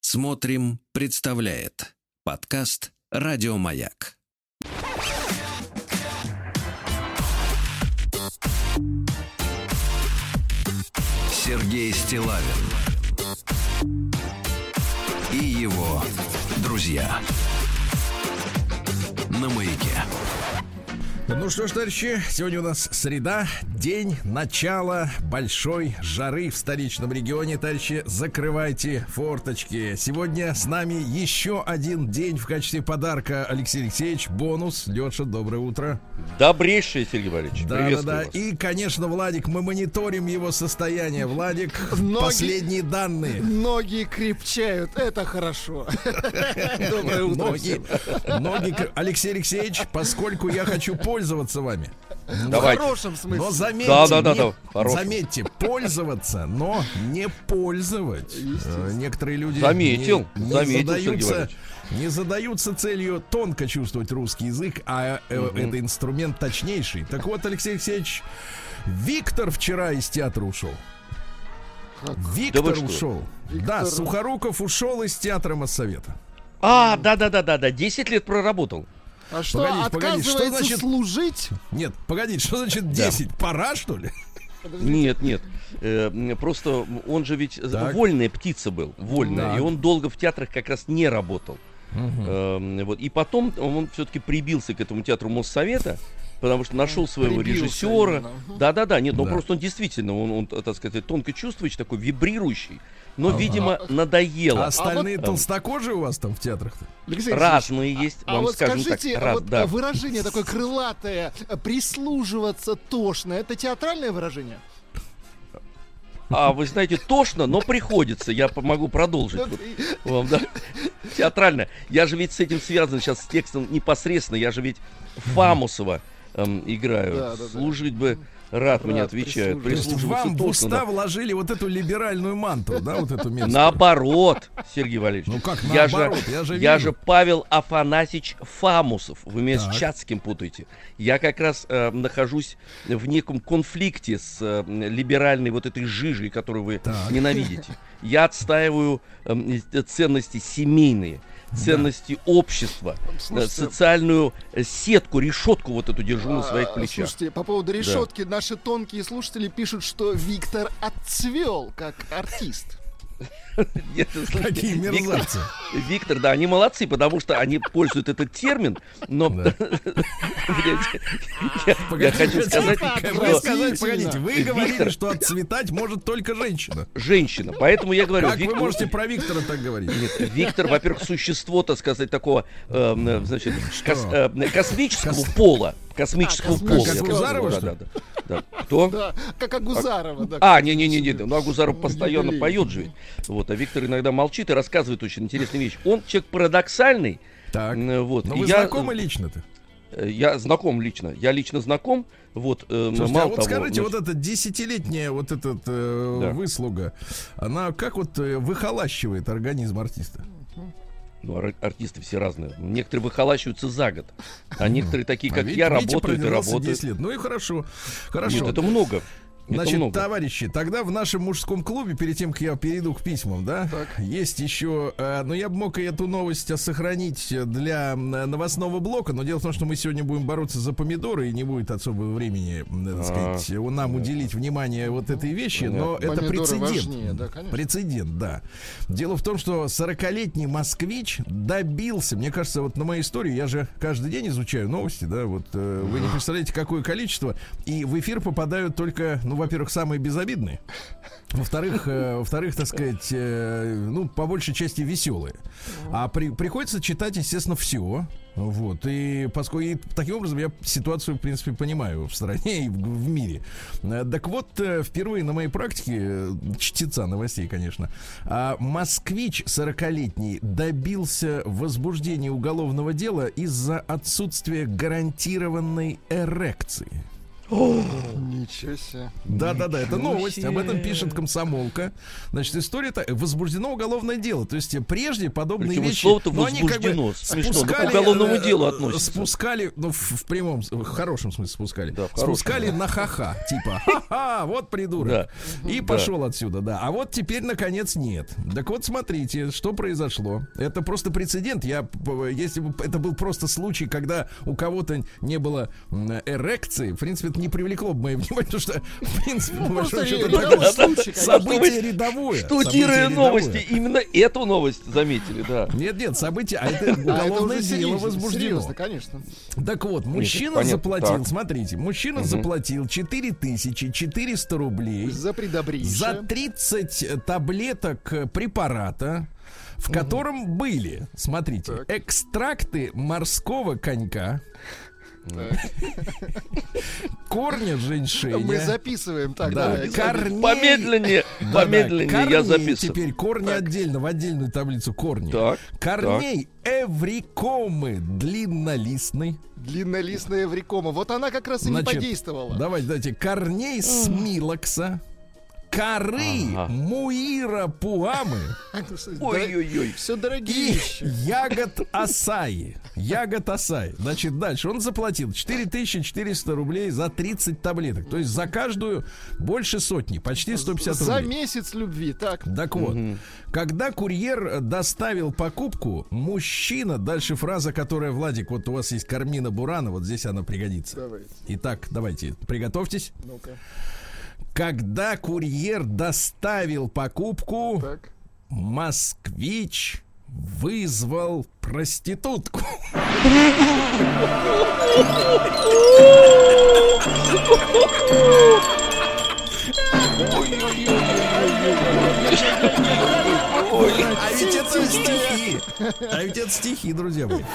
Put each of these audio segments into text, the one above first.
Смотрим, представляет подкаст «Радиомаяк». Сергей Стиллавин и его друзья на Маяке. Ну что ж, товарищи, сегодня у нас среда, день начала большой жары в столичном регионе. Товарищи, закрывайте форточки. Сегодня с нами еще один день в качестве подарка. Алексей Алексеевич, бонус. Леша, доброе утро. Добрейший, Сергей Валерьевич. Да. И, конечно, Владик, мы мониторим его состояние. Владик, последние данные. Ноги крепчают, это хорошо. Доброе утро. Ноги. Алексей Алексеевич, поскольку я хочу пользоваться вами. Давайте. В хорошем смысле. Но заметьте, Да. заметьте, пользоваться, но не пользовать. Некоторые люди Заметил, не задаются целью тонко чувствовать русский язык, а это инструмент точнейший. Так вот, Алексей Алексеевич, Виктор вчера из театра ушел. Виктор ушел. Да, Сухоруков ушел из театра Моссовета. Да. 10 лет проработал. А что, Погоди, отказывается что значит служить? Нет, погоди, что значит 10? Пора, что ли? Нет. Просто он же ведь вольная птица был. Вольная. Так. И он долго в театрах как раз не работал. Вот. И потом он все-таки прибился к этому театру Моссовета, потому что нашел своего режиссера. Да. Нет, просто он действительно, он, так сказать, тонко чувствующий, такой вибрирующий. Но, видимо, надоело. А остальные толстокожие у вас там в театрах-то? Разные есть, вам вот скажем скажите, так. Да. выражение такое крылатое, прислуживаться тошно, это театральное выражение? Вы знаете, тошно, но приходится. Я могу продолжить. Вам, да? Театрально. Я же ведь с этим связан сейчас с текстом непосредственно. Я же ведь Фамусова играю. Служить бы рад, мне отвечают. То есть вам в уста вложили вот эту либеральную мантру, да, вот эту местную? Наоборот, Сергей Валерьевич. Ну как наоборот? Я же Павел Афанасьевич Фамусов. Вы меня с Чацким путаете. Я как раз нахожусь в неком конфликте с либеральной вот этой жижей, которую вы ненавидите. Я отстаиваю ценности семейные, ценности общества, социальную сетку, решетку вот эту держу на своих плечах. Слушайте, по поводу решетки, наши тонкие слушатели пишут, что Виктор отцвел как артист. Какие мерзавцы. Виктор, да, они молодцы, потому что они пользуют этот термин, но я хочу сказать, погодите, вы говорили, что отцветать может только женщина. Женщина, поэтому я говорю. Как вы можете про Виктора так говорить? Нет, Виктор, во-первых, существо, так сказать, такого, значит, космического пола. Космического пола. Как Агузарова, что ли? Да. Кто? Да, как Агузарова. Да. Не. Ну, Агузаров постоянно поет же ведь. Вот, а Виктор иногда молчит и рассказывает очень интересные вещи. Он человек парадоксальный. Так. Вот. Но вы знакомы лично-то? Я знаком лично. Я лично знаком. Вот, слушайте, мало а вот того, скажите, вот эта десятилетняя вот эта выслуга, она как вот выхолащивает организм артиста? Ну, артисты все разные. Некоторые выхолащиваются за год, а некоторые такие, как я, работают и работают. 10 лет. Ну и хорошо. Нет, это много. Значит, товарищи, тогда в нашем мужском клубе, перед тем, как я перейду к письмам, да, есть еще, ну, я бы мог и эту новость сохранить для новостного блока, но дело в том, что мы сегодня будем бороться за помидоры, и не будет особого времени, так сказать, нам уделить внимание вот этой вещи, но это прецедент. Прецедент, да. Дело в том, что 40-летний москвич добился, мне кажется, вот на моей истории, я же каждый день изучаю новости, да, вот вы не представляете, какое количество, и в эфир попадают только, ну, во-первых, самые безобидные. Во-вторых, так сказать, ну, по большей части веселые. А приходится читать, естественно, все. Вот. И поскольку таким образом я ситуацию, в принципе, понимаю в стране и в мире. Так вот, впервые на моей практике, чтеца новостей, конечно, москвич 40-летний добился возбуждения уголовного дела из-за отсутствия гарантированной эрекции. Ничего себе. Да, это новость. Об этом пишет «Комсомолка». Значит, история-то возбуждено уголовное дело. То есть прежде подобные причем вещи... слово-то возбуждено. Смешно. К уголовному делу относится. Спускали, в хорошем смысле спускали. Да, спускали на ха-ха. Типа, ха-ха, вот придурок. Да. И пошел отсюда, да. А вот теперь, наконец, нет. Так вот, смотрите, что произошло. Это просто прецедент. Если бы это был просто случай, когда у кого-то не было эрекции, в принципе, это не привлекло бы мое внимание, потому что, в принципе, по большому счету, событие рядовое. Штудируя новости, именно эту новость заметили, да. Нет, событие, а это уголовное дело возбуждено. Серьезно, конечно. Так вот, мужчина заплатил, смотрите, мужчина заплатил 4400 рублей за 30 таблеток препарата, в котором были, смотрите, экстракты морского конька, корня женьшеня. Мы записываем так. Да, корней, помедленнее, я записываю. Теперь корни отдельно, в отдельную таблицу корни. Так, корней эврикомы длиннолистной. Длиннолистная эврикома. Вот она как раз и не подействовала. Давайте. Корней смилокса. Коры муира пуамы. Ой-ой-ой. Все дорогие вещи. Ягод асаи. Значит, дальше он заплатил 4400 рублей за 30 таблеток. То есть за каждую больше сотни, почти 150 рублей. За месяц любви, так. Так вот, когда курьер доставил покупку, мужчина, дальше фраза, которая, Владик, вот у вас есть Кармина Бурана, вот здесь она пригодится. Давайте. Итак, давайте, приготовьтесь. Ну-ка. Когда курьер доставил покупку, москвич вызвал проститутку. А ведь это стихи, друзья мои.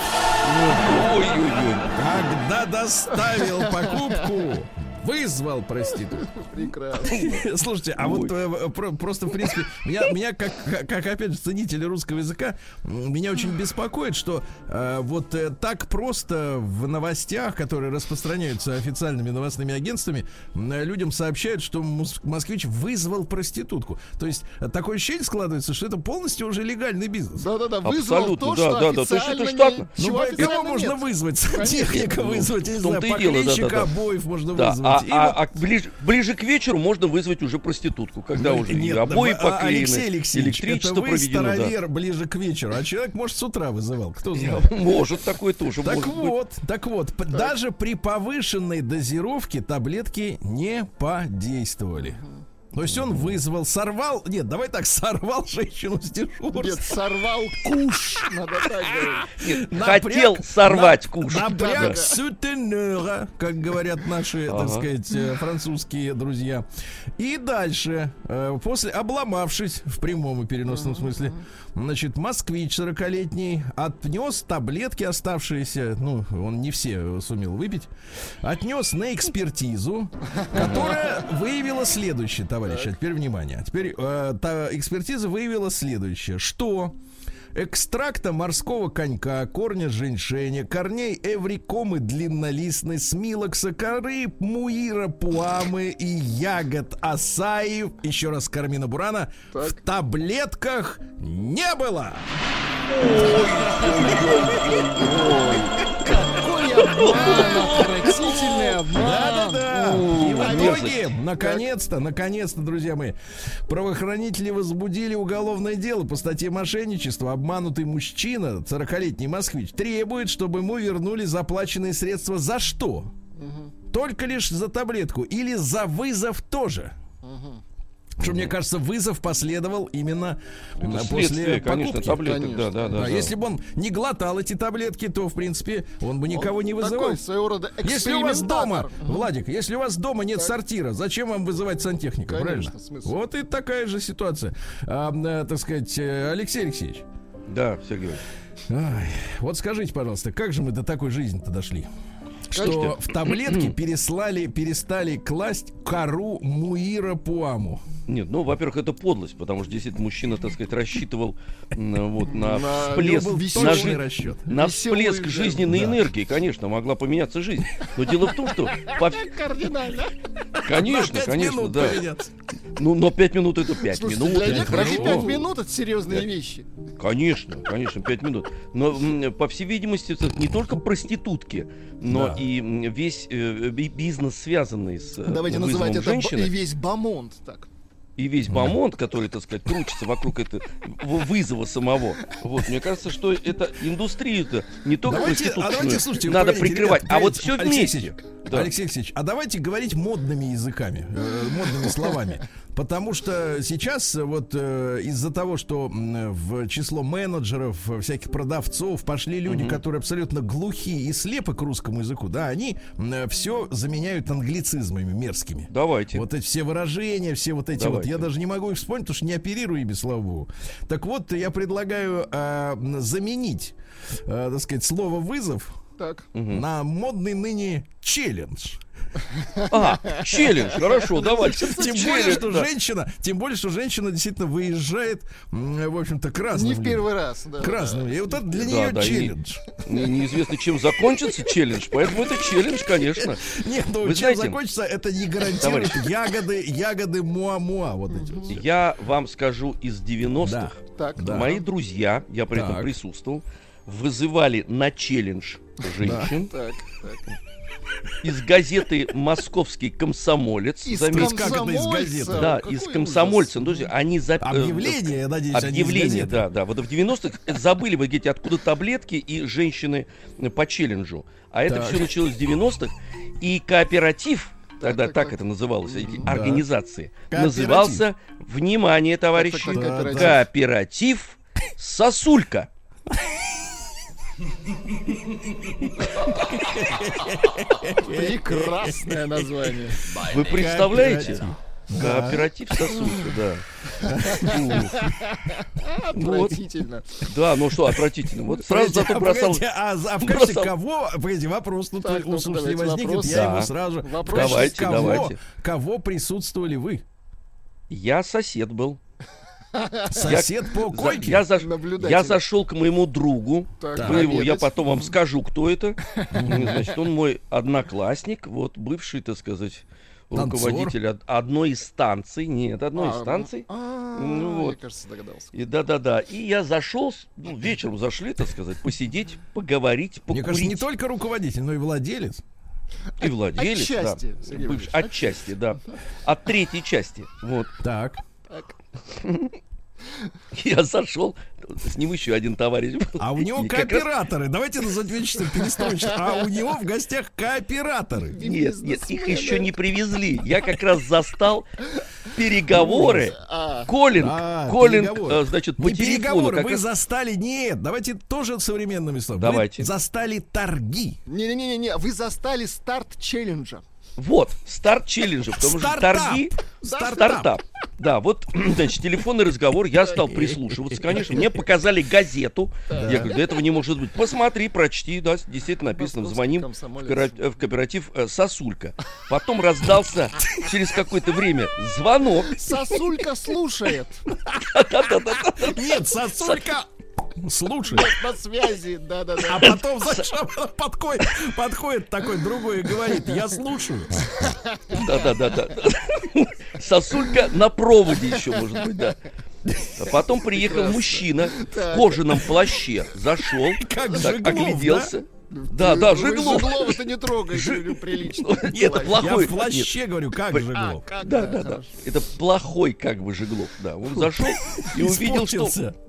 Когда доставил покупку, вызвал проститутку. Прекрасно. Слушайте, а вот просто, в принципе, меня как опять же, ценителя русского языка, меня очень беспокоит, что вот так просто в новостях, которые распространяются официальными новостными агентствами, людям сообщают, что москвич вызвал проститутку. То есть такое ощущение складывается, что это полностью уже легальный бизнес. Да-да-да, вызвал то, что официально штатно. Кого можно вызвать? Сантехника вызвать, я не знаю, поклейщика обоев можно вызвать. А ближе к вечеру можно вызвать уже проститутку, когда уже обои поклеены, Алексей Алексеевич, электричество это вы проведено. старовер ближе к вечеру, а человек, может, с утра вызывал, кто знает. Может, такое тоже Так может вот, даже при повышенной дозировке таблетки не подействовали. То есть он вызвал, сорвал женщину с дежурства. Нет, сорвал куш, надо так говорить. Хотел сорвать куш. Напряг сутенера, как говорят наши, так сказать, французские друзья. И дальше, после обломавшись, в прямом и переносном смысле, значит, москвич 40-летний отнес таблетки оставшиеся, ну, он не все сумел выпить, отнес на экспертизу, которая выявила следующее, товарищи. А теперь внимание. Теперь экспертиза выявила следующее, что экстракта морского конька, корня женьшеня, корней эврикомы длиннолистной, смилокса, коры муира пуамы и ягод асаи, еще раз Кармина Бурана, в таблетках не было. Какой обман, отвратительный обман. Да-да-да. И в итоге, наконец-то, друзья мои, правоохранители возбудили уголовное дело по статье мошенничества. Обманутый мужчина, 40-летний москвич, требует, чтобы ему вернули заплаченные средства. За что? Только лишь за таблетку или за вызов тоже? Что, мне кажется, вызов последовал именно после покупки. Таблеток, да. Если бы он не глотал эти таблетки, то, в принципе, он бы никого не вызывал. Такой своего рода если у вас дома, Владик, если у вас дома нет сортира, зачем вам вызывать сантехника, конечно, правильно? Смысл. Вот и такая же ситуация. Так сказать, Алексей Алексеевич. Да, Сергей. Вот скажите, пожалуйста, как же мы до такой жизни-то дошли? Что в таблетки перестали класть кору муира пуаму. Нет, ну, во-первых, это подлость, потому что действительно мужчина, так сказать, рассчитывал вот, на всплеск, на всплеск жизненной энергии, конечно, могла поменяться жизнь. Но дело в том, что... Кардинально. Конечно, да. Ну, но 5 минут это 5 минут. Для некоторых 5 минут это серьезные вещи. Конечно, 5 минут. Но, по всей видимости, это не только проститутки, но и весь бизнес, связанный с давайте называть это и весь бомонд так. И весь бомонд, который, так сказать, крутится вокруг этого вызова самого. Вот, мне кажется, что это индустрию-то не только проститутскую надо прикрывать, а вот все вместе. Алексей Алексеевич, а давайте говорить модными языками, модными словами. Потому что сейчас вот из-за того, что в число менеджеров, всяких продавцов пошли люди, которые абсолютно глухие и слепы к русскому языку, да, они все заменяют англицизмами мерзкими. Давайте. Вот эти все выражения, все вот эти вот, я даже не могу их вспомнить, потому что не оперирую ими, слава богу. Так вот, я предлагаю заменить, так сказать, слово «вызов» на модный ныне челлендж. Челлендж, хорошо, давайте. Тем более, что женщина действительно выезжает, в общем-то, к разным. Не в первый раз, да. К разным. И вот это для нее челлендж. Неизвестно, чем закончится челлендж, поэтому это челлендж, конечно. Нет, ну чем закончится, это не гарантирует ягоды муа-муа. Вот эти. Я вам скажу, из 90-х мои друзья, я при этом присутствовал, вызывали на челлендж женщин. Из газеты «Московский комсомолец». Заметьте, как это из газеты? Да, из «Комсомольца». Ну, они объявление, я надеюсь, объявление, да. Вот в 90-х забыли, вы говорите, откуда таблетки и женщины по челленджу. А это все началось в 90-х. И кооператив, тогда так это называлось, эти организации, назывался, внимание, товарищи, кооператив «Сосулька». Прекрасное название. Вы представляете? Кооператив «Сосулька», да. Отвратительно. Да, ну что отвратительно. Вот сразу зато бросал. А в качестве кого? Погодите, вопрос тут у слушателей возникнет. Я его сразу. Давайте. Кого присутствовали вы? Я сосед был. Сосед по койке? Я зашел к моему другу. Я потом вам скажу, кто это. Значит, он мой одноклассник, вот бывший, так сказать, руководитель одной из станций. Нет, одной из станций. Я, кажется, догадался. Да. И я зашел, вечером зашли, так сказать, посидеть, поговорить, покурить. Мне кажется, не только руководитель, но и владелец. И владелец, отчасти, да. Отчасти, да. От третьей части. Вот. Так. Я зашел, с ним еще один товарищ был. А у него кооператоры. Давайте отвечу, перестроить. А у него в гостях кооператоры. Нет, их еще не привезли. Я как раз застал переговоры. Коллинг, значит, по телефону. Вы застали, нет, давайте тоже современными словами. Давайте. Вы застали торги. Не, вы застали старт челленджа. Вот, старт челленджа, потому что торги... Стартап. Да, вот, значит, телефонный разговор, я стал прислушиваться, конечно, мне показали газету, я говорю, да этого не может быть, посмотри, прочти, да, действительно написано, звоним в кооператив «Сосулька». Потом раздался через какое-то время звонок. Сосулька слушает. Нет, Сосулька... Слушай. На связи, да. А потом подходит такой другой и говорит: я слушаю. Да. Сосулька на проводе еще, может быть, да. А потом приехал мужчина в кожаном плаще, зашел, огляделся. Да, Жиглов. Жиглов это не трогай, прилично. Это плохой. Я в плаще говорю, как Жиглов. Да. Это плохой как бы Жиглов. Да, он зашел и увидел, что...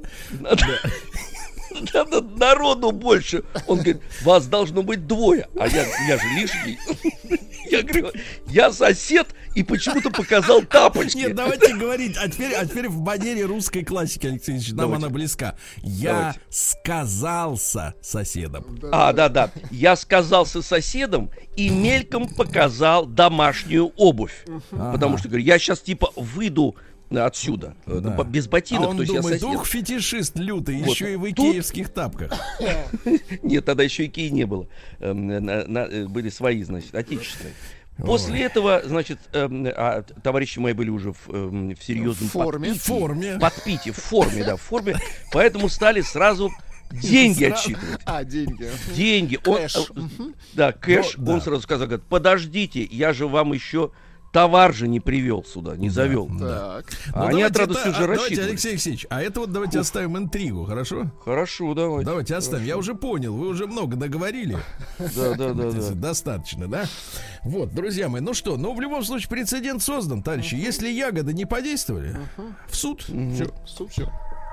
Народу больше. Он говорит, вас должно быть двое. А я же лишний. Я говорю, я сосед и почему-то показал тапочки. Нет, давайте говорить. А теперь в манере русской классики, Алексей Ильич, нам она близка. Я сказался соседом. Да. Я сказался соседом и мельком показал домашнюю обувь. Потому что, говорю, я сейчас типа выйду отсюда, без ботинок. А он думает, фетишист лютый, вот. Еще и в икеевских тапках. Нет, тогда еще Икеи не было. Были свои, значит, отечественные. После этого, значит, товарищи мои были уже в серьезном подпитии, в форме, поэтому стали сразу деньги отсчитывать. Деньги. Деньги. Кэш. Кэш. Он сразу сказал, говорит, подождите, я же вам еще товар же не привел сюда, не завел. Так. Они от радости уже рассчитывали. Давайте, Алексей Алексеевич, а это вот давайте оставим интригу, хорошо? Хорошо, давайте. Давайте оставим. Я уже понял, вы уже много договорили. Да. Достаточно, да? Вот, друзья мои, ну что, в любом случае прецедент создан, товарищи. Если ягоды не подействовали, в суд. Все. В суд, все.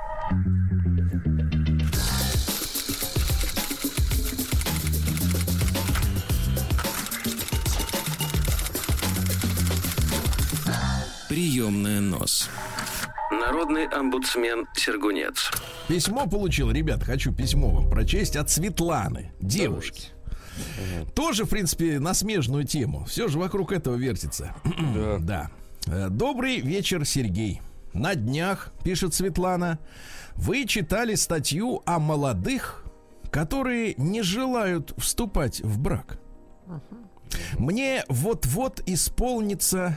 Приемная нос. Народный омбудсмен Сергунец. Письмо получил, ребят, хочу письмо вам прочесть от Светланы, девушки. Тоже, в принципе, на смежную тему. Все же вокруг этого вертится. Да. Добрый вечер, Сергей. На днях, пишет Светлана, вы читали статью о молодых, которые не желают вступать в брак. Мне вот-вот исполнится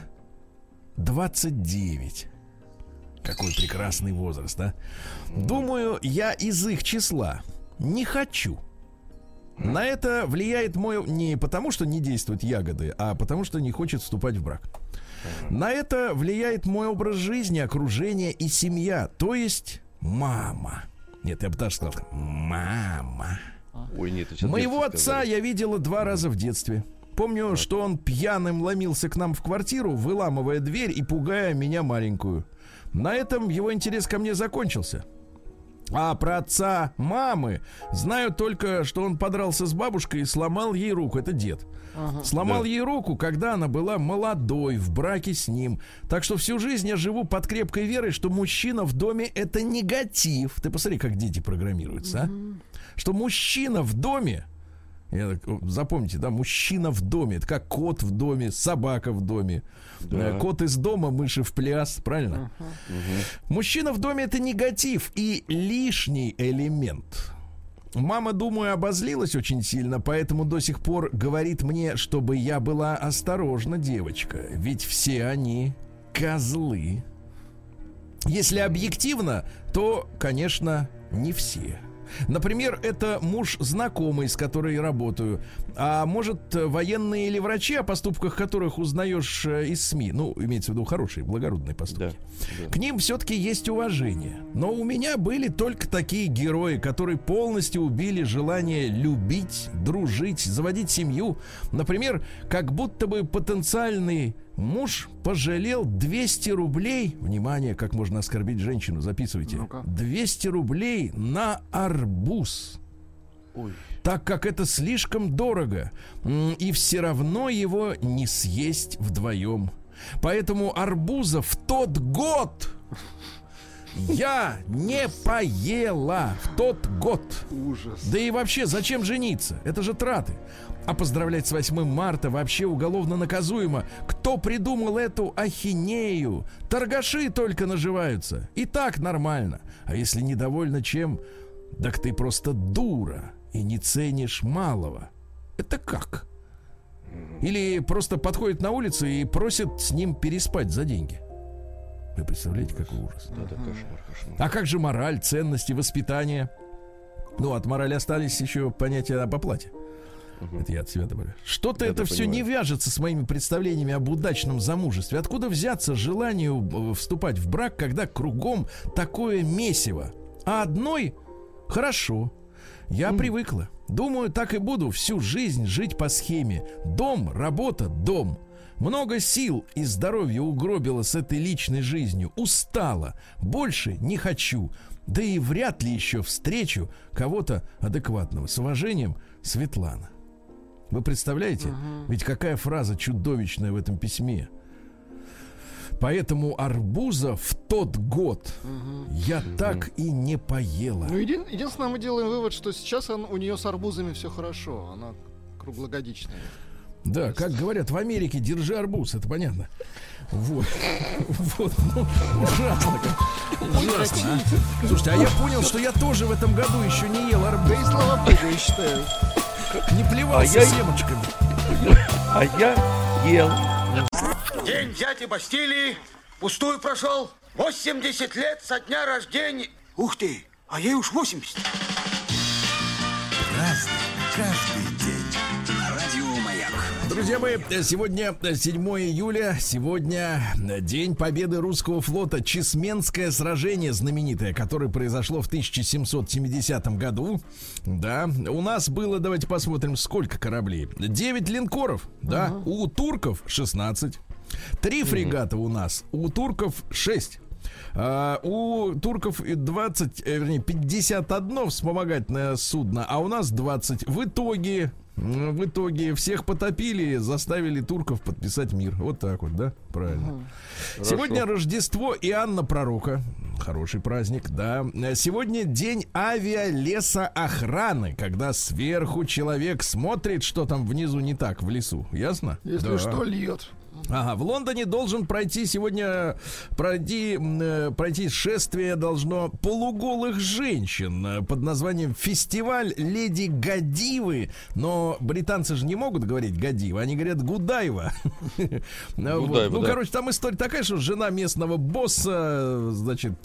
29. Какой прекрасный возраст, а? Думаю, я из их числа. Не хочу. На это влияет мой... Не потому, что не действуют ягоды, а потому, что не хочет вступать в брак. На это влияет мой образ жизни, окружение и семья. То есть мама. Нет, я бы даже сказал, мама. Ой, нет, моего отца я видела 2 раза в детстве. Помню, что он пьяным ломился к нам в квартиру, выламывая дверь и пугая меня маленькую. На этом его интерес ко мне закончился. А про отца мамы знаю только, что он подрался с бабушкой и сломал ей руку. Это дед. Сломал ей руку, когда она была молодой, в браке с ним. Так что всю жизнь я живу под крепкой верой, что мужчина в доме — это негатив. Ты посмотри, как дети программируются, а? Что мужчина в доме, запомните, да, мужчина в доме — это как кот в доме, собака в доме. Кот из дома, мыши в пляс, правильно? Мужчина в доме — это негатив и лишний элемент. Мама, думаю, обозлилась очень сильно, поэтому до сих пор говорит мне, чтобы я была осторожна, девочка, ведь все они козлы. Если объективно, то, конечно, не все. Например, это муж знакомый, с которой работаю. А может, военные или врачи, о поступках которых узнаешь из СМИ. Ну, имеется в виду хорошие, благородные поступки. Да. К ним все-таки есть уважение. Но у меня были только такие герои, которые полностью убили желание любить, дружить, заводить семью. Например, как будто бы потенциальный муж пожалел 200 рублей. Внимание, как можно оскорбить женщину, записывайте. 200 рублей на арбуз. Ой. Так как это слишком дорого. И все равно его не съесть вдвоем. Поэтому арбуза в тот год я не поела. В тот год. Ужас. Да и вообще, зачем жениться? Это же траты. А поздравлять с 8 марта вообще уголовно наказуемо. Кто придумал эту ахинею? Торгаши только наживаются. И так нормально. А если недовольна чем? Так ты просто дура и не ценишь малого. Это как? Или просто подходит на улицу и просит с ним переспать за деньги. Вы представляете, какой ужас? Да, кошмар. А как же мораль, ценности, воспитание? Ну, от морали остались еще понятия об оплате. Это я от себя добавлю. Что-то это все не вяжется с моими представлениями об удачном замужестве. Откуда взяться желанию вступать в брак, когда кругом такое месиво? А одной хорошо. Я привыкла. Думаю, так и буду всю жизнь жить по схеме. Дом, работа, дом. Много сил и здоровья угробила с этой личной жизнью. Устала. Больше не хочу. Да и вряд ли еще встречу кого-то адекватного. С уважением, Светлана. Вы представляете? Ведь какая фраза чудовищная в этом письме. Поэтому арбуза в тот год я так и не поела. Ну, единственное, мы делаем вывод, что сейчас у нее с арбузами все хорошо. Она круглогодичная. Да, как говорят в Америке, держи арбуз, это понятно. Вот, ну, ужасно. Ужасно, а? Слушайте, а я понял, что я тоже в этом году еще не ел арбуз. Да и слава богу, я считаю. Не плевался семечками. А офигел. День дяди Бастилии пустую прошел. 80 лет со дня рождения. Ух ты, а ей уж 80. Разный, каждый день. Радио Маяк. Друзья мои, сегодня 7 июля, сегодня День Победы Русского флота, Чесменское сражение знаменитое, которое произошло в 1770 году. Да, у нас было, давайте посмотрим, сколько кораблей. 9 линкоров, да, у турков 16. 3 фрегата у нас, у турков 6. У турков 51 вспомогательное судно, а у нас 20. В итоге всех потопили, заставили турков подписать мир. Вот так вот, да? Правильно. Сегодня Рождество Иоанна Пророка. Хороший праздник, да. Сегодня день авиалесоохраны, когда сверху человек смотрит, что там внизу не так, в лесу. Ясно? Если что, льет. Ага, в Лондоне должен пройти сегодня пройти шествие должно полуголых женщин под названием «Фестиваль Леди Годивы». Но британцы же не могут говорить Годива, они говорят Гудаева. Ну, короче, там история такая, что жена местного босса, значит,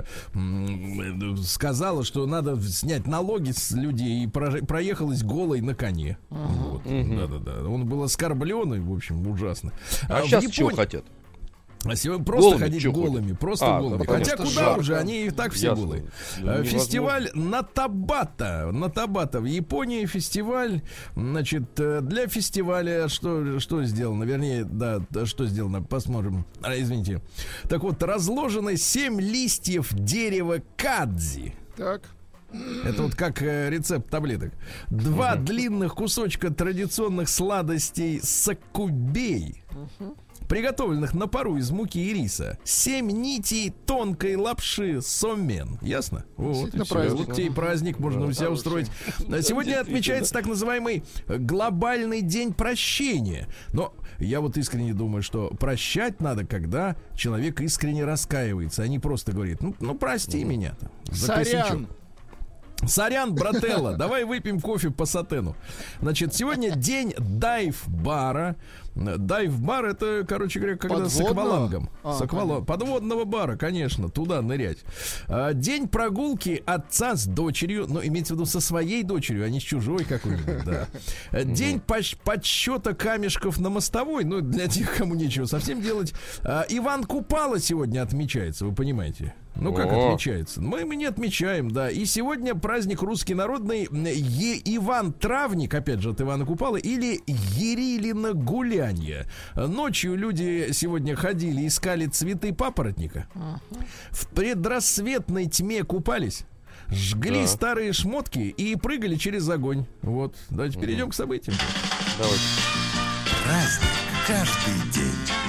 сказала, что надо снять налоги с людей, и проехалась голой на коне. Да-да-да. Он был оскорблен, и, в общем, ужасно. А сейчас чего хотят? А сегодня просто ходить голыми, просто голыми. Хотя куда жарко. Уже, они и так все голые. Фестиваль Натабата в Японии фестиваль. Значит, для фестиваля что сделано? Вернее, да, что сделано? Посмотрим. Извините. Так вот, разложено 7 листьев дерева кадзи. Так. Это вот как рецепт таблеток. 2 длинных кусочка традиционных сладостей сакубей, приготовленных на пару из муки и риса. 7 нитей тонкой лапши сомен. Ясно? Вот тебе и праздник можно у себя устроить. Сегодня отмечается так называемый глобальный день прощения. Но я вот искренне думаю, что прощать надо, когда человек искренне раскаивается, а не просто говорит: ну прости меня там, за косячок. Сорян, брателло, давай выпьем кофе по сатену. Значит, сегодня день дайв-бара. Дайв-бар — это, короче говоря, когда с аквалангом. Подводного бара, конечно, туда нырять. День прогулки отца с дочерью. Ну, имеется в виду со своей дочерью, а не с чужой какой-нибудь, да. День подсчета камешков на мостовой. Ну, для тех, кому нечего совсем делать. Иван Купала сегодня отмечается, вы понимаете? Ну, как отмечается? Мы не отмечаем, да. И сегодня праздник русский народный Иван Травник, опять же, от Ивана Купалы, или Ерилино гулянье. Ночью люди сегодня ходили, искали цветы папоротника. В предрассветной тьме купались, жгли старые шмотки и прыгали через огонь. Вот. Давайте перейдем к событиям. Давайте. Праздник каждый день.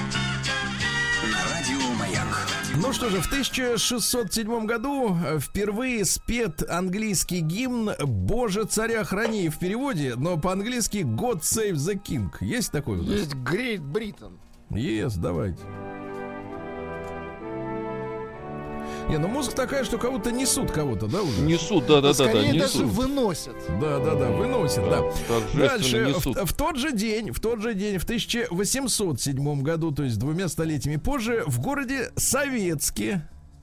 Ну что же, в 1607 году впервые спет английский гимн «Боже, царя храни» в переводе, но по-английски «God save the king». Есть такой у нас? Есть Great Britain. Есть, давайте. Не, ну музыка такая, что кого-то несут, кого-то, да, уже? Несут, да, скорее несут. даже выносят. Да, выносят, да. Дальше, несут. в тот же день, в 1807 году, то есть 2 столетиями позже, в городе Советске,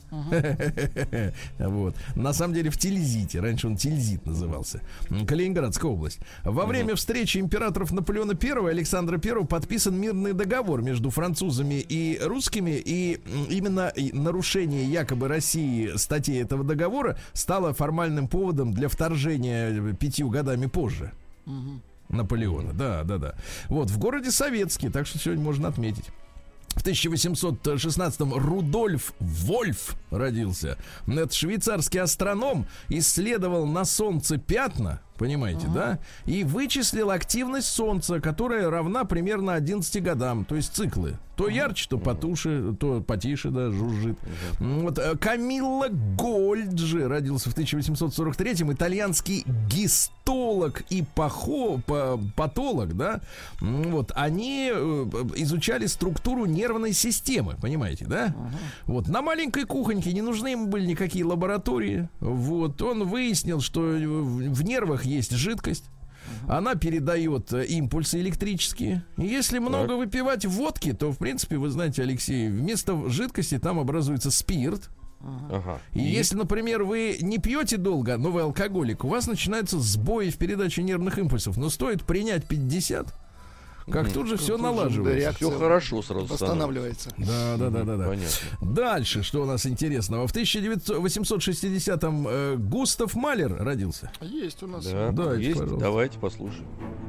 вот. На самом деле в Тильзите. Раньше он Тильзит назывался. Калининградская область. Во время встречи императоров Наполеона I и Александра I подписан мирный договор между французами и русскими. И именно нарушение якобы России статей этого договора стало формальным поводом для вторжения 5 годами позже Наполеона. Да. Вот, в городе Советске. Так что сегодня можно отметить. В 1816-м Рудольф Вольф родился. Это швейцарский астроном, исследовал на Солнце пятна, понимаете, да? И вычислил активность Солнца, которая равна примерно 11 годам, то есть циклы. То ярче, то потуше, то потише, да, жужжит. Вот. Камилло Гольджи родился в 1843-м, итальянский гистолог и патолог, да? Вот. Они изучали структуру нервной системы, понимаете, да? Вот. На маленькой кухоньке, не нужны ему были никакие лаборатории. Вот. Он выяснил, что в нервах есть жидкость. Она передает импульсы электрические. И если много выпивать водки, то, в принципе, вы знаете, Алексей, вместо жидкости там образуется спирт. И если, например, вы не пьете долго, но вы алкоголик, у вас начинаются сбои в передаче нервных импульсов. Но стоит принять 50, как тут же все налаживается. Все хорошо сразу восстанавливается. Да. Понятно. Дальше, что у нас интересного. В 1860-м Густав Малер родился. Есть у нас. Да, есть. Пожалуйста. Давайте послушаем.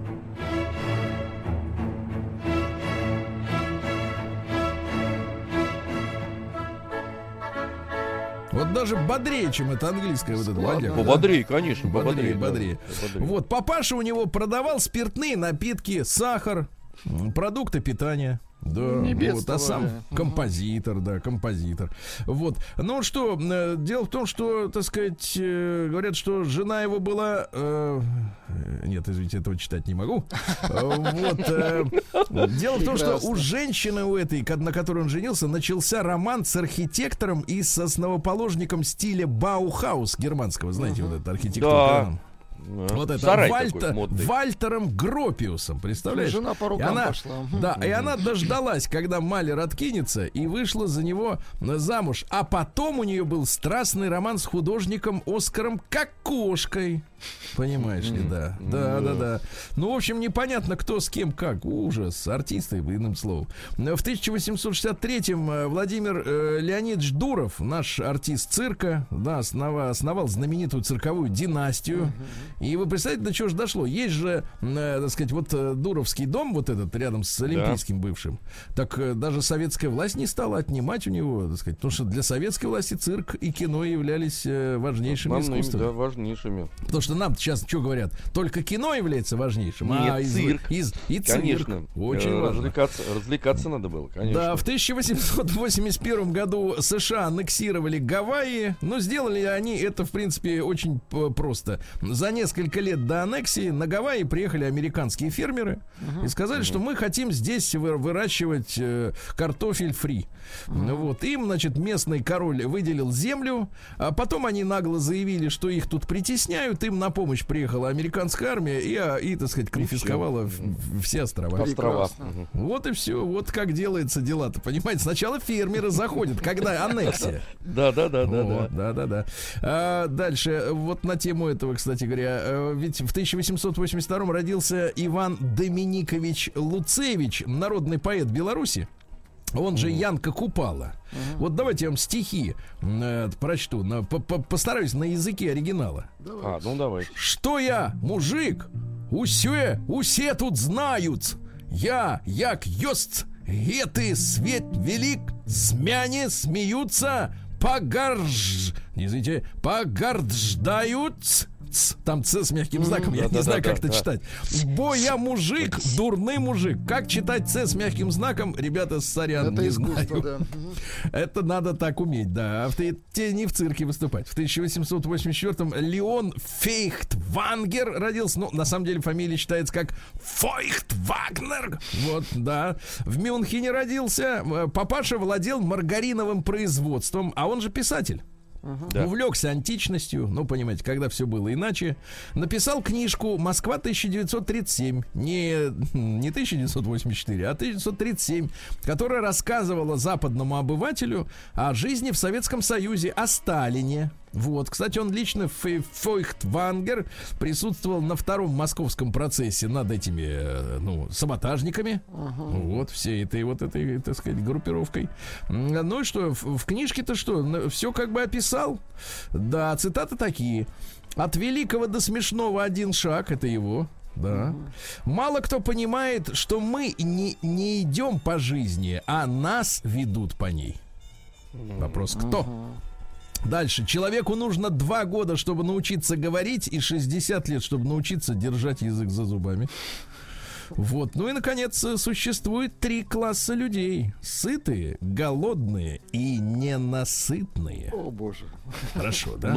Вот даже бодрее, чем это английское вот это водяка. Бодрее, конечно, бодрее. Да. Вот, папаша у него продавал спиртные напитки, сахар, продукты питания. Да, вот, а сам композитор, композитор. Вот. Ну что, дело в том, что, так сказать, говорят, что жена его была... Нет, извините, этого читать не могу. Вот. Дело в том, что у женщины, у этой, на которой он женился, начался роман с архитектором и с основоположником стиля Баухаус германского. Знаете, вот этот архитектор. Вот это Вальтером Гропиусом, представляешь? Жена по рукам пошла. Да, и она дождалась, когда Малер откинется, и вышла за него замуж. А потом у нее был страстный роман с художником Оскаром Кокошкой. Понимаешь ли, да. Ну, в общем, непонятно, кто с кем как. Ужас. Артисты, иным словом. В 1863-м Владимир Леонидович Дуров, наш артист цирка, да, основал знаменитую цирковую династию. И вы представляете, до чего же дошло? Есть же, так сказать, вот Дуровский дом, вот этот рядом с Олимпийским бывшим. Так даже советская власть не стала отнимать у него, так сказать, потому что для советской власти цирк и кино являлись важнейшими искусствами. Да, важнейшими. Потому что нам сейчас что говорят? Только кино является важнейшим. Нет, цирк. И цирк. Конечно. Очень важно. Развлекаться надо было, конечно. Да, в 1881 году США аннексировали Гавайи. Но сделали они это, в принципе, очень просто. За несколько лет до аннексии на Гавайи приехали американские фермеры и сказали, что мы хотим здесь выращивать картофель фри. Вот. Им, значит, местный король выделил землю, а потом они нагло заявили, что их тут притесняют. Им на помощь приехала американская армия и так сказать, конфисковала все острова. Вот и все. Вот как делается дела-то, понимаете? Сначала фермеры заходят, когда аннексия. Да. Дальше, вот на тему этого, кстати говоря, ведь в 1882 родился Иван Доминикович Луцевич, народный поэт Беларуси. Он же Янка Купала. Вот давайте я вам стихи прочту. Постараюсь на языке оригинала. Давай. Что я, мужик, усе тут знают. Я, як ёст, геты свет велик, смяне смеются, погорждают. Там «ц» с мягким знаком, я не знаю, как это читать. Бо я мужик, дурный мужик. Как читать «ц» с мягким знаком, ребята, сорян, не знаю. Это надо так уметь, да. Тебе не в цирке выступать. В 1884-м Леон Фейхтвангер родился. Ну, на самом деле, фамилия читается как Фойхтвагнер. Вот, да. В Мюнхене родился. Папаша владел маргариновым производством, а он же писатель. Увлекся античностью, ну, понимаете, когда все было иначе. Написал книжку «Москва 1937», не 1984, а 1937, которая рассказывала западному обывателю о жизни в Советском Союзе, о Сталине. Вот, кстати, он лично, Фойхтвангер, присутствовал на втором московском процессе над этими, саботажниками. Вот, всей этой, так сказать, группировкой. Ну и что, в книжке-то что, все как бы описал. Да, цитаты такие. «От великого до смешного один шаг», это его. Да. Мало кто понимает, что мы не идем по жизни, а нас ведут по ней. Вопрос, кто? Дальше. Человеку нужно 2 года, чтобы научиться говорить, и 60 лет, чтобы научиться держать язык за зубами. Вот. Ну и, наконец, существует 3 класса людей. Сытые, голодные и ненасытные. О, боже. Хорошо, да? Ну,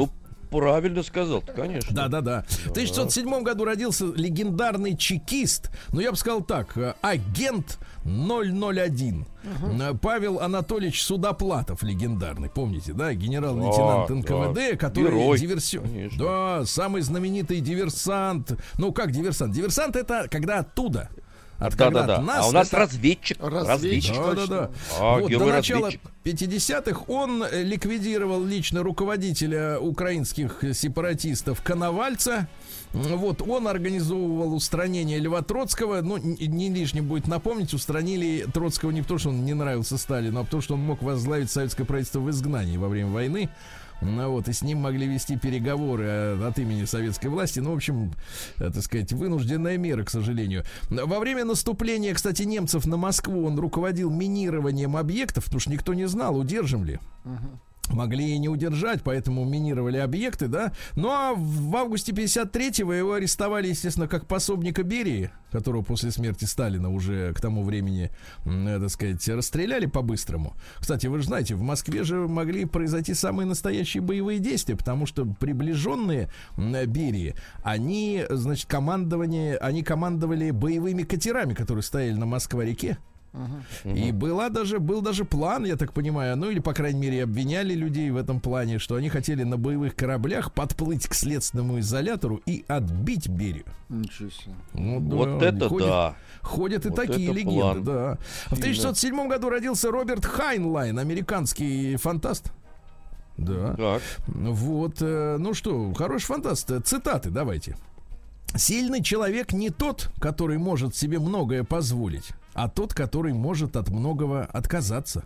правильно сказал, конечно. Да. В 1907 году родился легендарный чекист, ну, я бы сказал так, агент 001. Павел Анатольевич Судоплатов, легендарный, помните, да, генерал-лейтенант НКВД, который диверсион. Да, самый знаменитый диверсант. Ну, как диверсант? Диверсант — это когда оттуда. Да. А у нас разведчик. Да. Вот, до начала 50-х он ликвидировал лично руководителя украинских сепаратистов Коновальца. Вот, он организовывал устранение Льва Троцкого. Ну, не лишним будет напомнить, устранили Троцкого не потому, что он не нравился Сталину, а потому, что он мог возглавить советское правительство в изгнании во время войны. Ну вот, и с ним могли вести переговоры от имени советской власти. Ну, в общем, так сказать, вынужденная мера, к сожалению. Во время наступления, кстати, немцев на Москву он руководил минированием объектов, потому что никто не знал, удержим ли. Могли и не удержать, поэтому минировали объекты, да. Ну, а в августе 53-го его арестовали, естественно, как пособника Берии, которого после смерти Сталина уже к тому времени, так сказать, расстреляли по-быстрому. Кстати, вы же знаете, в Москве же могли произойти самые настоящие боевые действия, потому что приближенные Берии, они, значит, командовали боевыми катерами, которые стояли на Москва-реке. И был даже план, я так понимаю, ну или, по крайней мере, обвиняли людей в этом плане, что они хотели на боевых кораблях подплыть к следственному изолятору и отбить Берию. Ничего себе. Ну, вот да, это да. Ходят и вот такие легенды, да. В 1907 году родился Роберт Хайнлайн, американский фантаст. Да. Так. Вот, ну что, хороший фантаст. Цитаты давайте. Сильный человек не тот, который может себе многое позволить, а тот, который может от многого отказаться.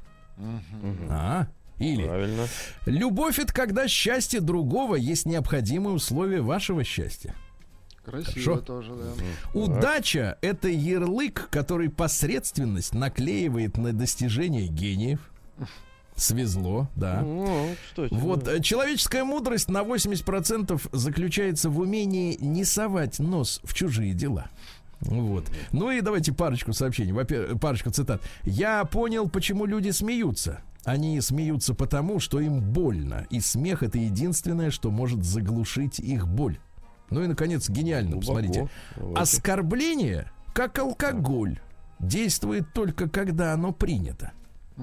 Или правильно. Любовь — это когда счастье другого есть необходимое условие вашего счастья. Красиво. Хорошо? Тоже, да. Удача — это ярлык, который посредственность наклеивает на достижения гениев. Свезло, да. Вот, человеческая мудрость на 80% заключается в умении не совать нос в чужие дела. Вот. Ну и давайте парочку сообщений. Во-первых, парочку цитат. Я понял, почему люди смеются. Они смеются потому, что им больно. И смех — это единственное, что может заглушить их боль. Ну и, наконец, гениально, посмотрите. Оскорбление, как алкоголь, действует только когда оно принято.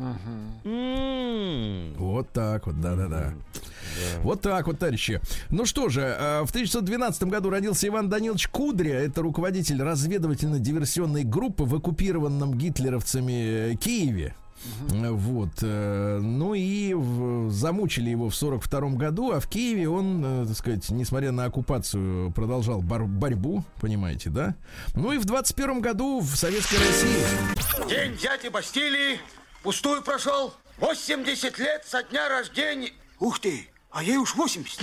Вот так вот, да. Вот так вот, товарищи. Ну что же, в 1912 году родился Иван Данилович Кудря. Это руководитель разведывательно-диверсионной группы в оккупированном гитлеровцами Киеве. Вот. Ну и замучили его в 1942 году, а в Киеве он, так сказать, несмотря на оккупацию, продолжал борьбу, понимаете, да? Ну и в 1921 году в Советской России. День взятия Бастилии пустую прошел. 80 лет со дня рождения. Ух ты, а ей уж 80.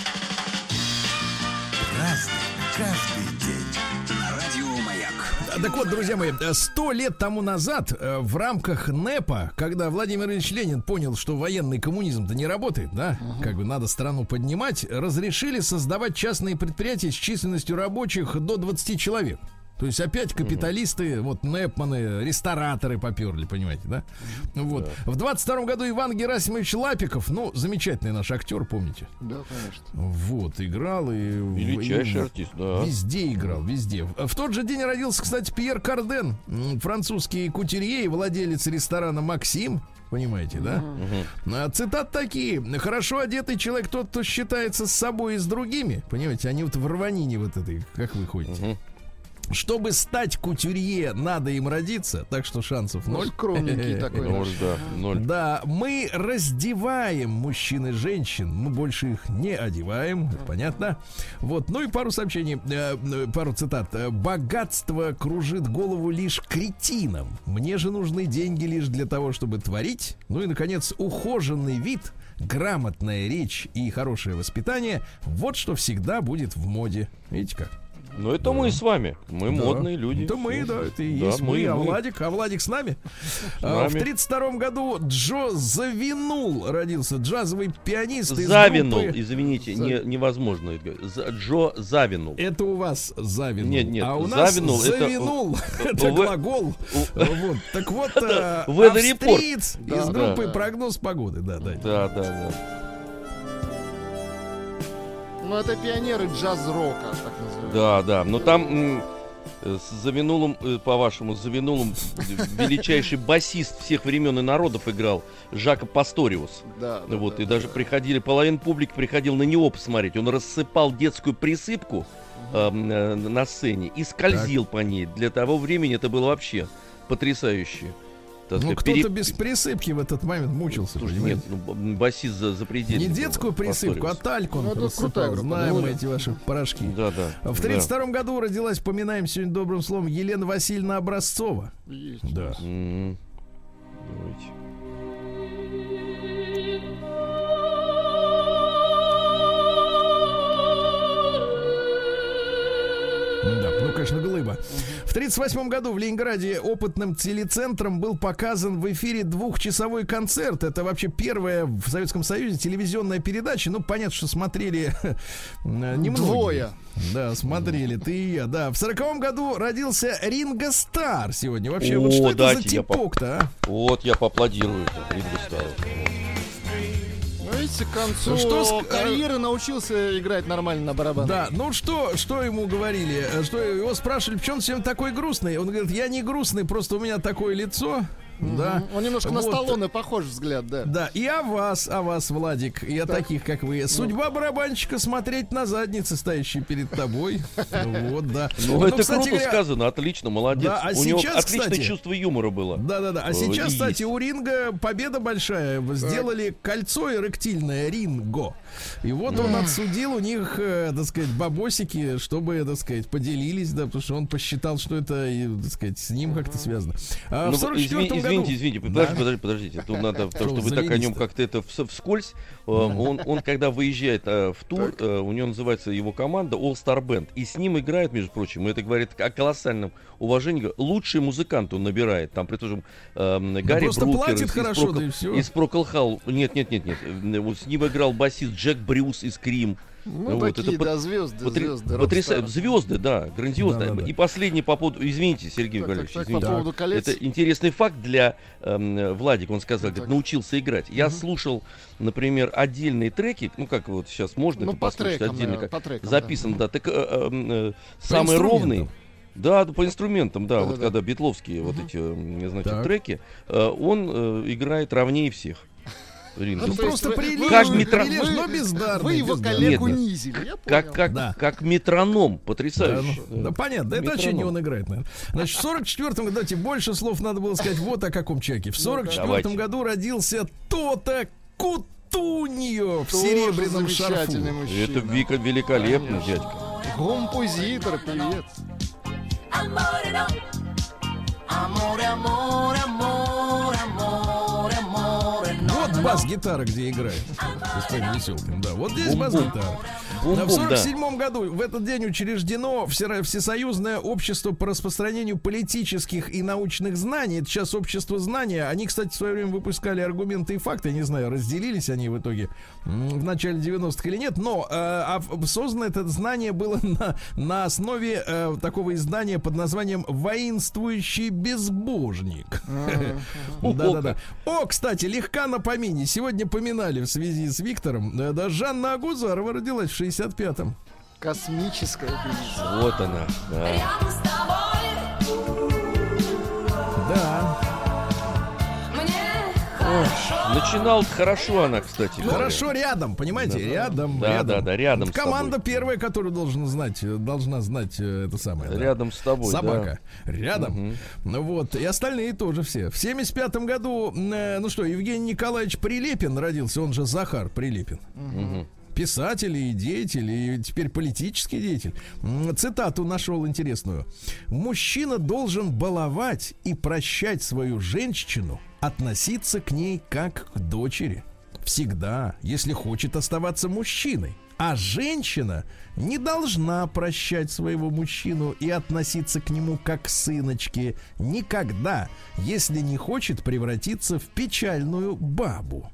Разный, каждый день. Радио Маяк. Так вот, друзья мои, 100 лет тому назад в рамках НЭПа, когда Владимир Ильич Ленин понял, что военный коммунизм-то не работает, да, как бы надо страну поднимать, разрешили создавать частные предприятия с численностью рабочих до 20 человек. То есть опять капиталисты, вот НЭПманы, рестораторы поперли, понимаете, да? Вот. Да. В 22-м году Иван Герасимович Лапиков, ну, замечательный наш актер, помните? Да, конечно. Вот, играл и величайший артист, да. Везде играл, везде. В тот же день родился, кстати, Пьер Карден, французский кутюрье и владелец ресторана «Максим». Понимаете, да? Цитат такие. Хорошо одетый человек тот, кто считается с собой и с другими. Понимаете, они вот в рванине вот этой, как вы ходите. Чтобы стать кутюрье, надо им родиться, так что шансов ноль. Скромненький такой. Ноль. Да, мы раздеваем мужчин и женщин, мы больше их не одеваем, это понятно. Вот, ну и пару сообщений, пару цитат. Богатство кружит голову лишь кретинам. Мне же нужны деньги лишь для того, чтобы творить. Ну и, наконец, ухоженный вид, грамотная речь и хорошее воспитание — вот что всегда будет в моде. Видите как? Ну, это мы с вами. Мы модные люди. Это мы, да, это и есть мы. А Владик с нами. В 1932 году Джо Завинул родился. Джазовый пианист из Завинул, группы... извините, невозможно. Джо Завинул. Это у вас Завинул. Нет, а у нас Завинул. Это глагол. Так вот, австриец из группы «Прогноз погоды». Да. Ну, это пионеры джаз-рока, так называемые. Да, да. Но там за винулом, по-вашему, за винулом величайший басист всех времен и народов играл Жако Пасториус. Да, вот, и даже приходили, половина публики приходил на него посмотреть. Он рассыпал детскую присыпку на сцене и скользил по ней. Для того времени это было вообще потрясающе. Ну, кто-то без присыпки в этот момент мучился. Слушай, нет, басист за пределами. Не детскую присыпку, а тальку он рассыпал. Знаем эти ваши порошки. Да, да. В 1932 году родилась, поминаем сегодня добрым словом, Елена Васильевна Образцова. Да. Да, ну, конечно, глыба. В 1938 году в Ленинграде опытным телецентром был показан в эфире 2-часовой концерт. Это вообще первая в Советском Союзе телевизионная передача. Ну, понятно, что смотрели немногие. Двое. Да, смотрели, ты и я. Да, в 1940 году родился Ринго Стар сегодня. Вообще, вот что это за типок-то, а? Вот, я поаплодирую Ринго Стару. Видите, к концу карьеры научился играть нормально на барабанах. Да, ну что ему говорили? Что его спрашивали, почему он сегодня такой грустный? Он говорит, я не грустный, просто у меня такое лицо. Да. Он немножко на Сталлоне похож взгляд, да. Да, и о вас, Владик, и о таких, как вы. Судьба барабанщика смотреть на заднице, стоящей перед тобой. Вот, да. Ну, это круто сказано, отлично, молодец. У него отличное чувство юмора было. Да. А сейчас, кстати, у Ринго победа большая. Сделали кольцо эректильное Ринго. И вот он отсудил у них, так сказать, бабосики, чтобы, так сказать, поделились, да, потому что он посчитал, что это, так сказать, с ним как-то связано. А в 44-м году... Извините, подождите. Тут надо, потому что вы так о нем как-то это вскользь. Он когда выезжает в тур, у него называется его команда All Star Band. И с ним играет, между прочим, это говорит о колоссальном уважении. Лучшие музыканты он набирает. Там, при том, Гарри Брукер из Procol Harum. Нет. С ним играл басист Джек Брюс из Cream. Ну, вот, такие, это звезды. Потрясающие. Звезды, да, грандиозно. Да. И последний по поводу... Извините, Сергей Валерьевич, по поводу колец. Это интересный факт для Владика. Он сказал, говорит, научился играть. Я слушал, например, отдельные треки, ну, как вот сейчас можно это послушать отдельно, как записано, да. Так самый ровный... Да, по инструментам, да, вот когда битловские вот эти, значит, треки, он играет ровнее всех. Ну, просто прилежно, но бездарно. Вы его коллегу низили, я понял. Как метроном, потрясающе. Да, понятно, это вообще не он играет, наверное. Значит, в 44-м году, давайте больше слов надо было сказать вот о каком человеке. В 44-м году родился Тота Кутуньо в серебряном шарфу. Это великолепный дядька. Композитор, певец. Вот бас-гитара, где играет господин Веселкин. Да, вот здесь бас-гитара. В 1947 году в этот день учреждено Всесоюзное общество по распространению политических и научных знаний. Это сейчас общество знания. Они, кстати, в свое время выпускали аргументы и факты. Я не знаю, разделились они в итоге в начале 90-х или нет. Но создано это знание было на основе такого издания под названием «Воинствующий безбожник». Да-да-да. О, кстати, легка на помине. Сегодня поминали в связи с Виктором. Да, Жанна Агузарова родилась в 65-м. Космическая певица. Вот она. Да. Начинал хорошо она, кстати. Хорошо рядом, понимаете? Рядом. Рядом. Команда первая, которую должна знать это самое. Рядом с тобой. Собака. Рядом. Ну вот. И остальные тоже все. В 75-м году, Евгений Николаевич Прилепин родился, он же Захар Прилепин. Писатель и деятель, и теперь политический деятель. Цитату нашел интересную. «Мужчина должен баловать и прощать свою женщину, относиться к ней как к дочери. Всегда, если хочет оставаться мужчиной. А женщина не должна прощать своего мужчину и относиться к нему как к сыночке никогда, если не хочет превратиться в печальную бабу».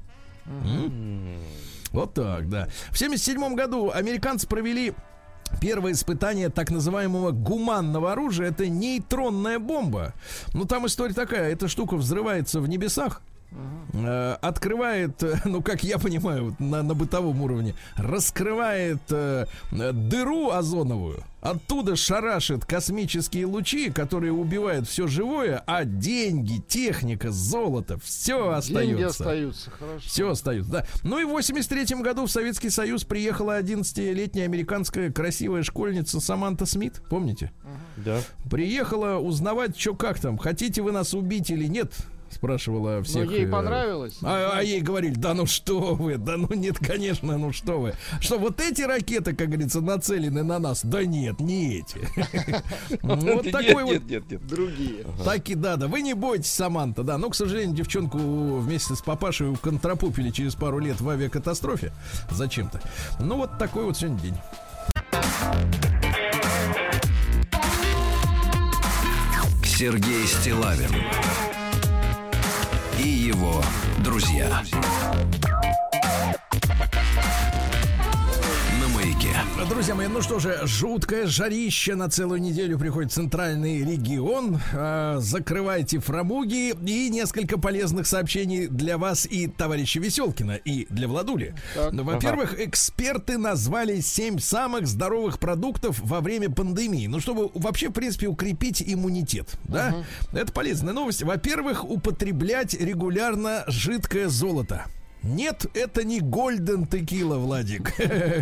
Вот так, да. В 1977 году американцы провели первое испытание так называемого гуманного оружия. Это нейтронная бомба. Ну, там история такая. Эта штука взрывается в небесах. открывает, ну, как я понимаю, на бытовом уровне, раскрывает дыру озоновую, оттуда шарашит космические лучи, которые убивают все живое, а деньги, техника, золото, все остается. Деньги остаются, хорошо. Все остается, да. Ну и в 83-м году в Советский Союз приехала 11-летняя американская красивая школьница Саманта Смит, помните? Да. Приехала узнавать, что как там, хотите вы нас убить или нет? Спрашивала всех. Но ей понравилось. А ей говорили, да ну что вы, да ну нет, конечно, ну что вы. Что вот эти ракеты, как говорится, нацелены на нас? Да нет, не эти. Вот такой вот. Нет, другие. Так и да. Вы не бойтесь, Саманта, да. Но, к сожалению, девчонку вместе с папашей контрапупили через пару лет в авиакатастрофе. Зачем-то. Ну вот такой вот сегодня день. Сергей Стиллавин и его друзья. Друзья мои, ну что же, жуткое жарище на целую неделю приходит в центральный регион. Закрывайте фрамуги и несколько полезных сообщений для вас и товарища Веселкина, и для Владули. Во-первых, эксперты назвали 7 самых здоровых продуктов во время пандемии. Ну, чтобы вообще, в принципе, укрепить иммунитет. Да? Это полезная новость. Во-первых, употреблять регулярно жидкое золото. Нет, это не Golden Tequila, Владик.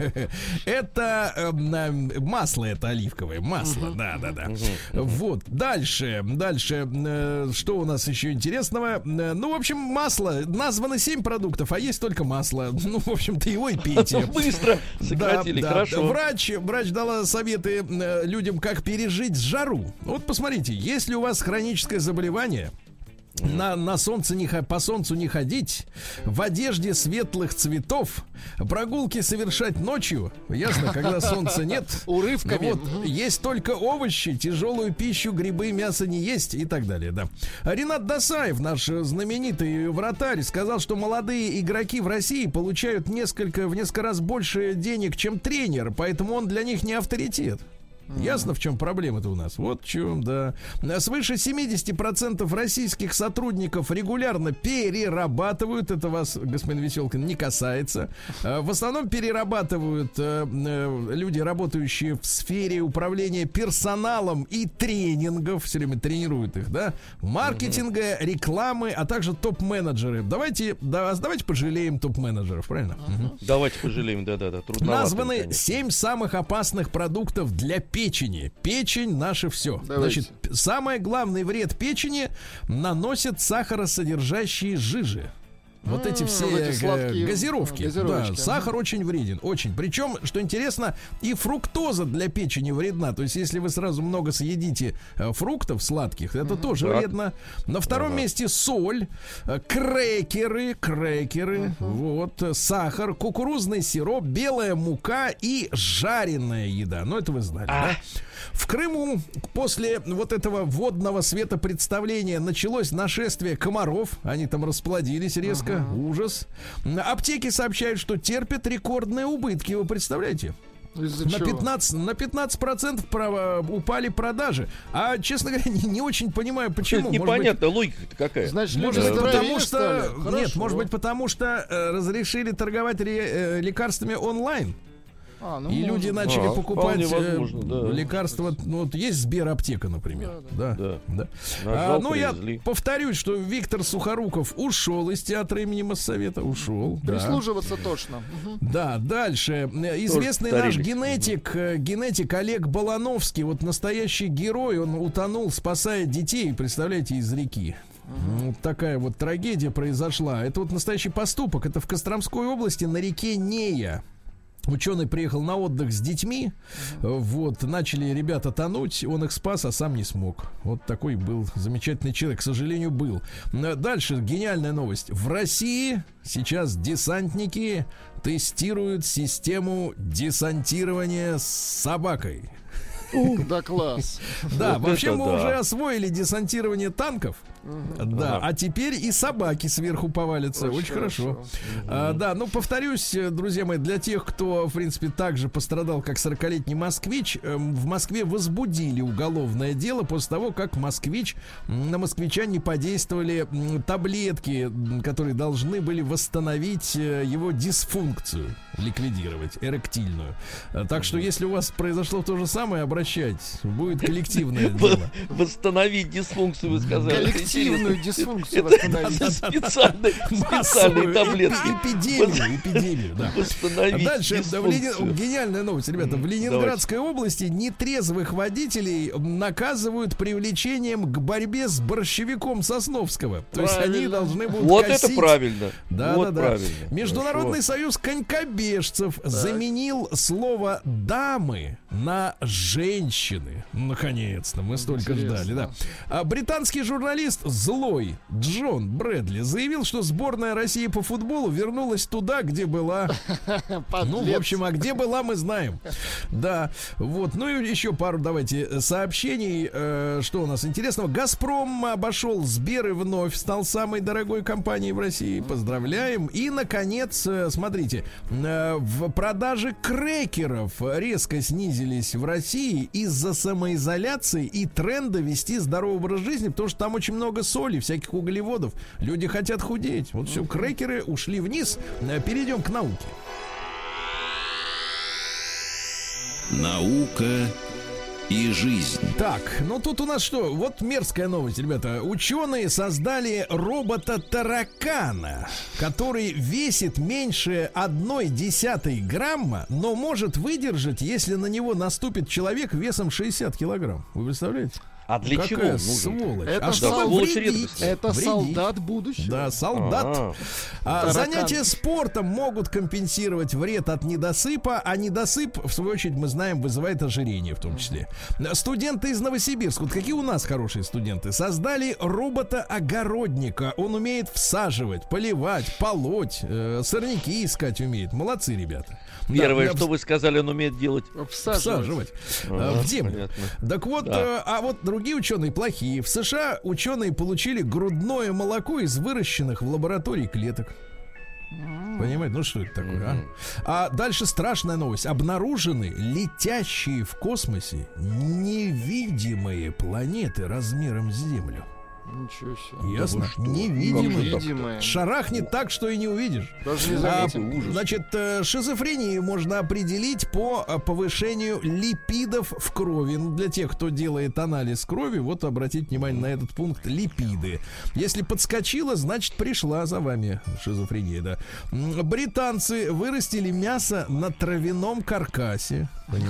Это масло, это оливковое масло. Да. Вот, дальше, что у нас еще интересного? Ну, в общем, масло. Названо 7 продуктов, а есть только масло. Ну, в общем-то, его и пейте. Быстро сократили, хорошо. Врач дала советы людям, как пережить жару. Вот посмотрите, если у вас хроническое заболевание, на солнце по солнцу не ходить, в одежде светлых цветов, прогулки совершать ночью, ясно, когда солнца нет, урывками. Вот, есть только овощи, тяжелую пищу, грибы, мясо не есть и так далее, да. Ринат Досаев, наш знаменитый вратарь, сказал, что молодые игроки в России получают в несколько раз больше денег, чем тренер, поэтому он для них не авторитет. Ясно, в чем проблема-то у нас? Вот в чем, да. Свыше 70% российских сотрудников регулярно перерабатывают. Это вас, господин Веселкин, не касается. В основном перерабатывают люди, работающие в сфере управления персоналом и тренингов. Все время тренируют их, да. Маркетинга, рекламы, а также топ-менеджеры. Давайте пожалеем топ-менеджеров, правильно? Давайте пожалеем, да. Трудновато. Названы, конечно, 7 самых опасных продуктов для печени. Печень — наше все. Давайте. Значит, самый главный вред печени наносят сахаросодержащие жижи. Вот эти все сладкие газировки. Да, сахар очень вреден, очень. Причем, что интересно, и фруктоза для печени вредна. То есть, если вы сразу много съедите фруктов сладких, это тоже вредно. На втором месте соль, крекеры, вот, сахар, кукурузный сироп, белая мука и жареная еда. Ну, это вы знали, да? В Крыму после вот этого водного светопредставления началось нашествие комаров. Они там расплодились резко. Ужас. Аптеки сообщают, что терпят рекордные убытки. Вы представляете? На 15% упали продажи. А, честно говоря, не очень понимаю, почему. Непонятно, логика-то какая. Значит, может быть, потому что... Нет, может быть, потому что разрешили торговать лекарствами онлайн. И люди начали покупать лекарства. Ну, вот есть Сбераптека, например. Да. Ну, я повторюсь, что Виктор Сухоруков ушел из театра имени Моссовета. Ушел. Прислуживаться точно. Да, дальше. Известный наш генетик Олег Балановский, вот настоящий герой, он утонул, спасая детей, представляете, из реки. Вот такая вот трагедия произошла. Это вот настоящий поступок. Это в Костромской области на реке Нея. Ученый приехал на отдых с детьми. Вот, начали ребята тонуть. Он их спас, а сам не смог. Вот такой был замечательный человек. К сожалению, был. Дальше гениальная новость. В России сейчас десантники тестируют систему десантирования с собакой. Да, класс. Да, вообще мы уже освоили десантирование танков. Да, а теперь и собаки сверху повалятся. Очень хорошо. Да, ну, повторюсь, друзья мои, для тех, кто, в принципе, так же пострадал, как 40-летний москвич, в Москве возбудили уголовное дело после того, как на москвича не подействовали таблетки, которые должны были восстановить его дисфункцию, ликвидировать, эректильную. Так что, если у вас произошло то же самое, обращайтесь. Будет коллективное дело. Восстановить дисфункцию, вы сказали. Коллективную дисфункцию восстановить. Специальные таблетки. Эпидемию, да. Восстановить дальше, дисфункцию. гениальная новость, ребята. В Ленинградской области нетрезвых водителей наказывают привлечением к борьбе с борщевиком Сосновского. То есть они должны будут вот косить. Это правильно. Да. Правильно. Международный союз конькобежцев заменил слово «дамы» на «женщины». Наконец-то, мы столько ждали, да. А британский журналист злой Джон Брэдли заявил, что сборная России по футболу вернулась туда, где была. Ну, в общем, а где была, мы знаем. Да, вот. Ну и еще пару, давайте, сообщений. Что у нас интересного? «Газпром» обошел Сбер и вновь стал самой дорогой компанией в России. Поздравляем. И, наконец, смотрите, в продаже крекеров резко снизились в России из-за самоизоляции и тренда вести здоровый образ жизни, потому что там очень много соли, всяких углеводов. Люди хотят худеть. Вот все, крекеры ушли вниз. Перейдем к науке. Наука и жизнь. Так, ну тут у нас что? Вот мерзкая новость, ребята. Ученые создали робота-таракана, который весит меньше 0,1 грамма, но может выдержать, если на него наступит человек весом 60 килограмм. Вы представляете? А для какая чего? Сволочь. Это чтобы вредить? Это солдат будущего. Да, солдат. Занятия спортом могут компенсировать вред от недосыпа, а недосып, в свою очередь, мы знаем, вызывает ожирение в том числе. Студенты из Новосибирска, вот какие у нас хорошие студенты, создали робота-огородника. Он умеет всаживать, поливать, полоть, сорняки искать умеет. Молодцы, ребята. Первое, что вы сказали, он умеет делать? Всаживать в землю. Понятно. Так вот, а вот другие ученые плохие. В США ученые получили грудное молоко из выращенных в лаборатории клеток. Понимаете, ну что это такое, а дальше страшная новость. Обнаружены летящие в космосе невидимые планеты размером с Землю. Ничего себе. Ясно? Невидимые. Невидимые. Шарахнет так, что и не увидишь. Даже не заметим. Значит, шизофрению можно определить по повышению липидов в крови. Ну, для тех, кто делает анализ крови, вот обратите внимание на этот пункт: липиды. Если подскочила, значит пришла за вами шизофрения, да. Британцы вырастили мясо на травяном каркасе.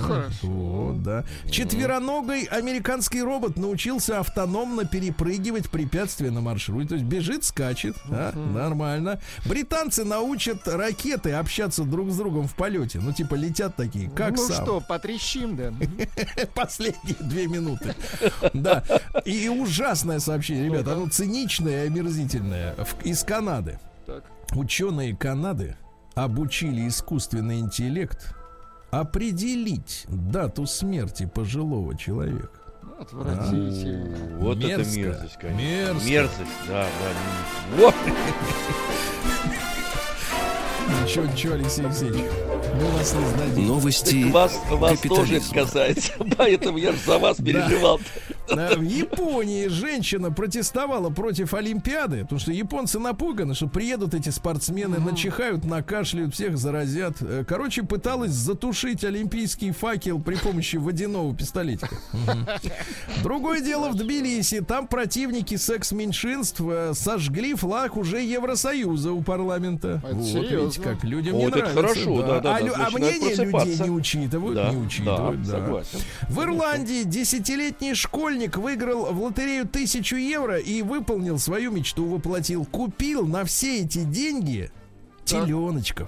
Вот, да. Четвероногий американский робот научился автономно перепрыгивать препятствия на маршруте. То есть бежит, скачет. Нормально. Британцы научат ракеты общаться друг с другом в полете. Ну, типа, летят такие, как ну сам. Что, потрещим, да? Последние 2 минуты. Да. И ужасное сообщение, ребята. Оно циничное и омерзительное. Из Канады. Ученые Канады обучили искусственный интеллект определить дату смерти пожилого человека. Отвратительно. Вот мерзко, это мерзость, конечно. Мерзость, да. Вот. Ничего, Алексей Алексеевич. Мы вас не сдадим. Новости Вас тоже это касается. Поэтому я за вас переживал. В Японии женщина протестовала против Олимпиады, потому что японцы напуганы, что приедут эти спортсмены, начихают, накашляют, всех заразят. Короче, пыталась затушить олимпийский факел при помощи водяного пистолетика. Другое дело в Тбилиси. Там противники секс-меньшинств сожгли флаг уже Евросоюза у парламента. Вот видите, как людям не нравится. Это хорошо, да. А мнение людей не учитывают. Да, согласен. В Ирландии 10-летний школьник выиграл в лотерею 1000 евро и выполнил свою мечту, воплотил. Купил на все эти деньги теленочков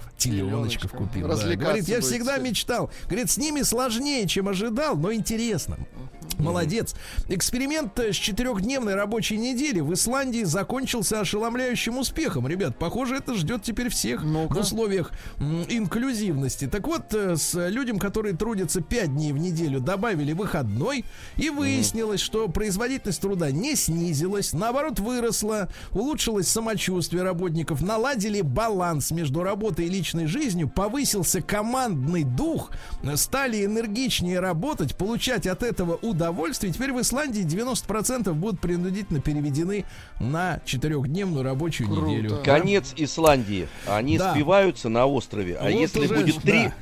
купил. Да. Говорит, я всегда мечтал. Говорит, с ними сложнее, чем ожидал, но интересно. Молодец. Эксперимент с 4-дневной рабочей недели в Исландии закончился ошеломляющим успехом. Ребят, похоже, это ждет теперь всех в условиях инклюзивности. Так вот, с людям, которые трудятся 5 дней в неделю, добавили выходной, и выяснилось, что производительность труда не снизилась, наоборот, выросла, улучшилось самочувствие работников, наладили баланс между работой и личной жизнью, повысился командный дух, стали энергичнее работать, получать от этого удовольствие. Теперь в Исландии 90% будут принудительно переведены на 4-дневную рабочую неделю. Конец Исландии. Они спиваются на острове. А вот если будет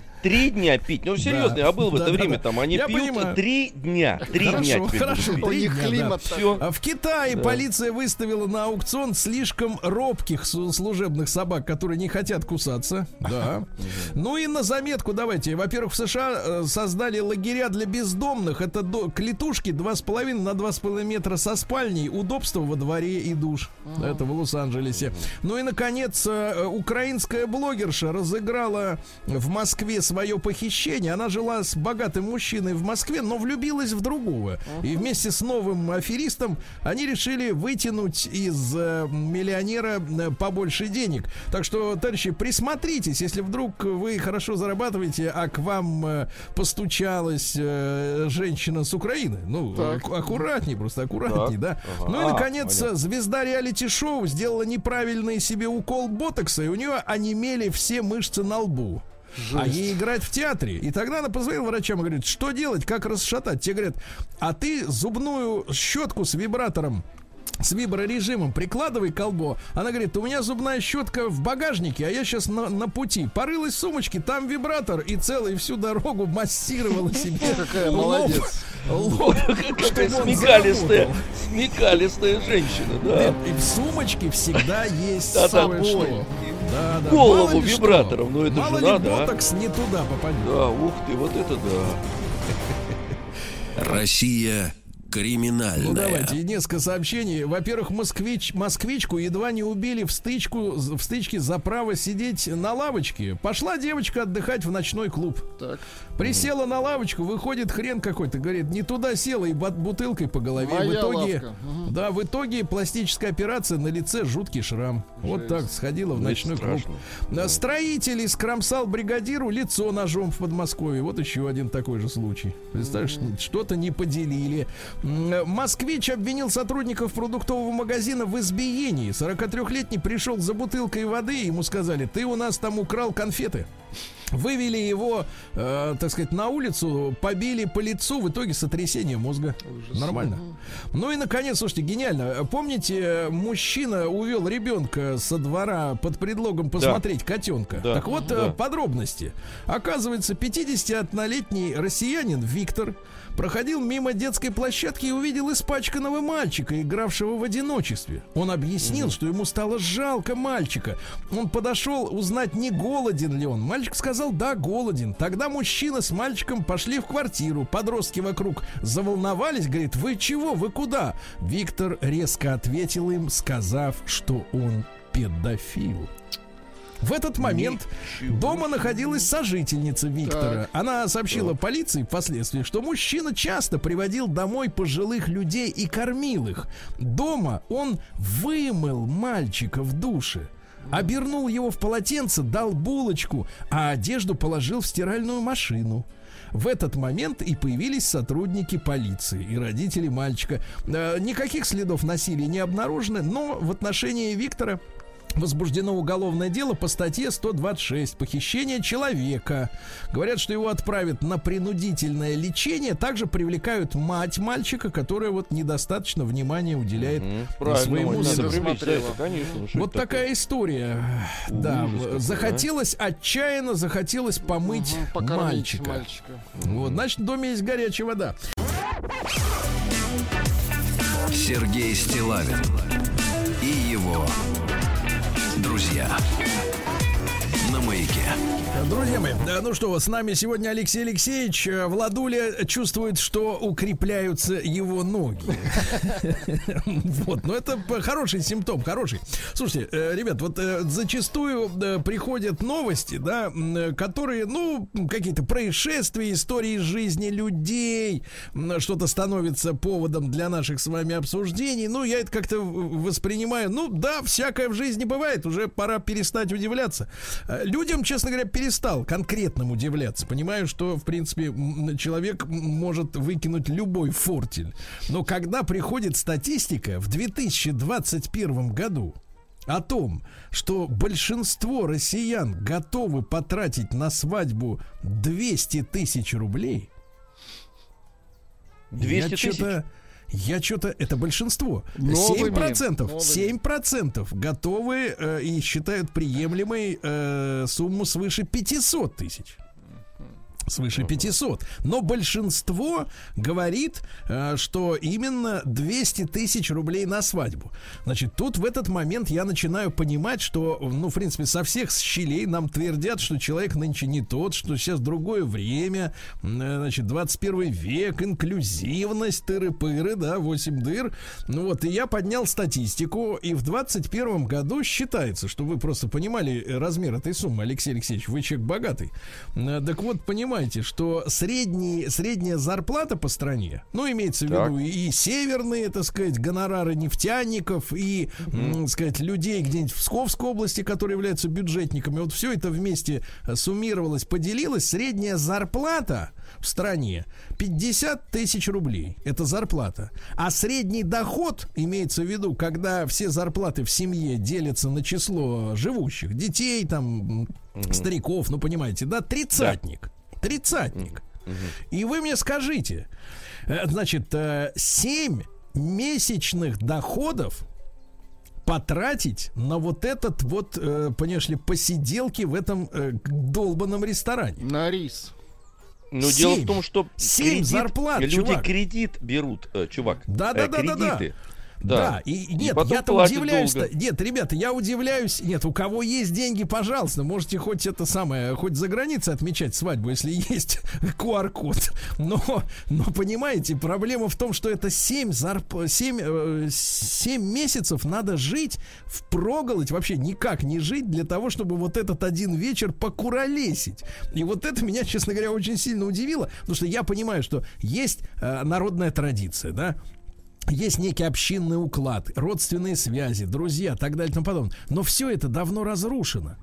3 дня пить, ну серьезно, я был в это время там, они пьют 3 дня. 3 дня. Хорошо, у них климат. Все. В Китае полиция выставила на аукцион слишком робких служебных собак, которые не хотят кусаться. Да. Ну и на заметку давайте. Во-первых, в США создали лагеря для бездомных. Это клетушки 2,5 на 2,5 метра со спальней, удобство во дворе и душ. Это в Лос-Анджелесе. Ну и, наконец, украинская блогерша разыграла в Москве свое похищение. Она жила с богатым мужчиной в Москве, но влюбилась в другого. И вместе с новым аферистом они решили вытянуть из миллионера побольше денег. Так что, товарищи, присмотритесь, если вдруг вы хорошо зарабатываете, а к вам постучалась женщина с Украины. Ну, аккуратней, просто аккуратней, да. Ну и, наконец, звезда реалити-шоу сделала неправильный себе укол ботокса, и у нее онемели все мышцы на лбу. Жесть. А ей играть в театре. И тогда она позвонила врачам и говорит, что делать, как расшатать. Те говорят, а ты зубную щетку с вибратором, с виброрежимом прикладывай к колбу. Она говорит, у меня зубная щетка в багажнике, а я сейчас на пути. Порылась в сумочке, там вибратор, и целую всю дорогу массировала себе. Какая молодец. Лоб. Какая смекалистая женщина, да. И в сумочке всегда есть кое-что. Да. Голову вибратором, ну это мало же ли надо, ботокс не туда попадет. Да, ух ты, вот это да. Россия криминальная. Ну давайте, несколько сообщений. Во-первых, москвичку едва не убили в стычке за право сидеть на лавочке. Пошла девочка отдыхать в ночной клуб. Так. Присела на лавочку, выходит хрен какой-то, говорит, не туда села и бутылкой по голове. В итоге пластическая операция, на лице жуткий шрам. Жесть. Вот так сходила в ночной клуб. Да. Строитель скромсал бригадиру лицо ножом в Подмосковье. Вот еще один такой же случай. Представляешь, что-то не поделили. Москвич обвинил сотрудников продуктового магазина в избиении. 43-летний пришел за бутылкой воды, и ему сказали, ты у нас там украл конфеты. Вывели его, так сказать, на улицу, побили по лицу, в итоге сотрясение мозга. Ужас. Нормально. Ну и, наконец, слушайте, гениально. Помните, мужчина увел ребенка со двора под предлогом посмотреть котенка? Да. Так вот, подробности. Оказывается, 51-летний россиянин Виктор проходил мимо детской площадки и увидел испачканного мальчика, игравшего в одиночестве. Он объяснил, что ему стало жалко мальчика. Он подошел узнать, не голоден ли он. Мальчик сказал, да, голоден. Тогда мужчина с мальчиком пошли в квартиру. Подростки вокруг заволновались, говорит, вы чего, вы куда? Виктор резко ответил им, сказав, что он педофил. В этот момент дома находилась сожительница Виктора. Так. Она сообщила полиции впоследствии, что мужчина часто приводил домой пожилых людей и кормил их. Дома он вымыл мальчика в душе, обернул его в полотенце, дал булочку, а одежду положил в стиральную машину. В этот момент и появились сотрудники полиции и родители мальчика. Никаких следов насилия не обнаружено, но в отношении Виктора возбуждено уголовное дело по статье 126 «Похищение человека». Говорят, что его отправят на принудительное лечение. Также привлекают мать мальчика, которая вот недостаточно внимания уделяет своему сыну. Вот такая история. Да, захотелось отчаянно, захотелось помыть мальчика. Вот, значит, в доме есть горячая вода. Сергей Стиллавин и его друзья на Маяке. Друзья мои, ну что, с нами сегодня Алексей Алексеевич. Владуля чувствует, что укрепляются его ноги. Вот, но это хороший симптом, хороший. Слушайте, ребят, вот зачастую приходят новости, да, которые, ну, какие-то происшествия, истории из жизни людей, что-то становится поводом для наших с вами обсуждений. Ну, я это как-то воспринимаю. Ну, да, всякое в жизни бывает, уже пора перестать удивляться. Людям, честно говоря, перестал конкретным удивляться. Понимаю, что, в принципе, человек может выкинуть любой фортель. Но когда приходит статистика в 2021 году о том, что большинство россиян готовы потратить на свадьбу 200 тысяч рублей, 200 тысяч? Я что-то, это большинство. 7% готовы и считают приемлемой сумму свыше 500 тысяч. Свыше 500. Но большинство говорит, что именно 200 тысяч рублей на свадьбу. Значит, тут в этот момент я начинаю понимать, что, ну, в принципе, со всех щелей нам твердят, что человек нынче не тот, что сейчас другое время, значит, 21 век, инклюзивность, тыры-пыры, да, 8 дыр. Ну вот, и я поднял статистику, и в 21 году считается, что вы просто понимали размер этой суммы, Алексей Алексеевич, вы человек богатый. Так вот, понимаете, что средняя зарплата по стране, ну, имеется в виду и северные, так сказать, гонорары нефтяников, и, так сказать, людей где-нибудь в Псковской области, которые являются бюджетниками, вот все это вместе суммировалось, поделилось, средняя зарплата в стране 50 тысяч рублей. Это зарплата. А средний доход, имеется в виду, когда все зарплаты в семье делятся на число живущих, детей, там, стариков, ну, понимаете, да, тридцатник. И вы мне скажите, значит, 7 месячных доходов потратить на вот этот вот, понимаешь ли, посиделки в этом долбанном ресторане. На рис. Но дело в том, что 7 зарплат, люди чувак. Кредит берут, чувак. Да. Кредиты. Да, и нет, я-то удивляюсь. Нет, ребята, я удивляюсь. Нет, у кого есть деньги, пожалуйста, можете хоть это самое, хоть за границей отмечать свадьбу, если есть QR-код. Но понимаете, проблема в том, что это 7 месяцев надо жить впроголодь, вообще никак не жить для того, чтобы вот этот один вечер покуролесить. И вот это меня, честно говоря, очень сильно удивило, потому что я понимаю, что есть народная традиция, да. Есть некий общинный уклад, родственные связи, друзья, так далее и тому подобное. Но все это давно разрушено.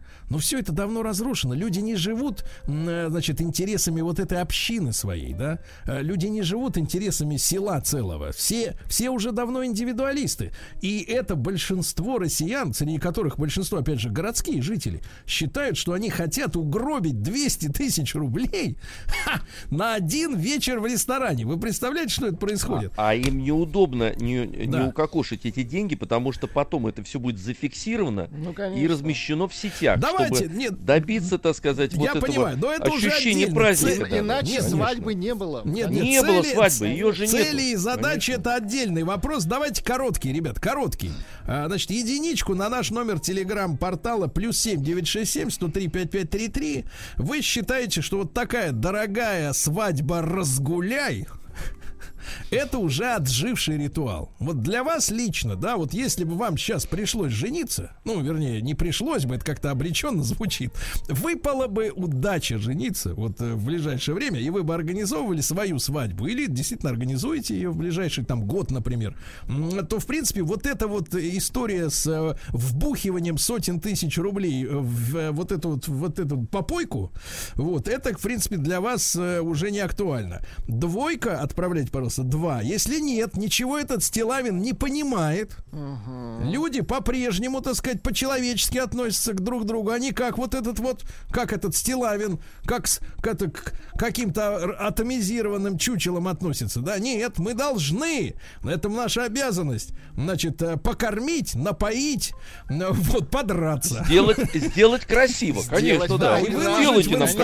Люди не живут, значит, интересами вот этой общины своей, да. Люди не живут интересами села целого. Все уже давно индивидуалисты. И это большинство россиян, среди которых большинство, опять же, городские жители, считают, что они хотят угробить 200 тысяч рублей на один вечер в ресторане. Вы представляете, что это происходит? А им неудобно не укокошить эти деньги, потому что потом это все будет зафиксировано и размещено в сетях. Чтобы добиться, так сказать, вот этого ощущения праздника. Иначе свадьбы не было. Не было свадьбы, ее же нет. Цели и задачи — это отдельный вопрос. Давайте короткий, ребят, короткий. Значит, единичку на наш номер телеграм-портала +7 967 103 5533. Вы считаете, что вот такая дорогая свадьба «Разгуляй» это уже отживший ритуал. Вот для вас лично, да, вот если бы вам сейчас пришлось жениться, ну, вернее, не пришлось бы, это как-то обреченно звучит, выпала бы удача жениться вот в ближайшее время, и вы бы организовывали свою свадьбу, или действительно организуете ее в ближайший там год, например, то, в принципе, вот эта вот история с вбухиванием сотен тысяч рублей в вот эту попойку, вот, это, в принципе, для вас уже не актуально. Двойка отправлять, пожалуйста, 2. Если нет, ничего этот Стилавин не понимает. Люди по-прежнему, так сказать, по-человечески относятся друг к другу. Они как вот этот вот, как этот Стилавин, как к каким-то атомизированным чучелам относятся. Да, нет, мы должны, это наша обязанность, значит, покормить, напоить, вот, подраться. Сделать красиво, конечно, да. И выложить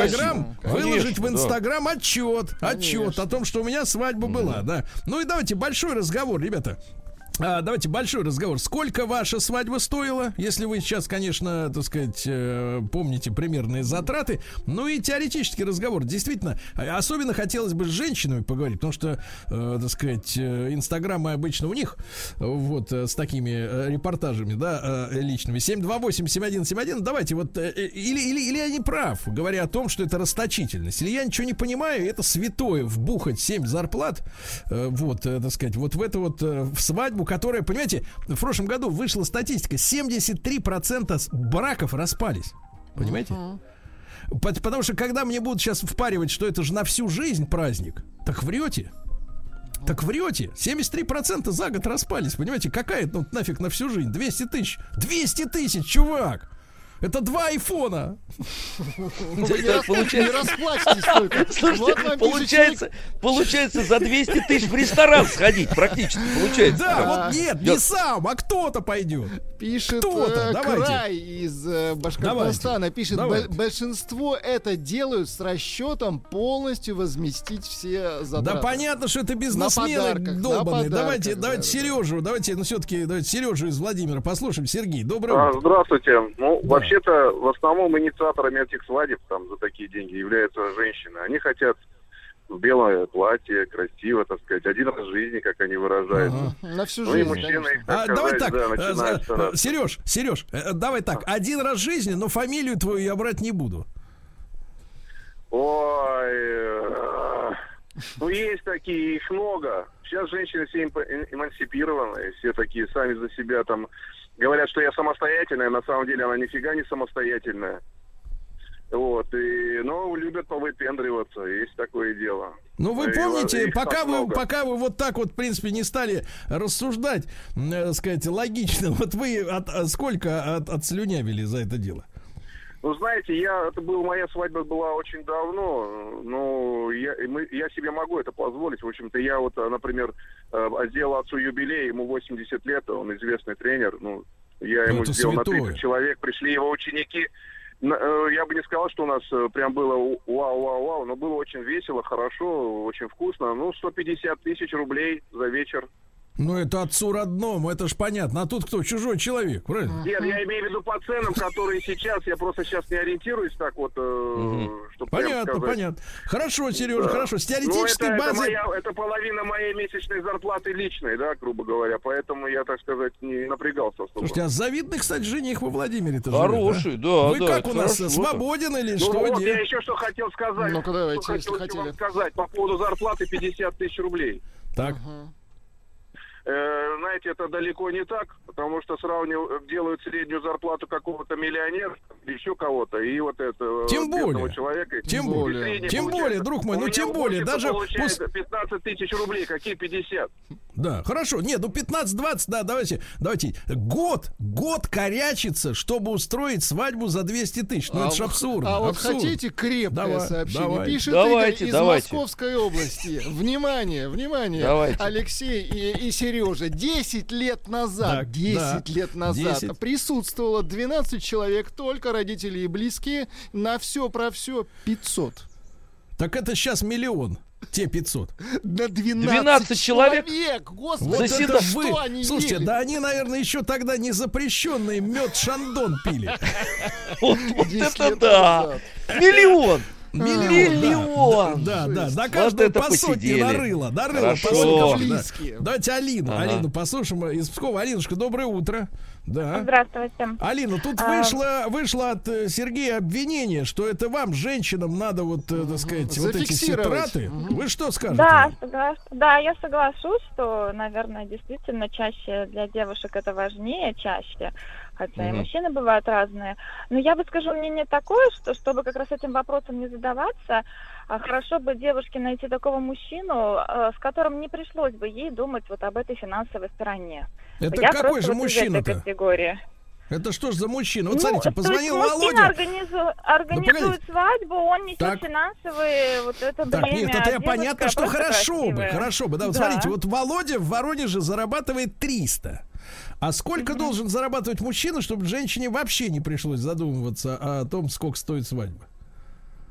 в Инстаграм отчет о том, что у меня свадьба была. Да. Ну и давайте большой разговор, ребята. Давайте большой разговор. Сколько ваша свадьба стоила? Если вы сейчас, конечно, так сказать, помните примерные затраты. Ну и теоретический разговор. Действительно, особенно хотелось бы с женщинами поговорить, потому что, так сказать, инстаграмы обычно у них, вот, с такими репортажами, да, личными. 728-7171. Давайте вот, или я не прав, говоря о том, что это расточительность. Или я ничего не понимаю, это святое вбухать 7 зарплат, вот, так сказать, вот в это вот, в свадьбу, которая, понимаете, в прошлом году вышла статистика, 73% браков распались. Понимаете? Потому что когда мне будут сейчас впаривать, что это же на всю жизнь праздник, так врете. Так врете. 73% за год распались. Понимаете, какая ну, нафиг на всю жизнь? 200 тысяч. 200 тысяч, чувак! Это 2 айфона. Не расплачьтесь только. Получается, за 200 тысяч в ресторан сходить практически. Получается. Да, вот нет, не сам, а кто-то пойдет. Пишет Край из Башкортостана. Пишет, большинство это делают с расчетом полностью возместить все затраты. Да понятно, что это бизнесмены долбаные. Давайте Сережу, давайте Сережу из Владимира послушаем. Сергей, доброе утро. Здравствуйте. Ну, вообще-то, в основном инициаторами этих свадеб там за такие деньги являются женщины. Они хотят в белое платье, красиво, так сказать, один раз в жизни, как они выражаются. На всю жизнь. Ну и мужчины, давай так, Сереж, давай так, один раз в жизни, но фамилию твою я брать не буду. Ой, ну есть такие, их много. Сейчас женщины все эмансипированы, все такие сами за себя там говорят, что я самостоятельная, на самом деле она нифига не самостоятельная. Вот, но любят повыпендриваться, есть такое дело. Ну, вы помните, пока вы вот так вот, в принципе, не стали рассуждать, сказать, логично, вот вы сколько отслюнявили за это дело? Ну, знаете, моя свадьба была очень давно, но я себе могу это позволить. В общем-то, я вот, например, сделал отцу юбилей, ему 80 лет, он известный тренер, я ему сделал на 30 человек, пришли его ученики. Я бы не сказал, что у нас прям было вау, но было очень весело, хорошо, очень вкусно. 150 тысяч рублей за вечер. Ну, это отцу родному, это ж понятно. А тут кто? Чужой человек, правильно? Нет, я имею в виду по ценам, которые сейчас. Я просто сейчас не ориентируюсь так вот, чтобы понятно. Хорошо, Сережа, хорошо. С теоретической базы... Это половина моей месячной зарплаты личной, да, грубо говоря. Поэтому я, так сказать, не напрягался особо. Слушайте, а завидный, кстати, жених во Владимире-то живет, хороший, да? Вы как у нас, свободен или что? Вот я еще что хотел сказать. Ну-ка, давайте, если хотели. Вам сказать по поводу зарплаты 50 тысяч рублей. Так. Знаете, это далеко не так, потому что делают среднюю зарплату какого-то миллионера или еще кого-то, и вот это тем более человека. Тем более, друг мой, тем более, даже 15 тысяч рублей, какие 50? Да, хорошо. Нет, 15-20, да, давайте. Год корячится, чтобы устроить свадьбу за 200 тысяч. Ну, это ж абсурдно. Вот хотите крепкое сообщение? Пишет Игорь из Московской области. Внимание. Алексей и Сережа. 10 лет назад, 10 лет назад присутствовало 12 человек, только родители и близкие, на все про все 500. Так это сейчас миллион. Те 500. На 12 человек. Господи, вот это вы. Слушайте, да они, наверное, еще тогда не запрещенный мед Шандон пили. Вот это да! Миллион! Да. На каждую по сотне нарыло по сотне. Давайте Алину послушаем из Пскова. Алинушка, доброе утро. Да. Здравствуйте. Алина, тут вышло от Сергея обвинение, что это вам, женщинам, надо так сказать, вот эти все траты. Вы что скажете? Да, я соглашусь, что, наверное, действительно чаще для девушек это важнее, чаще. Хотя и мужчины бывают разные. Но я бы скажу мнение такое, что чтобы как раз этим вопросом не задаваться, хорошо бы девушке найти такого мужчину, с которым не пришлось бы ей думать вот об этой финансовой стороне. Это я какой же вот мужчина-то? Это что ж за мужчина? Вот смотрите, позвонил Володя. Организует свадьбу, он несет финансовые вот это бремя. Нет, это понятно, что хорошо бы. Да, вот смотрите, вот Володя в Воронеже зарабатывает 300. А сколько должен зарабатывать мужчина, чтобы женщине вообще не пришлось задумываться о том, сколько стоит свадьба?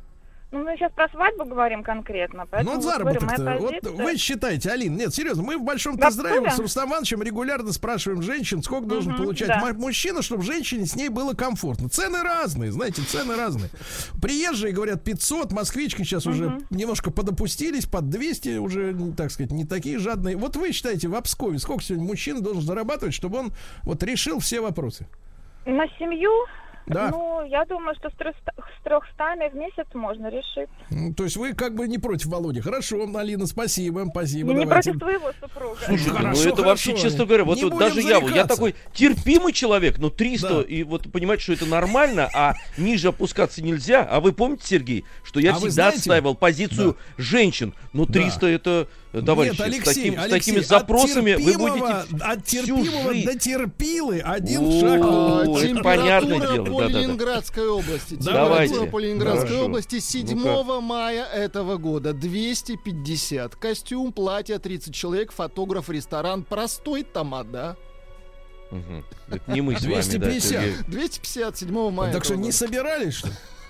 Ну, мы сейчас про свадьбу говорим конкретно, поэтому... Ну, заработок-то, вот вы считаете, Алин, нет, серьезно, мы в большом тест-драйве с Рустам Ивановичем регулярно спрашиваем женщин, сколько должен получать мужчина, чтобы женщине с ней было комфортно. Цены разные, знаете, цены разные. Приезжие говорят 500, москвички сейчас уже немножко подопустились, под 200, уже, так сказать, не такие жадные. Вот вы считаете, в Пскове сколько сегодня мужчина должен зарабатывать, чтобы он вот решил все вопросы? На семью? Да. Ну, я думаю, что с 300 в месяц можно решить. То есть вы как бы не против Володи. Хорошо, Алина, спасибо. Я не против твоего супруга. Слушайте, хорошо, это вообще, честно говоря, вот даже я такой терпимый человек, но 300, и вот понимаете, что это нормально, а ниже опускаться нельзя. А вы помните, Сергей, что я всегда отстаивал позицию женщин, но 300 это... Товарищи, нет, Алексей, с такими запросами вы будете от терпимого до терпилы один шаг. Это понятное дело. По Ленинградской области. Давайте. По Ленинградской области 7 мая этого года 250. Костюм, платье, 30 человек, фотограф, ресторан. Простой тамада. Это не мы с вами, 250. 250 7 мая. Так что не собирались, что ли?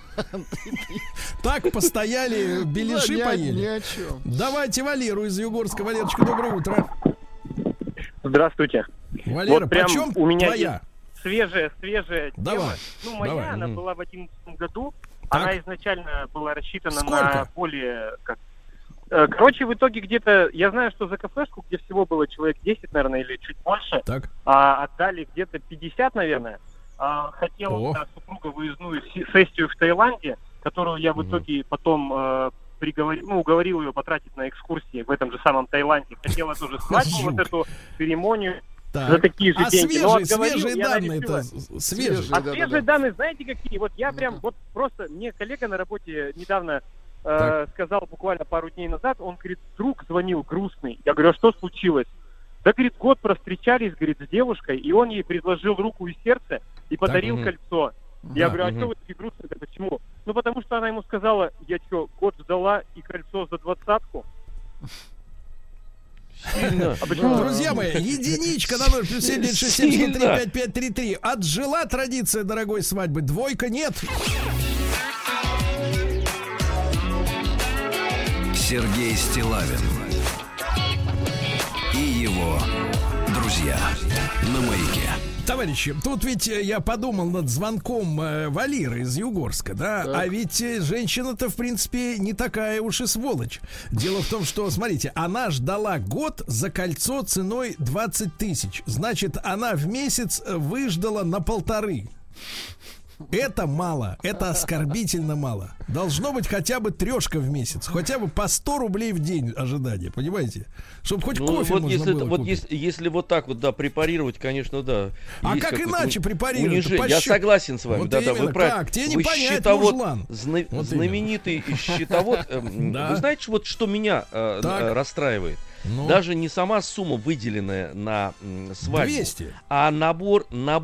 Так постояли, беляши поели. Ни о чем. Давайте Валеру из Югорска. Валерочка, доброе утро. Здравствуйте. Валера, вот прям почем у меня твоя? Свежая Давай. тема. Ну, моя, она была в 2011 году. Так. Она изначально была рассчитана Сколько? на более... Короче, в итоге где-то... Я знаю, что за кафешку, где всего было человек 10, наверное, или чуть больше, отдали где-то 50, наверное. Хотел супруга выездную сессию в Таиланде, которую я в итоге потом уговорил ее потратить на экскурсии в этом же самом Таиланде. Хотела тоже свадьбу, вот эту церемонию за такие же деньги. Свежие данные-то? Свежие данные, знаете какие? Вот я прям, вот просто, мне коллега на работе недавно сказал буквально пару дней назад, он говорит, друг звонил грустный. Я говорю, а что случилось? Да, говорит, год провстречались, говорит, с девушкой, и он ей предложил руку и сердце и подарил кольцо. Я говорю, а что вы такие грустные? Почему? Ну, потому что она ему сказала, я что, год ждала и кольцо за 20-ку. Друзья мои, единичка на 0 плюс 7 9 6 7 3 5 5 3 3. Отжила традиция дорогой свадьбы. Двойка нет. Сергей Стиллавин и его друзья на Маяке. Товарищи, тут ведь я подумал над звонком Валеры из Югорска, да? Так. А ведь женщина-то, в принципе, не такая уж и сволочь. Дело в том, что, смотрите, она ждала год за кольцо ценой 20 тысяч. Значит, она в месяц выждала на 1,5. Это мало, это оскорбительно мало. Должно быть хотя бы 3 в месяц, хотя бы по 100 рублей в день ожидания, понимаете? Чтобы хоть кофе вот можно было купить. Если вот так вот, да, препарировать, конечно, да. А как иначе препарировать? Я согласен с вами, вот да, вы правы. Как? Тебе не понять, мужлан. Знаменитый счетовод. Вы знаете, вот что меня расстраивает? Даже не сама сумма, выделенная на свадьбу, 200. а набор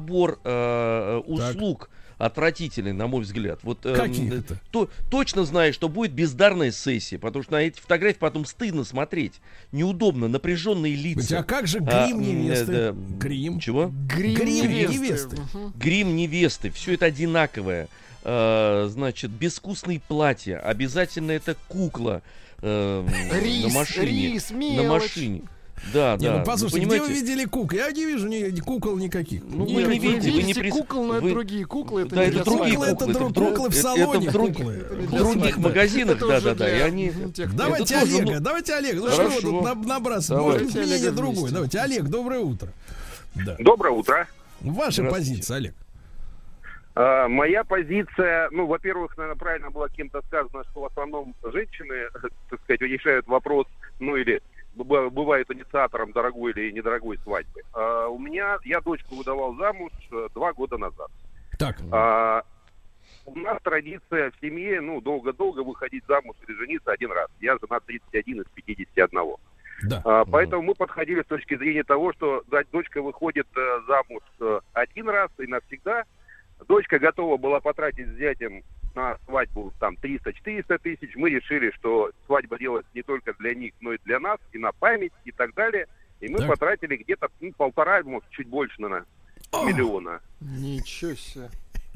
услуг. Отвратительный, на мой взгляд. Вот точно знаю, что будет бездарная сессия, потому что на эти фотографии потом стыдно смотреть. Неудобно, напряженные лица. А как же грим невесты? Грим? Чего? Грим невесты. Грим невесты. Все это одинаковое. Значит, безвкусные платья. Обязательно это кукла на машине. На машине. Да, не, да. Ну, послушайте, где вы видели кукол? Я не вижу кукол никаких. Ну, вы не видите, вы не кукол, но это другие куклы. Это не другие куклы в салоне. В других магазинах, да. И они. Давайте Олег. Ну что вы тут набрасываете? Может, мнение другое. Давайте, Олег, доброе утро. Доброе утро. Ваша позиция, Олег. Моя позиция, во-первых, наверное, правильно было кем-то сказано, что в основном женщины, так сказать, решают вопрос, или бывает инициатором дорогой или недорогой свадьбы. Я дочку выдавал замуж 2 года назад. Так. У нас традиция в семье, долго-долго выходить замуж или жениться 1 раз. Я жена 31 из 51. Да. Поэтому мы подходили с точки зрения того, что дочка выходит замуж 1 раз и навсегда. Дочка готова была потратить с зятем на свадьбу 300-400 тысяч. Мы решили, что свадьба делается не только для них, но и для нас, и на память, и так далее. И мы потратили где-то 1,5, может, чуть больше, наверное, миллиона. Ничего себе.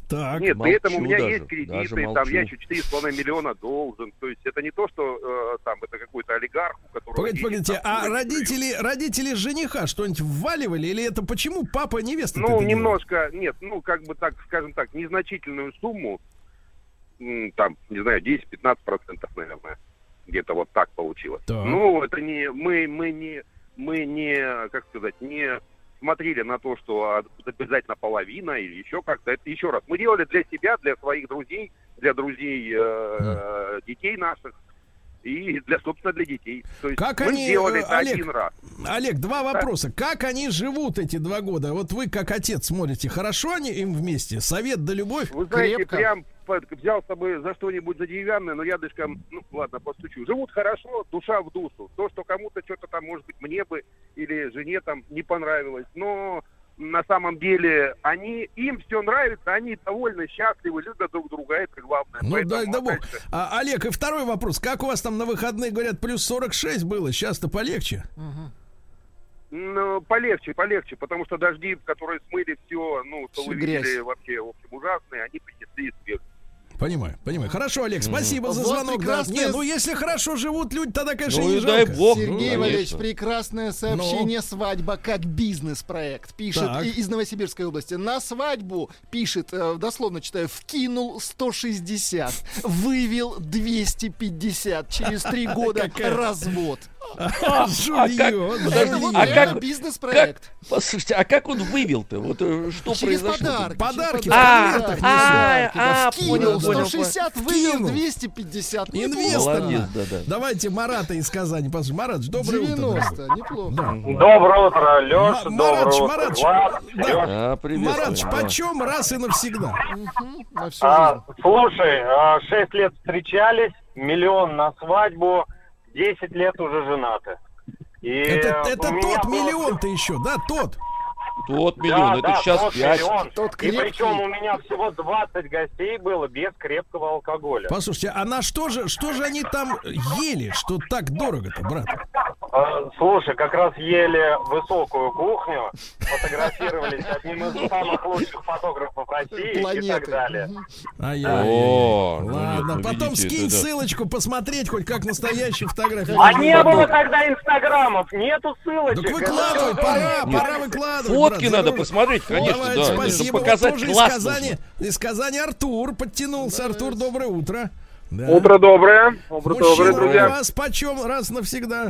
Так, нет, при этом у меня даже, есть кредиты, там я еще 4,5 миллиона должен. То есть это не то, что там это какой-то олигарх, у которого... Погодите, а родители жениха что-нибудь вваливали? Или это почему папа невесты? Ну, немножко, нет, ну, как бы так, скажем так, незначительную сумму, там, не знаю, 10-15%, наверное, где-то вот так получилось. Так. Ну, это не... Мы не, как сказать, не смотрели на то, что обязательно половина или еще как-то. Это еще раз. Мы делали для себя, для своих друзей, для друзей детей наших и, собственно, для детей. То есть как мы они, делали это Олег, один раз. Олег, два вопроса. Как они живут эти 2 года? Вот вы, как отец, смотрите, хорошо они им вместе? Совет да любовь? Вы знаете, крепко? Прям взял с собой за что-нибудь за деревянное, но рядышком, ну, ладно, постучу. Живут хорошо, душа в душу. То, что кому-то что-то там, может быть, мне бы или жене там не понравилось, но на самом деле им все нравится, они довольно счастливы, любят друг друга, это главное. Ну, дай да бог. Олег, и второй вопрос. Как у вас там на выходные, говорят, плюс 46 было? Сейчас-то полегче? Ну, полегче, потому что дожди, которые смыли все, ну, что вы видели, вообще, в общем, ужасные, они принесли свет. Понимаю. Хорошо, Олег, спасибо за звонок. Прекрасное... Не, ну если хорошо живут люди, тогда, конечно, ну, не дай жалко. бог, Сергей Валерьевич, прекрасное сообщение. «Свадьба как бизнес-проект». Пишет из Новосибирской области. На свадьбу, пишет, дословно читаю, вкинул 160, вывел 250. Через 3 года развод. Это вот бизнес-проект. Послушайте, а как он вывел-то? Вот что произошло? Подарки. Вкинул 160, вывел 250. Инвестор. Давайте Марата из Казани. Марат, доброе утро. 90, неплохо. Доброе утро, Леша. Маратч, почем раз и навсегда? Слушай, 6 лет встречались, 1 миллион на свадьбу, 10 лет уже женаты. И это тот миллион-то еще, да, тот? Тот миллион, это сейчас 5. И причем у меня всего 20 гостей было без крепкого алкоголя. Послушайте, а на что же они там ели, что так дорого-то, брат? Слушай, как раз ели высокую кухню, фотографировались одним из самых лучших фотографов России и так далее. Ладно, потом скинь ссылочку, посмотреть хоть как настоящие фотографии. А не было тогда инстаграмов, нету ссылочек. Так выкладывай, пора выкладывать. Фотки надо посмотреть, конечно, давайте, да. Спасибо. Показать вот класс из Казани Артур подтянулся. Артур, доброе утро. Да. Утро доброе. Доброе, друзья. У вас почем раз навсегда?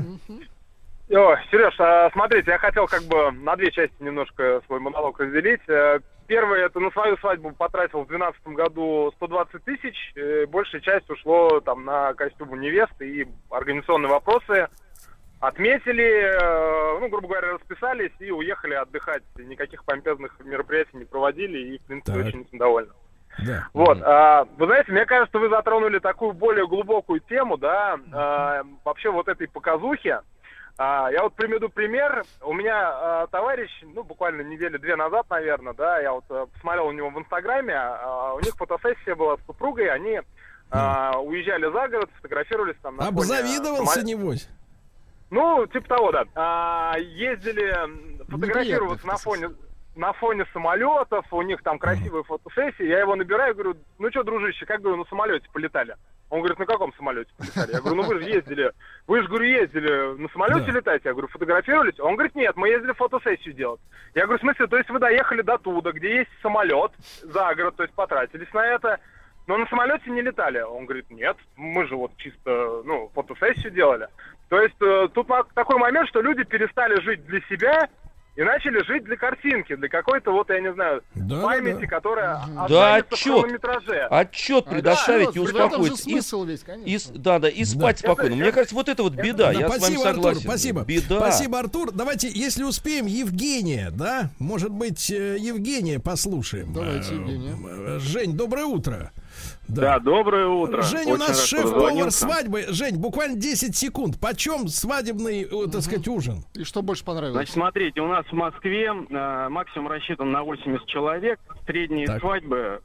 Сереж, смотрите, я хотел как бы на 2 части немножко свой монолог разделить. Первое, это на свою свадьбу потратил в 2012 году 120 тысяч. Большая часть ушло там на костюм невесты и организационные вопросы. Отметили, ну, грубо говоря, расписались и уехали отдыхать. Никаких помпезных мероприятий не проводили и, в принципе, очень довольны. Да. Вот, вы знаете, мне кажется, вы затронули такую более глубокую тему, да, вообще вот этой показухи. Я вот приведу пример. У меня товарищ, ну, буквально недели 2 назад, наверное, да, я вот посмотрел у него в Инстаграме, у них фотосессия была с супругой, они уезжали за город, фотографировались там на обзавидовался, небось? Ну, типа того, да. Ездили фотографироваться на фоне самолетов, у них там красивые фотосессии. Я его набираю, говорю, ну что, дружище, как, говорю, на самолете полетали? Он говорит, на каком самолете полетали? Я говорю, ну вы же ездили, ездили на самолете летать? Я говорю, фотографировались? Он говорит, нет, мы ездили фотосессию делать. Я говорю, в смысле, то есть вы доехали до туда, где есть самолет за город, то есть потратились на это, но на самолете не летали? Он говорит, нет, мы же вот чисто, ну, фотосессию делали. То есть тут такой момент, что люди перестали жить для себя и начали жить для картинки, для какой-то, вот, я не знаю, памяти, которая останется в хронометраже. Отчет предоставить и успокоить. И спать спокойно. Мне кажется, вот это вот беда. Я с вами согласен. Спасибо. Беда. Спасибо, Артур. Давайте, если успеем, Евгения, да? Может быть, Евгения послушаем. Давайте, Евгения. Жень, доброе утро. Да, доброе утро. Жень, у нас шеф-повар свадьбы. Жень, буквально 10 секунд. Почем свадебный, так сказать, ужин? И что больше понравилось? Значит, смотрите, у нас в Москве максимум рассчитан на 80 человек. Средние свадьбы,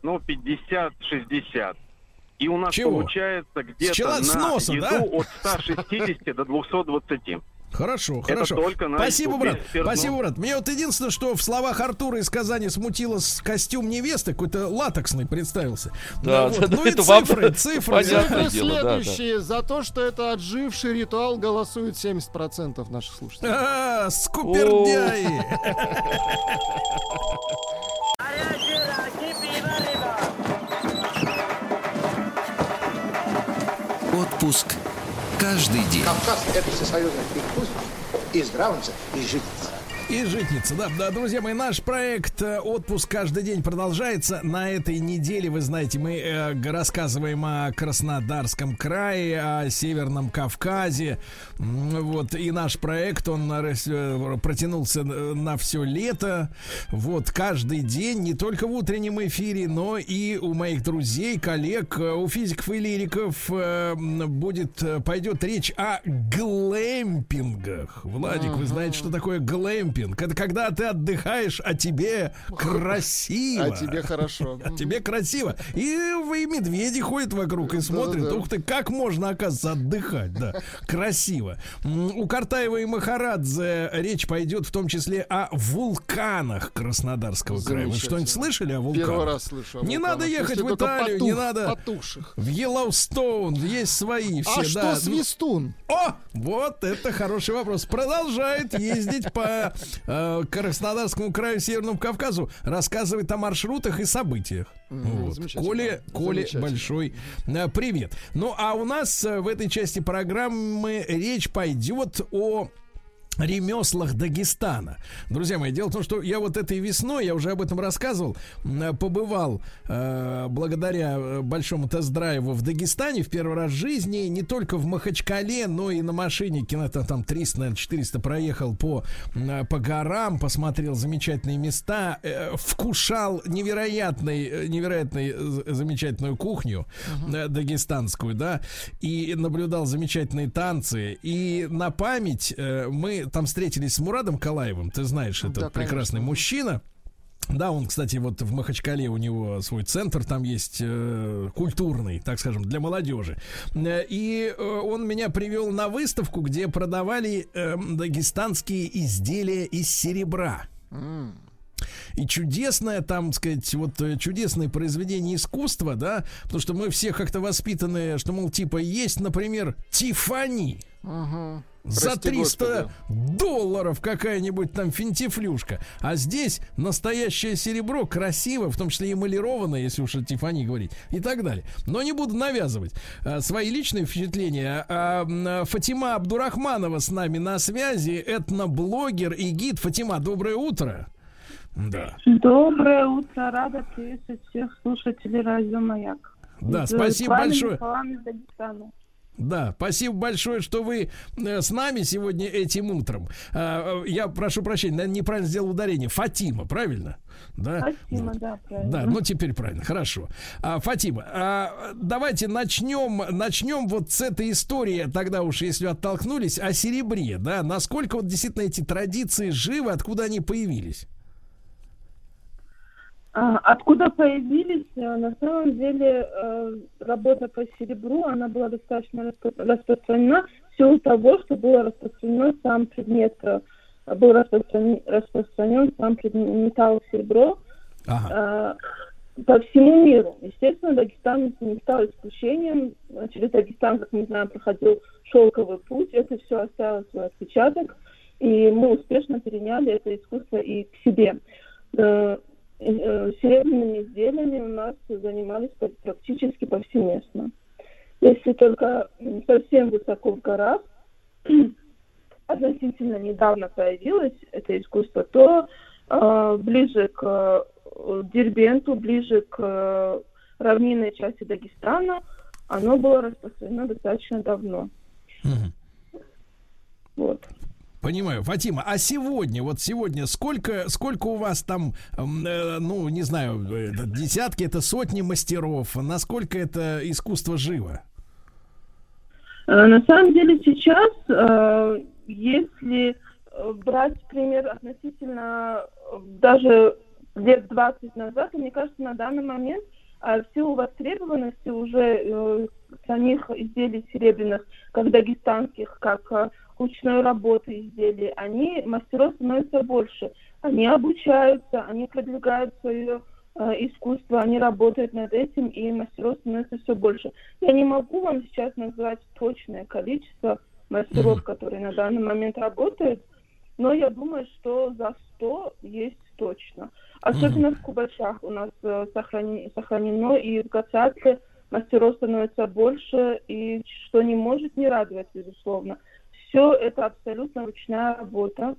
50-60. И у нас получается где-то на еду от 160 до 220. Хорошо. Спасибо, брат. Спасибо, брат. Мне вот единственное, что в словах Артура из Казани смутило, костюм невесты какой-то латексный представился. Да, вот. Ну и цифры. Следующие. За то, что это отживший ритуал, голосуют 70% наших слушателей. Скупердяи. Отпуск каждый день. Кавказ — это всесоюзный перекус и здравница, и житница. И житница, да, друзья мои, наш проект «Отпуск каждый день» продолжается. На этой неделе, вы знаете, мы рассказываем о Краснодарском крае, о Северном Кавказе. Вот, и наш проект, он протянулся на все лето. Вот, каждый день, не только в утреннем эфире, но и у моих друзей, коллег, у физиков и лириков пойдет речь о глэмпингах. Владик, вы знаете, что такое глэмпинг? Это когда ты отдыхаешь, а тебе красиво. А тебе хорошо. А тебе красиво. И медведи ходят вокруг и смотрят. Ух ты, как можно, оказывается, отдыхать. Да, красиво. У Картаева и Махарадзе речь пойдет в том числе о вулканах Краснодарского края. Вы что-нибудь слышали о вулканах? Первый раз слышу. Не надо ехать в Италию, не надо в Йеллоустоун. Есть свои все. А что Свистун? О, вот это хороший вопрос. Продолжает ездить по Краснодарскому краю, Северному Кавказу, рассказывает о маршрутах и событиях. Вот. Коле большой привет. Ну, а у нас в этой части программы речь пойдет о ремеслах Дагестана. Друзья мои, дело в том, что я вот этой весной, я уже об этом рассказывал, побывал благодаря большому тест-драйву в Дагестане в первый раз в жизни, не только в Махачкале, но и на машине, там 300, наверное, 400 проехал по горам, посмотрел замечательные места, вкушал невероятную замечательную кухню дагестанскую, да, и наблюдал замечательные танцы, и на память мы там встретились с Мурадом Калаевым, ты знаешь, это прекрасный мужчина. Да, он, кстати, вот в Махачкале у него свой центр там есть, культурный, так скажем, для молодежи. И он меня привел на выставку, где продавали дагестанские изделия из серебра. И чудесное, там, сказать, вот чудесное произведение искусства, да, потому что мы все как-то воспитаны, что, мол, типа, есть, например, Тиффани. За $300 какая-нибудь там финтифлюшка. А здесь настоящее серебро, красиво, в том числе и эмалированное, если уж о Тиффани говорить, и так далее. Но не буду навязывать свои личные впечатления. Фатима Абдурахманова с нами на связи, этноблогер и гид. Фатима, доброе утро. Да. Доброе утро, рада приветствовать всех слушателей радио «Маяк». Да, спасибо большое. Да, спасибо большое, что вы с нами сегодня этим утром. Я прошу прощения, наверное, неправильно сделал ударение. Фатима, правильно? Да? Фатима, да, правильно. Да, ну теперь правильно, хорошо. Фатима, давайте начнем вот с этой истории, тогда уж, если оттолкнулись, о серебре, да? Насколько вот действительно эти традиции живы, откуда они появились? Откуда появились? На самом деле работа по серебру, она была достаточно распространена в силу того, что было распространено сам предмет, был распространен сам металл серебро по всему миру. Естественно, Дагестан не стал исключением. Через Дагестан, как мы знаем, проходил шелковый путь. Это все оставило свой отпечаток, и мы успешно переняли это искусство и к себе. Серебряными изделиями у нас занимались практически повсеместно. Если только совсем высоко в горах относительно недавно появилось это искусство, то ближе к Дербенту, ближе к равнинной части Дагестана оно было распространено достаточно давно. Вот. Понимаю. Фатима, а сегодня сколько у вас там, ну, не знаю, десятки, это сотни мастеров, насколько это искусство живо? На самом деле сейчас, если брать пример относительно даже лет 20 назад, мне кажется, на данный момент в силу востребованности уже самих изделий серебряных, как дагестанских, как ручной работы изделий, мастеров становится больше. Они обучаются, они продвигают свое искусство, они работают над этим, и мастеров становится все больше. Я не могу вам сейчас назвать точное количество мастеров, которые на данный момент работают, но я думаю, что за 100 есть точно. Особенно в Кубачах у нас сохранено, и в Гацатке мастеров становится больше, и что не может не радовать, безусловно. Все это абсолютно ручная работа.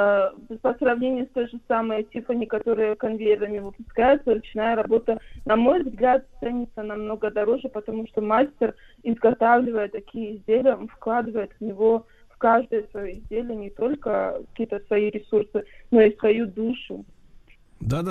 По сравнению с той же самой Тиффани, которая конвейерами выпускается, ручная работа, на мой взгляд, ценится намного дороже, потому что мастер, изготавливая такие изделия, он вкладывает в него, в каждое свое изделие, не только какие-то свои ресурсы, но и свою душу. Да,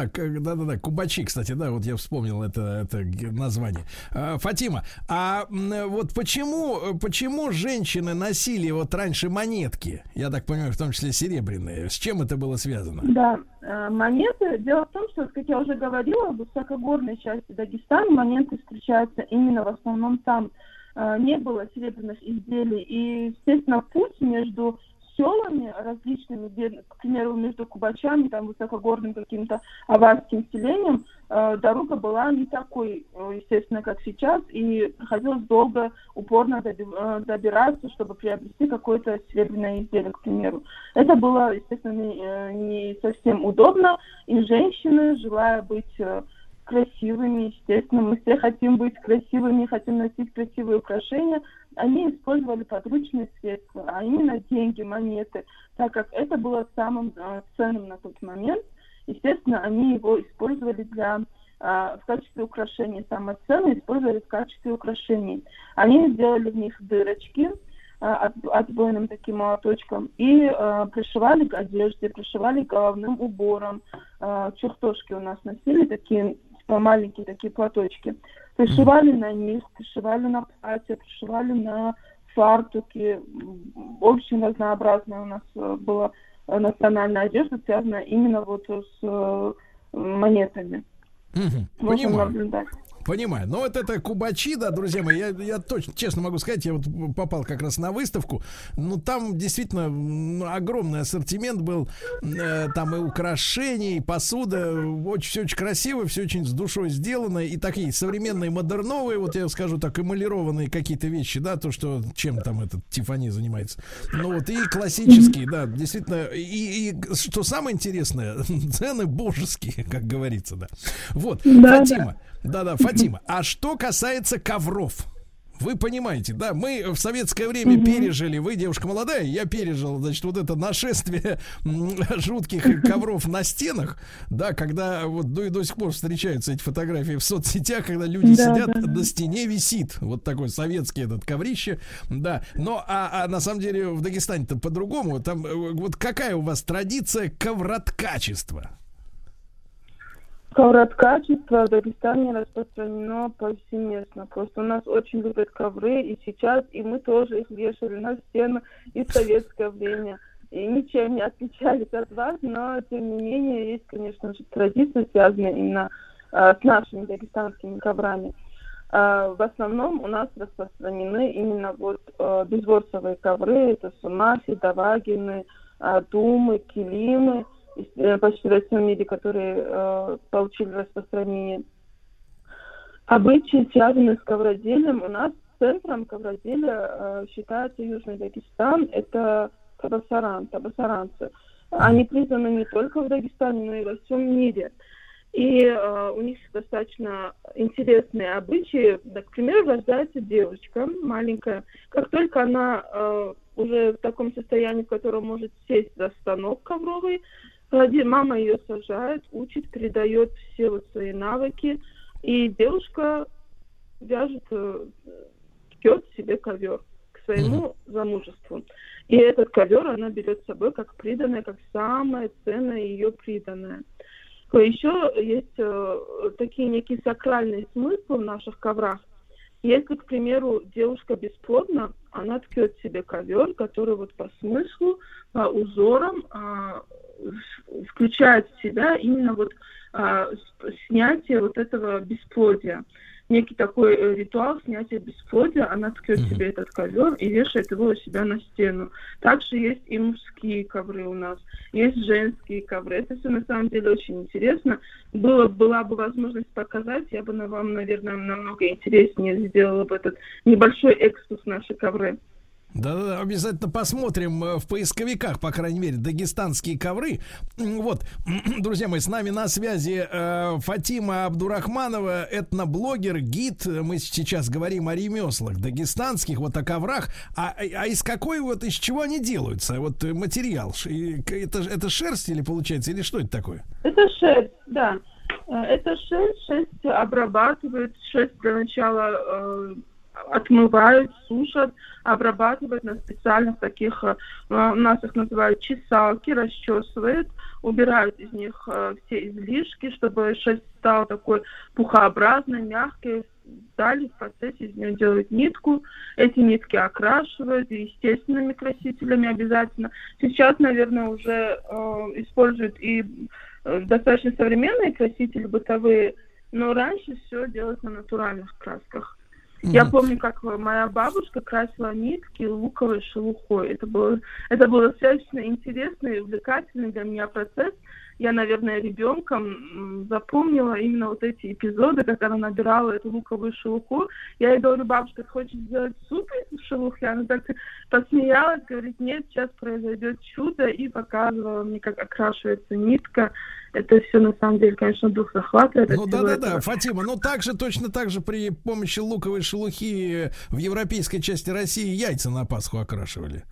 Кубачи, кстати, да, вот я вспомнил это название. Фатима, а вот почему женщины носили вот раньше монетки, я так понимаю, в том числе серебряные, с чем это было связано? Да, монеты, дело в том, что, как я уже говорила, в высокогорной части Дагестана монеты встречаются именно в основном там. Не было серебряных изделий, и, естественно, путь между селами различными, к примеру, между Кубачами, там, высокогорным каким-то аварским селением, дорога была не такой, естественно, как сейчас, и приходилось долго, упорно добираться, чтобы приобрести какое-то серебряное изделие, к примеру. Это было, естественно, не совсем удобно, и женщины, желая быть красивыми, естественно, мы все хотим быть красивыми, хотим носить красивые украшения, они использовали подручные средства, а именно деньги, монеты, так как это было самым ценным на тот момент. Естественно, они его использовали в качестве украшений, самое ценное использовали в качестве украшений. Они сделали в них дырочки отбойным таким молоточком и пришивали к одежде, пришивали к головным уборам. Чертожки у нас носили такие маленькие такие платочки. Пришивали на них, пришивали на платье, пришивали на фартуки. Очень разнообразная у нас была национальная одежда, связанная именно вот с монетами. Понимаю. Но вот это Кубачи, да, друзья мои, я точно, честно могу сказать, я вот попал как раз на выставку, ну, там действительно огромный ассортимент был, там и украшения, и посуда, все очень красиво, все очень с душой сделано, и такие современные, модерновые, вот я скажу так, эмалированные какие-то вещи, да, то, что, чем там этот Тиффани занимается, ну, вот, и классические, да, действительно, и что самое интересное, цены божеские, как говорится, да. Вот, Фатима. Да, Фатима, а что касается ковров, вы понимаете, да, мы в советское время пережили, вы девушка молодая, я пережил, значит, вот это нашествие жутких ковров на стенах, да, когда вот до сих пор встречаются эти фотографии в соцсетях, когда люди сидят, на стене висит вот такой советский этот коврище, да, но а на самом деле в Дагестане-то по-другому, там вот какая у вас традиция ковроткачества? Ковроткачество в Дагестане распространено повсеместно. Просто у нас очень любят ковры, и сейчас, и мы тоже их вешали на стену и в советское время. И ничем не отличались от вас, но, тем не менее, есть, конечно же, традиции, связанные именно с нашими дагестанскими коврами. В основном у нас распространены именно вот безворсовые ковры, это сумаси, давагины, думы, килимы, почти во всем мире, которые получили распространение. Обычаи, связанные с ковроделием, у нас центром ковроделия считается Южный Дагестан, это табасаранцы. Они признаны не только в Дагестане, но и во всем мире. И у них достаточно интересные обычаи. Да, к примеру, рождается девочка маленькая. Как только она уже в таком состоянии, в котором может сесть за станок ковровый, мама ее сажает, учит, передает все вот свои навыки, и девушка вяжет, ткет себе ковер к своему замужеству. И этот ковер она берет с собой как приданое, как самое ценное ее приданое. Еще есть такие некие сакральные смыслы в наших коврах. Если, к примеру, девушка бесплодна, она ткет себе ковер, который вот по смыслу, по узорам включает в себя именно вот снятие вот этого бесплодия. некий такой ритуал снятия бесплодия. Она ткет себе этот ковер и вешает его у себя на стену. Также есть и мужские ковры у нас, есть женские ковры. Это все на самом деле очень интересно. Была бы возможность показать, я бы вам, наверное, намного интереснее сделала бы этот небольшой экскурс в наши ковры. Да, обязательно посмотрим в поисковиках, по крайней мере, дагестанские ковры. Вот, друзья мои, с нами на связи Фатима Абдурахманова, этноблогер, гид. Мы сейчас говорим о ремеслах дагестанских, вот о коврах. А из какой вот, из чего они делаются? Вот материал, это шерсть или получается, или что это такое? Это шерсть, да. Это шерсть обрабатывают, шерсть для начала отмывают, сушат, обрабатывают на специальных таких, у нас их называют чесалки, расчесывают, убирают из них все излишки, чтобы шерсть стала такой пухообразной, мягкой. Далее в процессе из нее делают нитку. Эти нитки окрашивают естественными красителями обязательно. Сейчас, наверное, уже используют и достаточно современные красители бытовые, но раньше все делалось на натуральных красках. Я помню, как моя бабушка красила нитки луковой шелухой. Это было достаточно интересный и увлекательный для меня процесс. Я, наверное, ребенком запомнила именно вот эти эпизоды, как она набирала эту луковую шелуху. Я ей говорю: бабушка, ты хочешь сделать суп из шелухи? Она так посмеялась, говорит: нет, сейчас произойдет чудо, и показывала мне, как окрашивается нитка. Это все, на самом деле, конечно, дух захватывает. Ну да, Фатима, ну точно так же при помощи луковой шелухи в европейской части России яйца на Пасху окрашивали.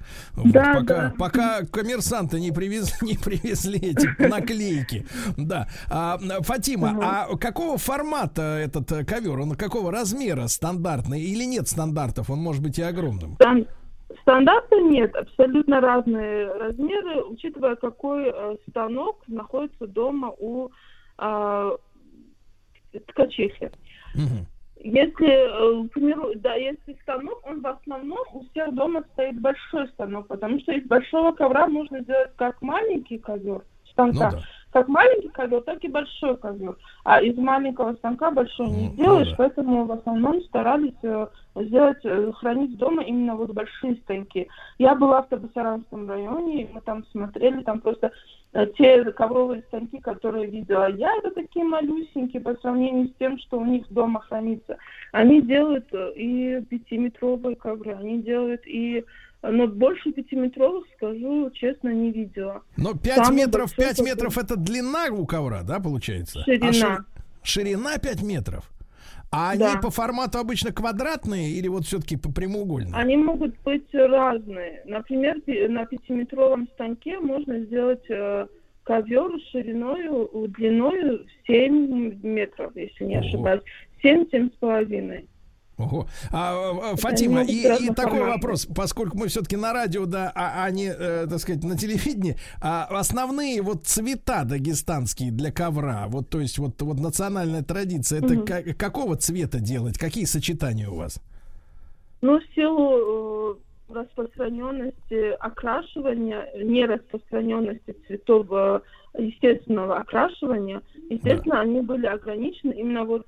Да, пока коммерсанты не привезли эти наклейки. Да. Фатима, а какого формата этот ковер? Он какого размера? Стандартный или нет стандартов? Он может быть и огромным. Стандарта нет, абсолютно разные размеры, учитывая, какой станок находится дома у ткачихи. Если, к примеру, если станок, он в основном у всех дома стоит большой станок, потому что из большого ковра можно сделать как маленький ковер станка, как маленький ковер, так и большой ковер. А из маленького станка большой не сделаешь, поэтому в основном старались хранить дома именно вот большие станки. Я была в Табасаранском районе, и мы там смотрели, там просто те ковровые станки, которые видела я, это такие малюсенькие по сравнению с тем, что у них дома хранится. Они делают и 5-метровые ковры, они делают и... Но больше 5-метровых, скажу честно, не видела. Но 5 метров это длина у ковра, да, получается? Ширина. Ширина 5 метров. А они по формату обычно квадратные или вот все-таки прямоугольные? Они могут быть разные. Например, на 5-метровом станке можно сделать ковер шириною, длиною 7 метров, если не ошибаюсь. 7-7,5. Ого. Фатима, и такой вопрос, поскольку мы все-таки на радио, да, а не, так сказать, на телевидении, основные вот цвета дагестанские для ковра, вот, то есть вот национальная традиция, это какого цвета делать, какие сочетания у вас? Ну, в силу распространенности окрашивания, нераспространенности цветов естественного окрашивания, естественно, они были ограничены именно вот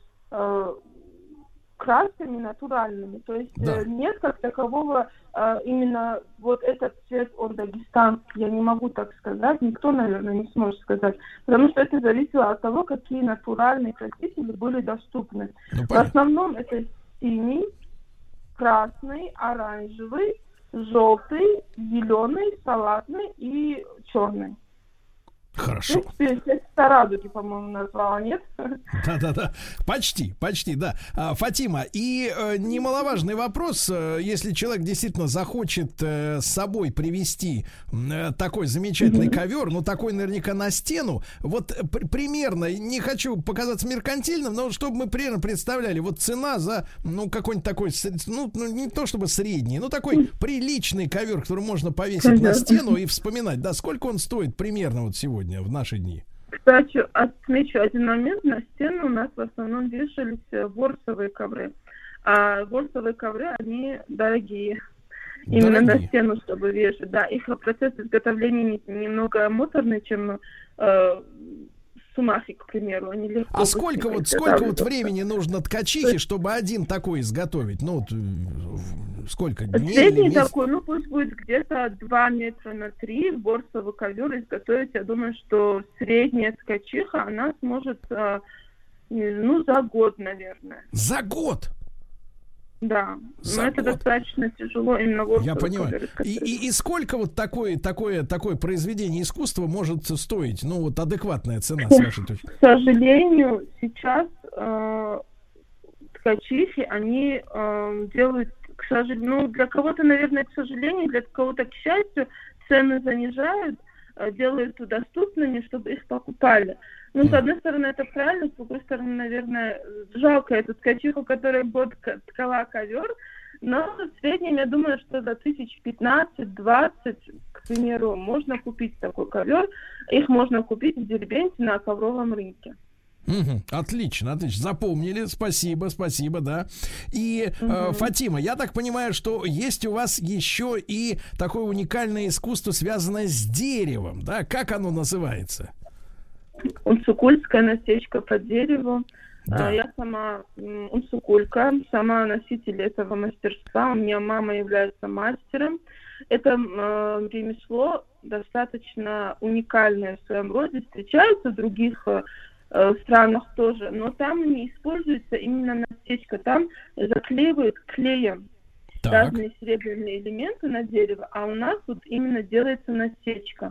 красками натуральными, то есть нет как такового именно вот этот цвет от дагестанский, я не могу так сказать, никто, наверное, не сможет сказать, потому что это зависело от того, какие натуральные красители были доступны. В основном это синий, красный, оранжевый, желтый, зеленый, салатный и черный. Хорошо. Радуги, по-моему, назвала, нет? Да. Почти, да. Фатима, и немаловажный вопрос, если человек действительно захочет с собой привезти такой замечательный ковер, ну, такой наверняка на стену, вот примерно, не хочу показаться меркантильным, но чтобы мы примерно представляли, вот цена за, ну, какой-нибудь такой, ну, не то чтобы средний, но такой приличный ковер, который можно повесить на стену и вспоминать, да, сколько он стоит примерно вот сегодня, в наши дни? Кстати, отмечу один момент. На стену у нас в основном вешались ворсовые ковры. А ворсовые ковры, они дорогие. Именно на стену, чтобы вешать. Да, их процесс изготовления немного муторный, чем сумахи, к примеру. Они легко. А сколько вот времени нужно ткачихе, чтобы один такой изготовить? Ну, сколько дней? Средний такой, ну, пусть будет где-то 2 метра на 3 борсовый ковер изготовить. Я думаю, что средняя ткачиха, она сможет, за год, наверное. За год? Да, но это достаточно тяжело именно в. Я понимаю. И сколько вот такое произведение искусства может стоить? Ну, вот адекватная цена, с вашей точки. К сожалению, сейчас ткачихи, они делают, к сожалению, для кого-то, наверное, к сожалению, для кого-то, к счастью, цены занижают, делают доступными, чтобы их покупали. Ну, с одной стороны, это правильно, с другой стороны, наверное, жалко эту ткачиху, которая год ткала ковер, но в среднем, я думаю, что за 15-20, к примеру, можно купить такой ковер. Их можно купить в Дербенте на ковровом рынке. Отлично, запомнили, спасибо, да. И, Фатима, я так понимаю, что есть у вас еще и такое уникальное искусство, связанное с деревом, да? Как оно называется? Унцукульская насечка по дереву. Да. Я сама унцукулька, сама носитель этого мастерства. У меня мама является мастером. Это ремесло достаточно уникальное в своем роде. Встречаются в других странах тоже, но там не используется именно насечка. Там заклеивают клеем разные серебряные элементы на дерево, а у нас тут именно делается насечка.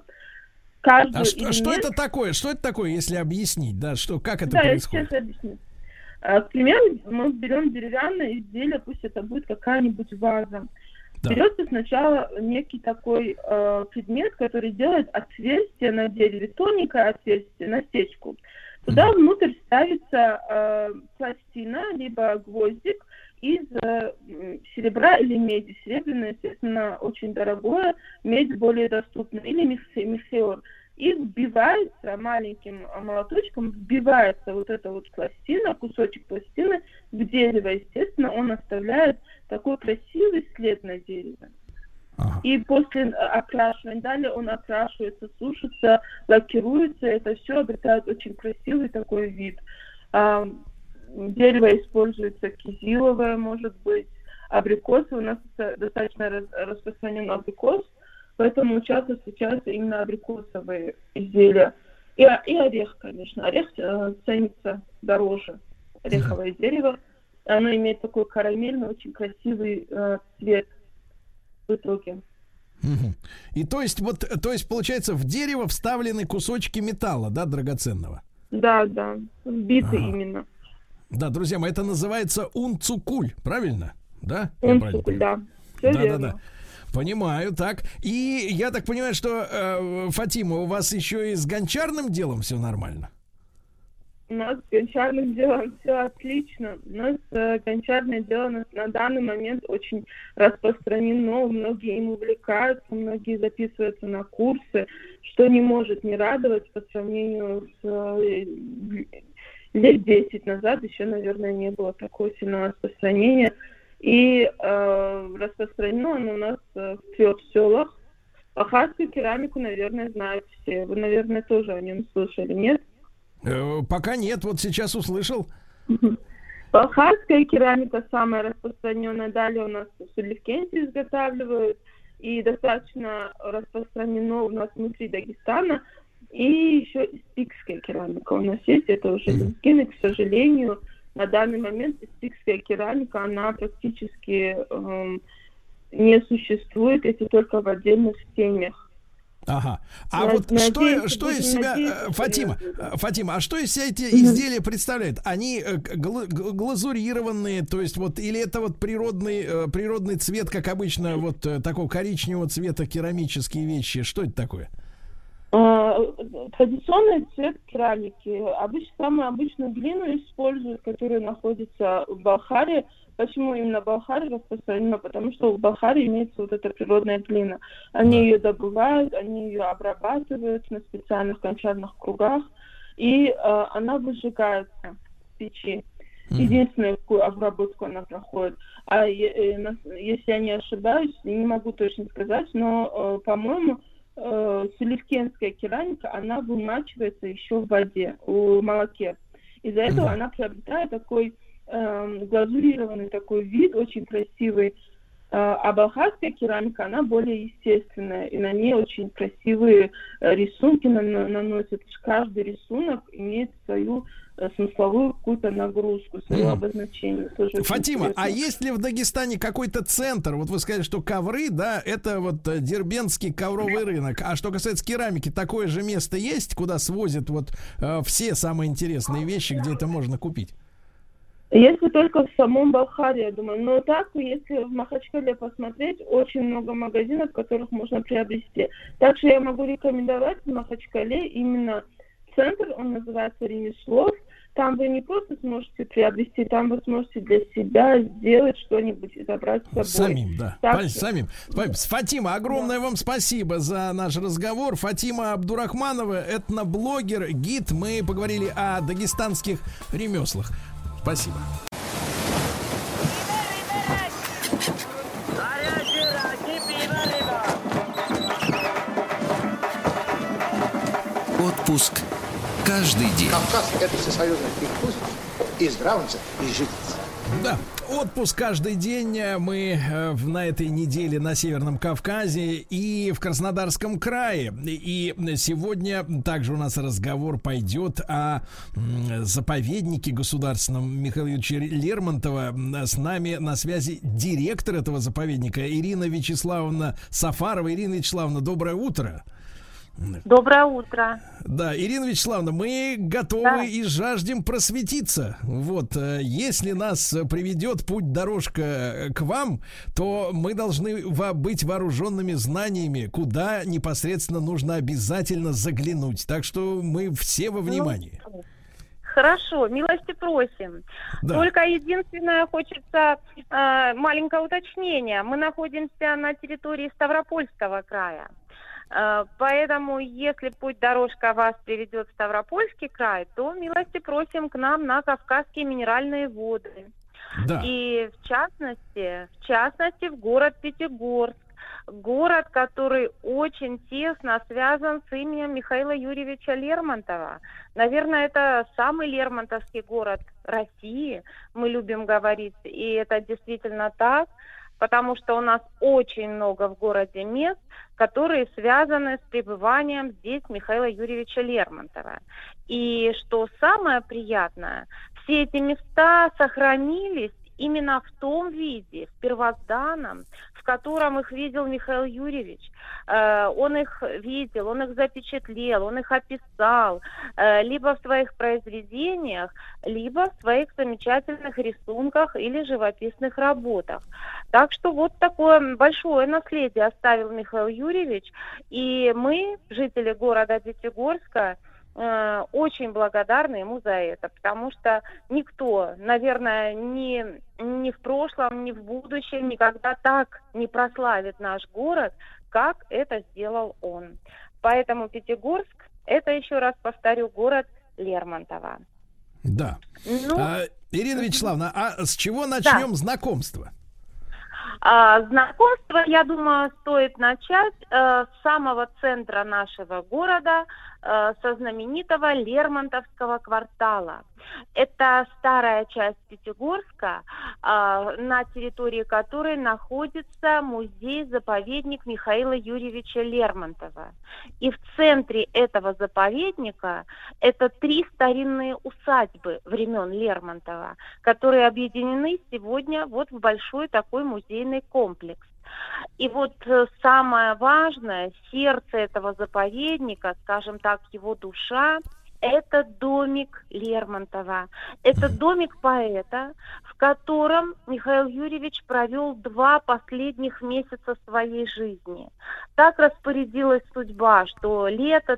Что это такое? Что это такое, если объяснить? Да, как это происходит? Я сейчас объясню. К примеру, мы берем деревянное изделие, пусть это будет какая-нибудь ваза. Да. Берется сначала некий такой предмет, который делает отверстие на дереве, тоненькое отверстие, насечку. Туда внутрь ставится пластина, либо гвоздик из серебра или меди. Серебряное, естественно, очень дорогое, медь более доступна, или мехеор. И вбивается маленьким молоточком, вбивается вот эта вот пластина, кусочек пластины в дерево. Естественно, он оставляет такой красивый след на дереве. И после окрашивания, далее он окрашивается, сушится, лакируется, это все обретает очень красивый такой вид. Дерево используется кизиловое, может быть, абрикосы, у нас достаточно распространен абрикос, поэтому часто встречаются именно абрикосовые изделия. И орех, конечно. Орех ценится дороже. Ореховое дерево. Оно имеет такой карамельный, очень красивый цвет в итоге. И то есть получается, в дерево вставлены кусочки металла, да, драгоценного? Да, вбиты именно. Да, друзья мои, это называется унцукуль, правильно? Да? Унцукуль, да. Все верно. Да. Понимаю, так. И я так понимаю, что, Фатима, у вас еще и с гончарным делом все нормально? У нас с гончарным делом все отлично. У нас гончарное дело на данный момент очень распространено. Многие им увлекаются, многие записываются на курсы, что не может не радовать по сравнению с лет 10 назад. Еще, наверное, не было такого сильного распространения. И распространено оно у нас в 3 селах. Балхарскую керамику, наверное, знают все. Вы, наверное, тоже о нем слышали, нет? Пока нет, вот сейчас услышал. Балхарская керамика самая распространенная. Далее у нас в Сулевкенте изготавливают. И достаточно распространено у нас внутри Дагестана. И еще испикская керамика у нас есть. Это уже Лезгин, и, к сожалению, на данный момент испикская керамика, она практически не существует, если только в отдельных семьях. Ага. А вот что из себя, Фатима, а что из себя эти изделия представляют? Они глазурированные, то есть вот, или это вот природный цвет, как обычно, вот такого коричневого цвета керамические вещи? Что это такое? Традиционный цвет керамики. Самую обычную глину используют, которая находится в Балхаре. Почему именно Балхаре распространено? Потому что в Балхаре имеется вот эта природная глина. Они ее добывают, они ее обрабатывают на специальных гончарных кругах, и она выжигается в печи. Единственную какую обработку она проходит. А если я не ошибаюсь, не могу точно сказать, но, по-моему, сюлевкенская керамика, она вымачивается еще в воде, в молоке. Из-за этого она приобретает такой глазурированный такой вид, очень красивый. А балхарская керамика, она более естественная, и на ней очень красивые рисунки наносят. Каждый рисунок имеет свою смысловую какую-то нагрузку, свое обозначение. Фатима, а есть ли в Дагестане какой-то центр? Вот вы сказали, что ковры, да, это вот Дербентский ковровый рынок. А что касается керамики, такое же место есть, куда свозят вот все самые интересные вещи, где это можно купить? Если только в самом Балхаре, я думаю. Но так, если в Махачкале посмотреть, очень много магазинов, в которых можно приобрести. Также я могу рекомендовать в Махачкале именно центр, он называется «Ремеслов». Там вы не просто сможете приобрести, там вы сможете для себя сделать что-нибудь и забрать с собой. Самим, да. Самим. Фатима, огромное вам спасибо за наш разговор. Фатима Абдурахманова, этноблогер, гид. Мы поговорили о дагестанских ремеслах. Спасибо. Отпуск каждый день. Кавказ — это всесоюзный перекус из здравницы и житницы. Да, отпуск каждый день. Мы на этой неделе на Северном Кавказе и в Краснодарском крае. И сегодня также у нас разговор пойдет о заповеднике государственном Михаила Юрьевича Лермонтова. С нами на связи директор этого заповедника Ирина Вячеславовна Сафарова. Ирина Вячеславовна, доброе утро. Доброе утро. Да, Ирина Вячеславовна, мы готовы и жаждем просветиться. Вот, если нас приведет путь, дорожка к вам, то мы должны быть вооруженными знаниями, куда непосредственно нужно обязательно заглянуть. Так что мы все во внимании. Хорошо, милости просим. Да. Только единственное, хочется маленькое уточнение. Мы находимся на территории Ставропольского края. Поэтому, если путь-дорожка вас приведет в Ставропольский край, то милости просим к нам на Кавказские минеральные воды. Да. И в частности, в город Пятигорск. Город, который очень тесно связан с именем Михаила Юрьевича Лермонтова. Наверное, это самый лермонтовский город России, мы любим говорить, и это действительно так. Потому что у нас очень много в городе мест, которые связаны с пребыванием здесь Михаила Юрьевича Лермонтова. И что самое приятное, все эти места сохранились именно в том виде, в первозданном, в котором их видел Михаил Юрьевич. Он их видел, он их запечатлел, он их описал, либо в своих произведениях, либо в своих замечательных рисунках или живописных работах. Так что вот такое большое наследие оставил Михаил Юрьевич, и мы, жители города Пятигорска, очень благодарны ему за это, потому что никто, наверное, ни в прошлом, ни в будущем никогда так не прославит наш город, как это сделал он. Поэтому Пятигорск — это, еще раз повторю, город Лермонтова. Да. Ирина Вячеславовна, а с чего начнем знакомство? Знакомство, я думаю, стоит начать с самого центра нашего города, со знаменитого Лермонтовского квартала. Это старая часть Пятигорска, на территории которой находится музей-заповедник Михаила Юрьевича Лермонтова. И в центре этого заповедника это 3 старинные усадьбы времен Лермонтова, которые объединены сегодня вот в большой такой музейный комплекс. И вот самое важное, сердце этого заповедника, скажем так, его душа, это домик Лермонтова. Это домик поэта, в котором Михаил Юрьевич провел 2 последних месяца своей жизни. Так распорядилась судьба, что лето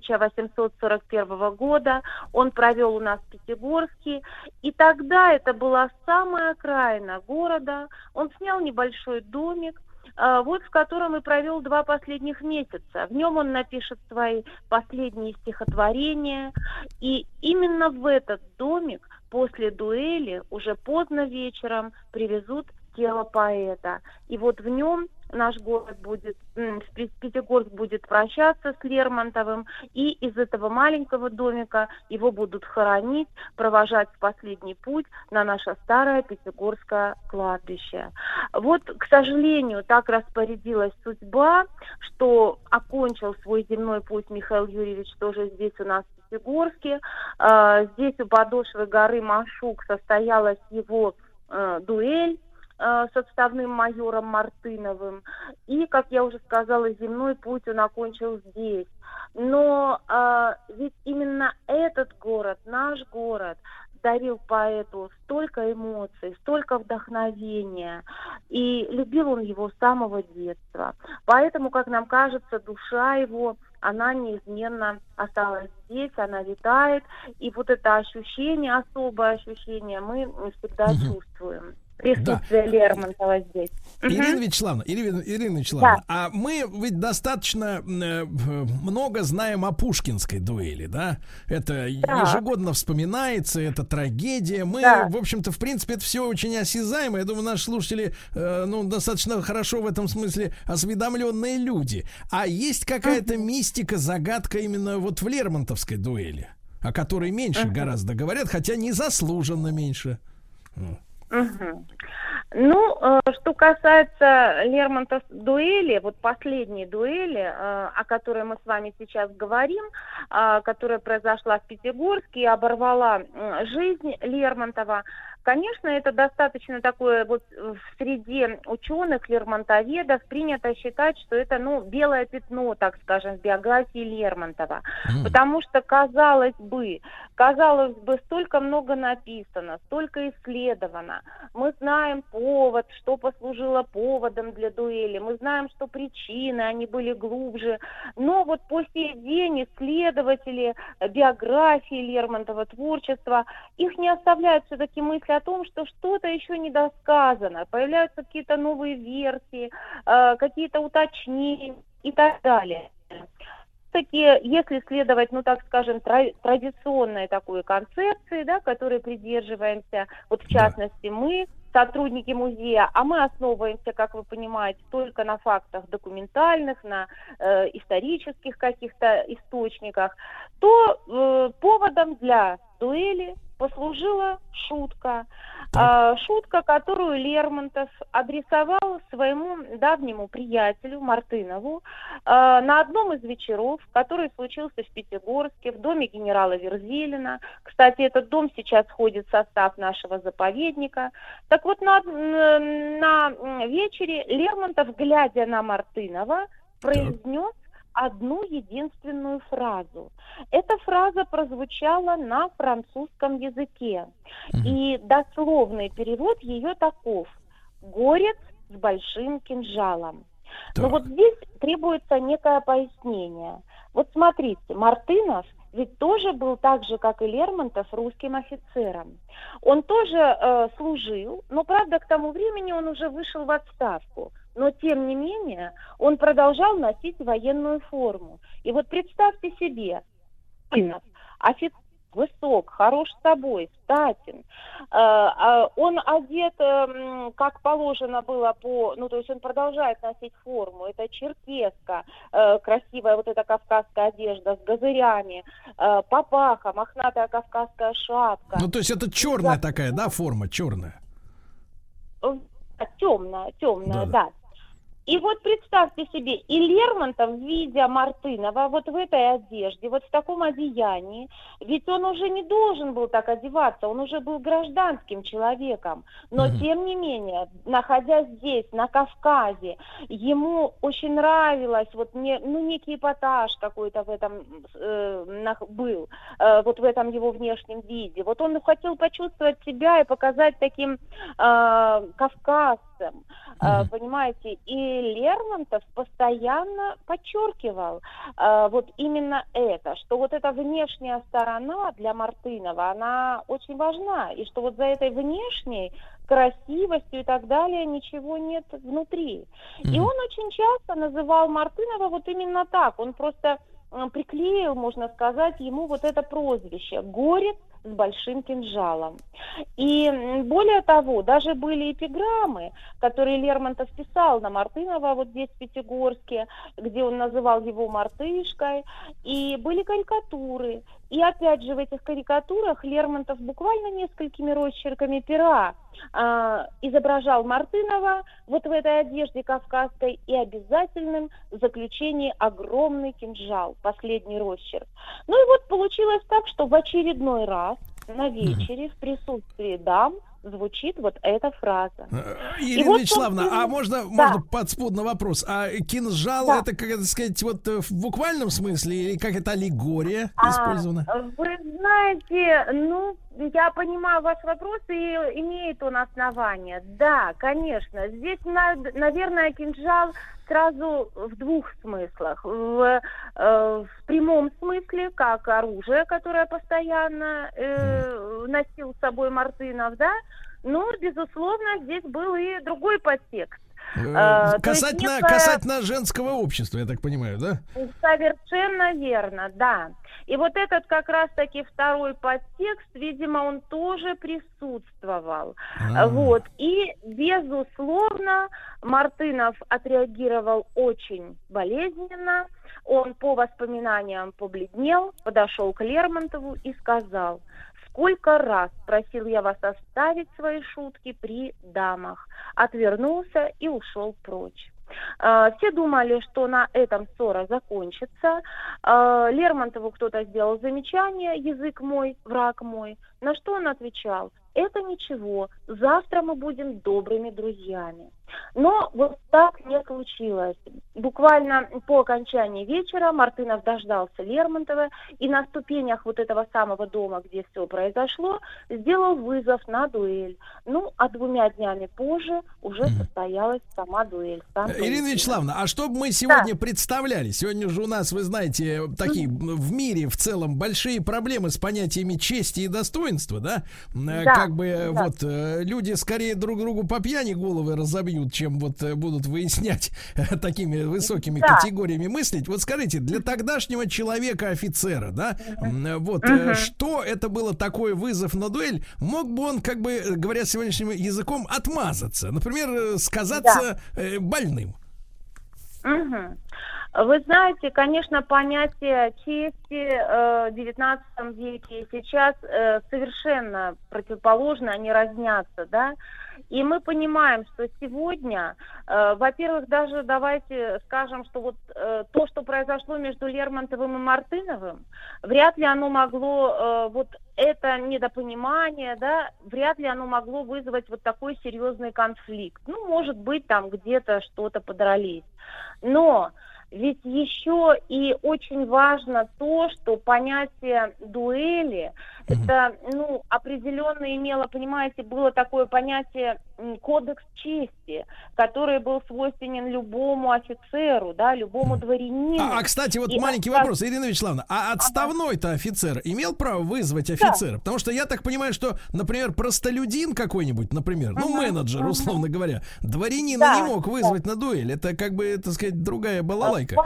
1841 года он провел у нас в Пятигорске, и тогда это была самая окраина города. Он снял небольшой домик, вот в котором и провел 2 последних месяца. В нем он напишет свои последние стихотворения. И именно в этот домик после дуэли уже поздно вечером привезут тело поэта. И вот в нем наш город будет, Пятигорск будет прощаться с Лермонтовым, и из этого маленького домика его будут хоронить, провожать в последний путь на наше старое Пятигорское кладбище. Вот, к сожалению, так распорядилась судьба, что окончил свой земной путь Михаил Юрьевич тоже здесь у нас в Пятигорске. Здесь у подошвы горы Машук состоялась его дуэль с отставным майором Мартыновым. И, как я уже сказала, земной путь он окончил здесь. Но ведь именно этот город, наш город, дарил поэту столько эмоций, столько вдохновения. И любил он его с самого детства. Поэтому, как нам кажется, душа его, она неизменно осталась здесь, она витает. И вот это ощущение, особое ощущение, мы всегда чувствуем. Присутствие Лермонтова здесь. Ирина Вячеславовна, а мы ведь достаточно много знаем о пушкинской дуэли, да? Это ежегодно вспоминается, это трагедия. Мы, в общем-то, в принципе, это все очень осязаемо. Я думаю, наши слушатели, достаточно хорошо в этом смысле осведомленные люди. А есть какая-то мистика, загадка именно вот в лермонтовской дуэли, о которой меньше гораздо говорят, хотя незаслуженно меньше. Ну, что касается Лермонтов дуэли, вот последней дуэли, о которой мы с вами сейчас говорим, которая произошла в Пятигорске и оборвала жизнь Лермонтова, конечно, это достаточно такое, вот в среде ученых, лермонтоведов принято считать, что это, белое пятно, так скажем, в биографии Лермонтова. Потому что, казалось бы, столько много написано, столько исследовано. Мы знаем повод, что послужило поводом для дуэли, мы знаем, что причины, они были глубже. Но вот по сей день исследователи биографии Лермонтова, творчества, их не оставляют все-таки мысли о том, что что-то еще недосказано, появляются какие-то новые версии, какие-то уточнения и так далее. Все-таки, если следовать, так скажем, традиционной такой концепции, да, которой придерживаемся, вот в частности мы, сотрудники музея, а мы основываемся, как вы понимаете, только на фактах документальных, на исторических каких-то источниках, то поводом для дуэли послужила шутка. Шутка, которую Лермонтов адресовал своему давнему приятелю Мартынову на одном из вечеров, который случился в Пятигорске, в доме генерала Верзилина. Кстати, этот дом сейчас входит в состав нашего заповедника. Так вот, на вечере Лермонтов, глядя на Мартынова, произнес одну единственную фразу. Эта фраза прозвучала на французском языке. И дословный перевод ее таков: «Горец с большим кинжалом». Но вот здесь требуется некое пояснение. Вот смотрите, Мартынов ведь тоже был так же, как и Лермонтов, русским офицером. Он тоже служил, но, правда, к тому времени он уже вышел в отставку. Но, тем не менее, он продолжал носить военную форму. И вот представьте себе, офицер высок, хорош собой, статен. Он одет, как положено было то есть он продолжает носить форму. Это черкеска, красивая вот эта кавказская одежда с газырями, папаха, мохнатая кавказская шапка. То есть это черная такая, да, форма, черная? Темная, да. И вот представьте себе, и Лермонтов, видя Мартынова вот в этой одежде, вот в таком одеянии, ведь он уже не должен был так одеваться, он уже был гражданским человеком, но тем не менее, находясь здесь, на Кавказе, ему очень нравилось, некий эпатаж какой-то в этом был, вот в этом его внешнем виде. Вот он хотел почувствовать себя и показать таким кавказцем, понимаете, и Лермонтов постоянно подчеркивал вот именно это, что вот эта внешняя сторона для Мартынова, она очень важна, и что вот за этой внешней красивостью и так далее ничего нет внутри. И он очень часто называл Мартынова вот именно так, он просто приклеил, можно сказать, ему вот это прозвище — «Горец с большим кинжалом. И более того, даже были эпиграммы, которые Лермонтов писал на Мартынова вот здесь в Пятигорске, где он называл его мартышкой, и были карикатуры. И опять же в этих карикатурах Лермонтов буквально несколькими росчерками пера изображал Мартынова вот в этой одежде кавказской и обязательным в заключении огромный кинжал, последний росчерк. Ну и вот получилось так, что в очередной раз на вечере в присутствии дам звучит вот эта фраза. Ирина вот, Вячеславовна, а можно подспудный вопрос? А кинжал это, как это сказать, вот в буквальном смысле или как это аллегория использована? Вы знаете, ну, я понимаю ваш вопрос, и имеет он основание. Да, конечно. Здесь, наверное, кинжал сразу в двух смыслах. В прямом смысле, как оружие, которое постоянно носил с собой Мартынов, да, но, безусловно, здесь был и другой подтекст. Касательно женского общества, я так понимаю, да? Совершенно верно, да. И вот этот как раз-таки второй подтекст, видимо, он тоже присутствовал. Вот. И, безусловно, Мартынов отреагировал очень болезненно. Он по воспоминаниям побледнел, подошел к Лермонтову и сказал: «Сколько раз просил я вас оставить свои шутки при дамах». Отвернулся и ушел прочь. Все думали, что на этом ссора закончится. Лермонтову кто-то сделал замечание: «Язык мой, враг мой». На что он отвечал: «Это ничего, завтра мы будем добрыми друзьями». Но вот так не случилось. Буквально по окончании вечера Мартынов дождался Лермонтова и на ступенях вот этого самого дома, где все произошло, сделал вызов на дуэль. Ну, а 2 днями позже уже состоялась сама дуэль. Ирина Вячеславовна, а что бы мы сегодня представляли? Сегодня же у нас, вы знаете, такие в мире в целом большие проблемы с понятиями чести и достоинства, да? Как бы вот люди скорее друг другу по пьяни головы разобьют, чем вот будут выяснять такими высокими категориями мыслить. Вот скажите, для тогдашнего человека-офицера, да, вот что это было такой вызов на дуэль? Мог бы он, как бы говоря сегодняшним языком, отмазаться, например, сказаться больным? Вы знаете, конечно, понятие чести в 19 веке и сейчас совершенно противоположно, они разнятся, да. И мы понимаем, что сегодня, во-первых, даже давайте скажем, что вот то, что произошло между Лермонтовым и Мартыновым, вряд ли оно могло, вот это недопонимание, да, вряд ли оно могло вызвать вот такой серьезный конфликт. Ну, может быть, там где-то что-то подрались. Но ведь еще и очень важно то, что понятие дуэли, это, ну, определенно имело, понимаете, было такое понятие кодекс чести, который был свойственен любому офицеру, да, любому дворянину. Кстати, вот маленький вопрос, Ирина Вячеславовна, а отставной-то офицер имел право вызвать офицера? Потому что я так понимаю, что, например, простолюдин какой-нибудь, например, ну, менеджер, условно говоря, дворянина не мог вызвать на дуэль. Это, как бы, так сказать, другая балалайка.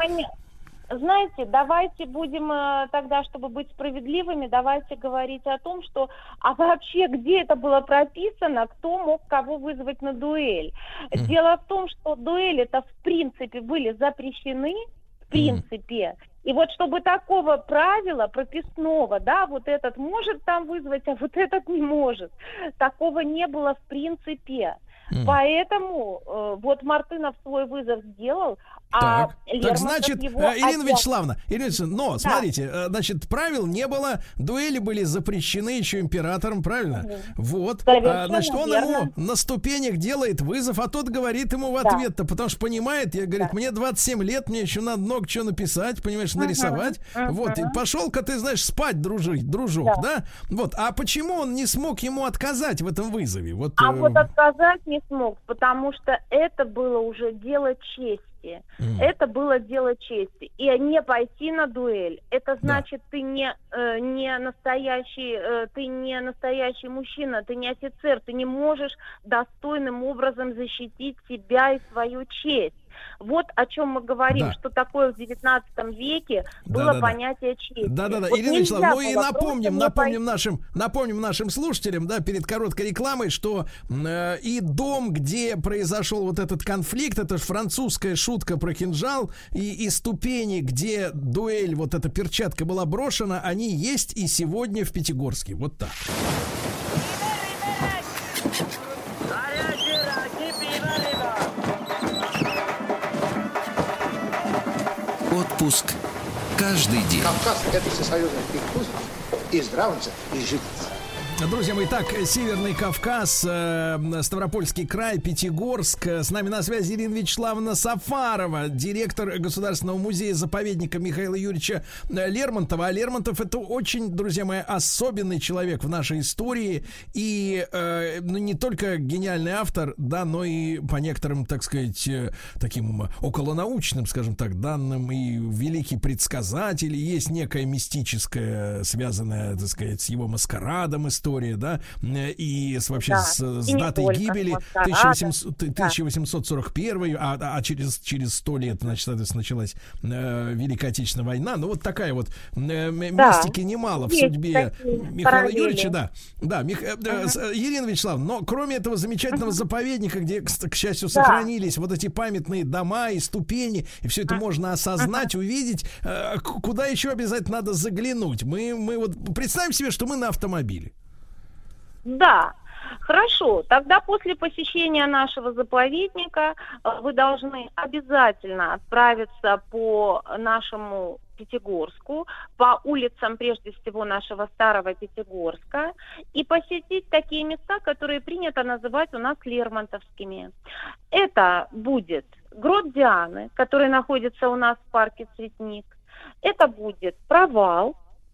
Знаете, давайте будем тогда, чтобы быть справедливыми, давайте говорить о том, что, а вообще где это было прописано, кто мог кого вызвать на дуэль. Дело в том, что дуэли-то в принципе были запрещены, в принципе. И вот чтобы такого правила прописного, да, вот этот может там вызвать, а вот этот не может, такого не было в принципе. Поэтому вот Мартынов свой вызов сделал, так, значит, Ирина Вячеславовна, но, смотрите, значит, правил не было, дуэли были запрещены еще императором, правильно? Вот, значит, он ему на ступенях делает вызов, а тот говорит ему в ответ-то, потому что понимает, говорит, мне 27 лет, мне еще надо много чего написать, понимаешь, нарисовать, вот, и пошел-ка ты, знаешь, спать, дружок, да? Вот, а почему он не смог ему отказать в этом вызове? Вот, вот отказать не смог, потому что это было уже дело чести. Это было дело чести. И не пойти на дуэль, это значит, ты не настоящий мужчина, ты не офицер, ты не можешь достойным образом защитить себя и свою честь. Вот о чем мы говорим, что такое в 19 веке было понятие чести. Да-да-да, вот Ирина Вячеславовна, ну и напомним нашим слушателям, да, перед короткой рекламой, что и дом, где произошел вот этот конфликт, это же французская шутка про кинжал, и ступени, где дуэль, вот эта перчатка была брошена, они есть и сегодня в Пятигорске. Вот так. Отпуск каждый день. Кавказ — это всесоюзный перекус из Здравница и Житница. Друзья мои, так, Северный Кавказ, Ставропольский край, Пятигорск. С нами на связи Ирина Вячеславовна Сафарова, директор Государственного музея-заповедника Михаила Юрьевича Лермонтова. А Лермонтов — это очень, друзья мои, особенный человек в нашей истории. И не только гениальный автор, да, но и по некоторым, так сказать, таким околонаучным, скажем так, данным, и великий предсказатель. Есть некая мистическая, связанная, так сказать, с его маскарадом история, да, и вообще с датой гибели 1841, а через 100 лет, значит, соответственно, началась Великая Отечественная война. Ну, вот такая вот мистики немало в судьбе Михаила Юрьевича, Ирина Вячеславовна, но кроме этого замечательного заповедника, где, к счастью, сохранились вот эти памятные дома и ступени, и все это можно осознать, увидеть, куда еще обязательно надо заглянуть. Мы вот представим себе, что мы на автомобиле. Да, хорошо. Тогда после посещения нашего заповедника вы должны обязательно отправиться по нашему Пятигорску, по улицам, прежде всего, нашего старого Пятигорска, и посетить такие места, которые принято называть у нас лермонтовскими. Это будет грот Дианы, который находится у нас в парке Цветник. Это будет провал.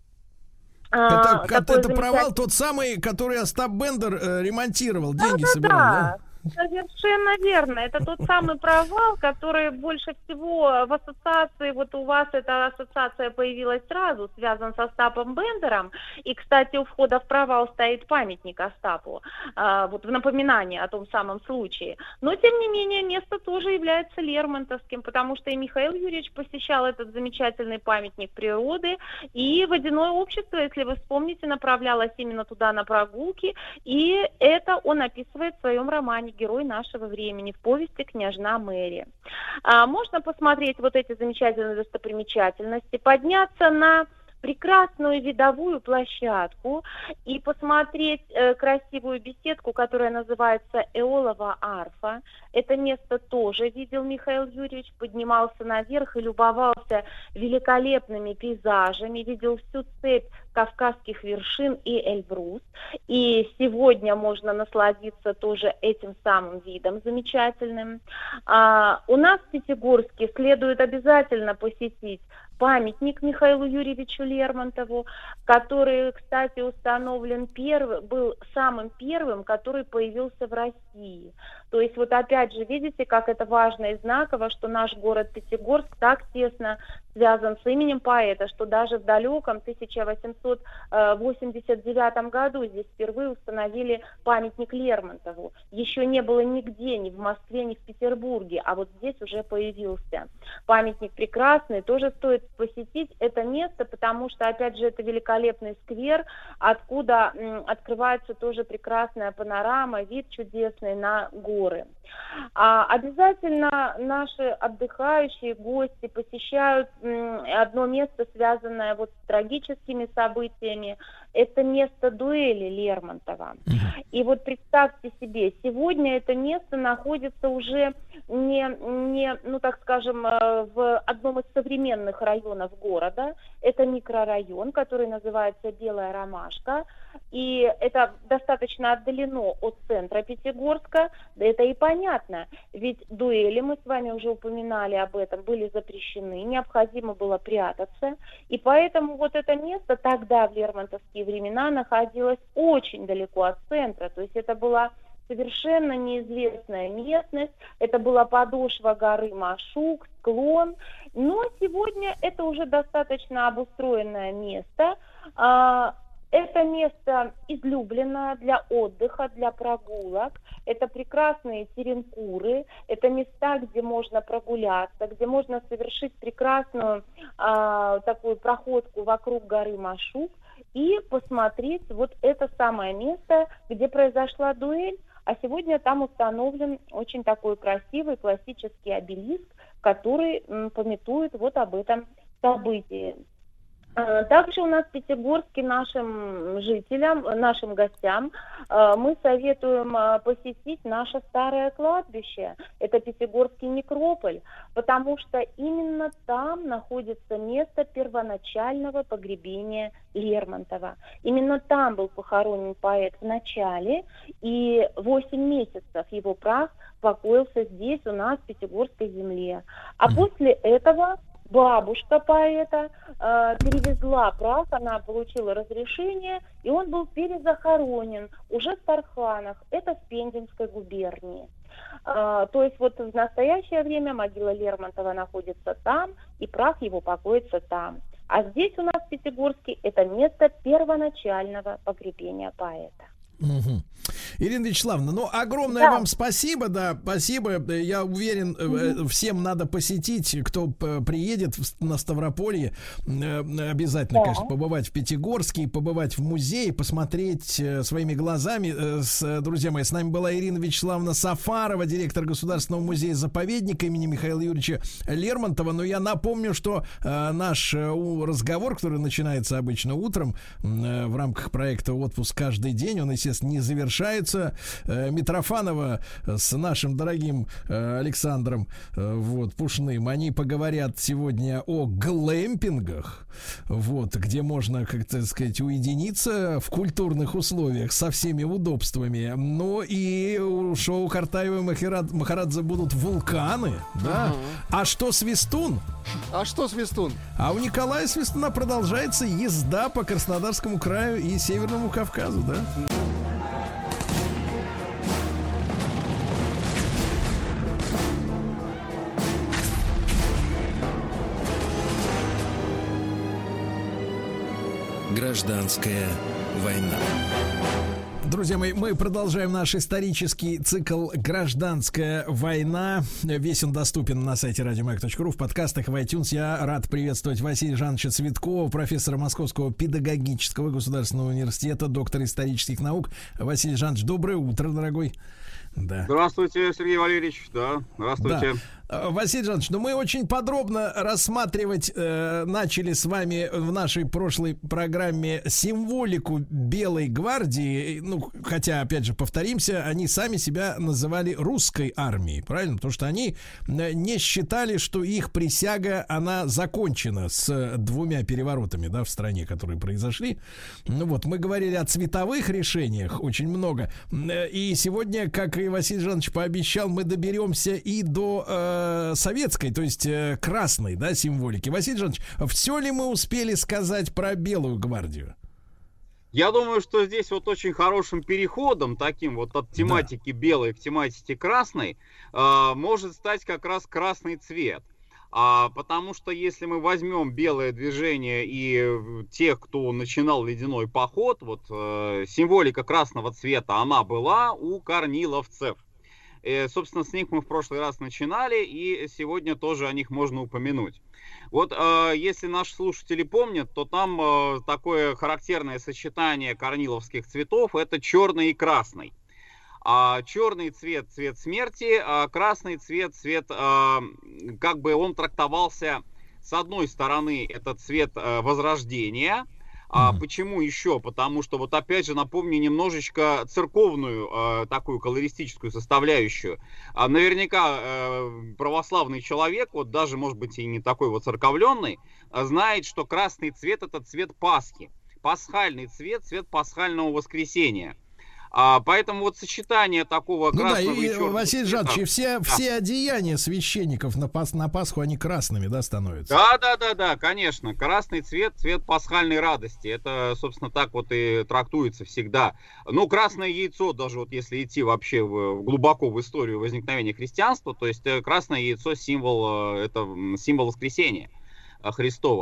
Это провал тот самый, который Остап Бендер ремонтировал, деньги собирал, да? Совершенно верно. Это тот самый провал, который больше всего в ассоциации, вот у вас эта ассоциация появилась сразу, связан с Остапом Бендером. И, кстати, у входа в провал стоит памятник Остапу, вот в напоминание о том самом случае. Но, тем не менее, место тоже является лермонтовским, потому что и Михаил Юрьевич посещал этот замечательный памятник природы, и водяное общество, если вы вспомните, направлялось именно туда на прогулки, и это он описывает в своем романе «Герой нашего времени» в повести «Княжна Мэри». Можно посмотреть вот эти замечательные достопримечательности, подняться на прекрасную видовую площадку и посмотреть красивую беседку, которая называется Эолова арфа. Это место тоже видел Михаил Юрьевич, поднимался наверх и любовался великолепными пейзажами, видел всю цепь Кавказских вершин и Эльбрус. И сегодня можно насладиться тоже этим самым видом замечательным. У нас в Пятигорске следует обязательно посетить памятник Михаилу Юрьевичу Лермонтову, который, кстати, установлен был самым первым, который появился в России. То есть вот опять же, видите, как это важно и знаково, что наш город Пятигорск так тесно связан с именем поэта, что даже в далеком 1889 году здесь впервые установили памятник Лермонтову. Еще не было нигде, ни в Москве, ни в Петербурге, а вот здесь уже появился. Памятник прекрасный, тоже стоит посетить это место, потому что, опять же, это великолепный сквер, откуда открывается тоже прекрасная панорама, вид чудесный на горы. Обязательно наши отдыхающие, гости посещают одно место, связанное вот с трагическими событиями. Это место дуэли Лермонтова. И вот представьте себе, сегодня это место находится уже ну так скажем, в одном из современных районов города. Это микрорайон, который называется Белая Ромашка. И это достаточно отдалено от центра Пятигорска. Да это и понятно, ведь дуэли, мы с вами уже упоминали об этом, были запрещены, необходимо было прятаться. И поэтому вот это место тогда, в лермонтовские времена, находилось очень далеко от центра. То есть это была совершенно неизвестная местность, это была подошва горы Машук, склон, но сегодня это уже достаточно обустроенное место. Это место излюбленное для отдыха, для прогулок. Это прекрасные теренкуры. Это места, где можно прогуляться, где можно совершить прекрасную такую проходку вокруг горы Машук и посмотреть вот это самое место, где произошла дуэль. А сегодня там установлен очень такой красивый классический обелиск, который памятует вот об этом событии. Также у нас в Пятигорске нашим жителям, нашим гостям мы советуем посетить наше старое кладбище. Это Пятигорский некрополь, потому что именно там находится место первоначального погребения Лермонтова. Именно там был похоронен поэт в начале, и 8 месяцев его прах покоился здесь, у нас, в Пятигорской земле. А после этого бабушка поэта перевезла прах, она получила разрешение, и он был перезахоронен уже в Тарханах, это в Пензенской губернии. То есть вот в настоящее время могила Лермонтова находится там, и прах его покоится там. А здесь у нас в Пятигорске это место первоначального погребения поэта. Угу. Ирина Вячеславовна, ну, огромное вам спасибо, да, спасибо. Я уверен, всем надо посетить, кто приедет на Ставрополье, обязательно, конечно, побывать в Пятигорске, побывать в музее, посмотреть своими глазами. Друзья мои, с нами была Ирина Вячеславовна Сафарова, директор Государственного музея-заповедника имени Михаила Юрьевича Лермонтова. Но я напомню, что наш разговор, который начинается обычно утром в рамках проекта «Отпуск каждый день», он, естественно, не завершается. Митрофанова с нашим дорогим Александром Пушным, они поговорят сегодня о глэмпингах, где можно, как сказать, уединиться в культурных условиях со всеми удобствами. Ну и у шоу Картаева и Махарадзе будут вулканы, да? А что Свистун? А у Николая Свистуна продолжается езда по Краснодарскому краю и Северному Кавказу, да? Гражданская война. Друзья мои, мы продолжаем наш исторический цикл «Гражданская война». Весь он доступен на сайте radiomayak.ru, в подкастах, в iTunes. Я рад приветствовать Василия Жановича Цветкова, профессора Московского педагогического государственного университета, доктора исторических наук. Василий Жанович, доброе утро, дорогой. Да. Здравствуйте, Сергей Валерьевич. Да, здравствуйте. Да. Василий Жанович, мы очень подробно рассматривать начали с вами в нашей прошлой программе символику Белой гвардии. Ну, хотя, опять же, повторимся, они сами себя называли русской армией, правильно? Потому что они не считали, что их присяга, она закончена с 2 переворотами, да, в стране, которые произошли. Ну мы говорили о цветовых решениях очень много. И сегодня, как и Василий Жанович пообещал, мы доберемся и до советской, то есть красной, да, символики. Василий Жанович, все ли мы успели сказать про Белую гвардию? Я думаю, что здесь очень хорошим переходом, таким от тематики белой к тематике красной, может стать как раз красный цвет. Потому что если мы возьмем белое движение и тех, кто начинал ледяной поход, символика красного цвета, она была у корниловцев. Собственно, с них мы в прошлый раз начинали, и сегодня тоже о них можно упомянуть. Если наши слушатели помнят, то там такое характерное сочетание корниловских цветов – это черный и красный. Черный цвет – цвет смерти, а красный цвет как бы он трактовался, с одной стороны, это цвет возрождения. Почему еще? Потому что, опять же, напомню немножечко церковную такую колористическую составляющую. Наверняка православный человек, даже, может быть, и не такой церковленный, знает, что красный цвет – это цвет Пасхи. Пасхальный цвет – цвет пасхального воскресения. Поэтому сочетание такого красного и черного... Василий Жанович, и все одеяния священников на Пасху, они красными, да, становятся? Да, конечно. Красный цвет – цвет пасхальной радости. Это, собственно, так и трактуется всегда. Красное яйцо, даже если идти вообще глубоко в историю возникновения христианства, то есть красное яйцо – это символ воскресения Христова.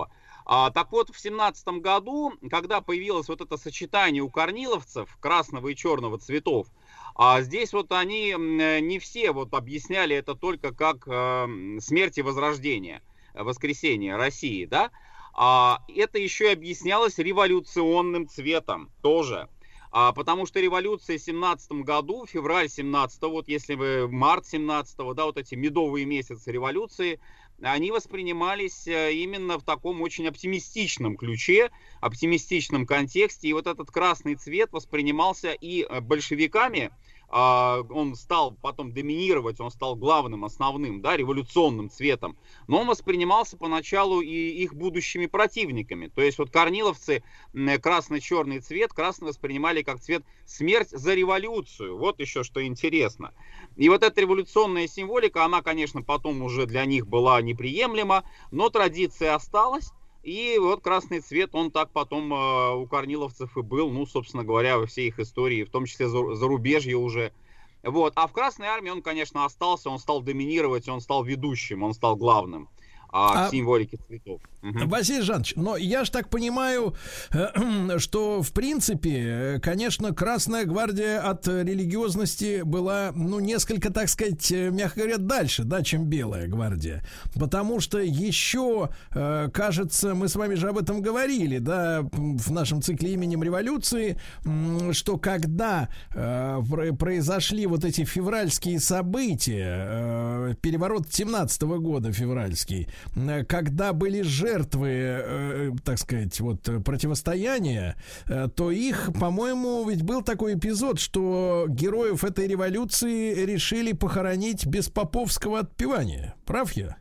Так вот, в 17 году, когда появилось вот это сочетание у корниловцев красного и черного цветов, здесь вот они не все вот объясняли это только как смерть и возрождение, воскресение России, да? Это еще и объяснялось революционным цветом тоже. Потому что революция в 17 году, февраль 17, вот если вы март 17, да, вот эти медовые месяцы революции, они воспринимались именно в таком очень оптимистичном ключе, оптимистичном контексте. И вот этот красный цвет воспринимался и большевиками, он стал потом доминировать, он стал главным, основным, да, революционным цветом, но он воспринимался поначалу и их будущими противниками. То есть вот корниловцы красно-черный цвет, красный воспринимали как цвет смерть за революцию. Вот еще что интересно. И вот эта революционная символика, она, конечно, потом уже для них была неприемлема, но традиция осталась. И вот красный цвет, он так потом у корниловцев и был, ну, собственно говоря, во всей их истории, в том числе зарубежье уже. Вот. А в Красной Армии он, конечно, остался, он стал доминировать, он стал ведущим, он стал главным в символике цветов. Василий Жанович, но я ж так понимаю, что в принципе, конечно, Красная Гвардия от религиозности была, ну, несколько, так сказать, мягко говоря, дальше, да, чем Белая Гвардия. Потому что еще, кажется, мы с вами же об этом говорили, да, в нашем цикле «Именем революции», что когда произошли вот эти февральские события, переворот 17-го года февральский, когда были жертвы, так сказать, вот противостояния, то их, по-моему, ведь был такой эпизод, что героев этой революции решили похоронить без поповского отпевания. Прав я?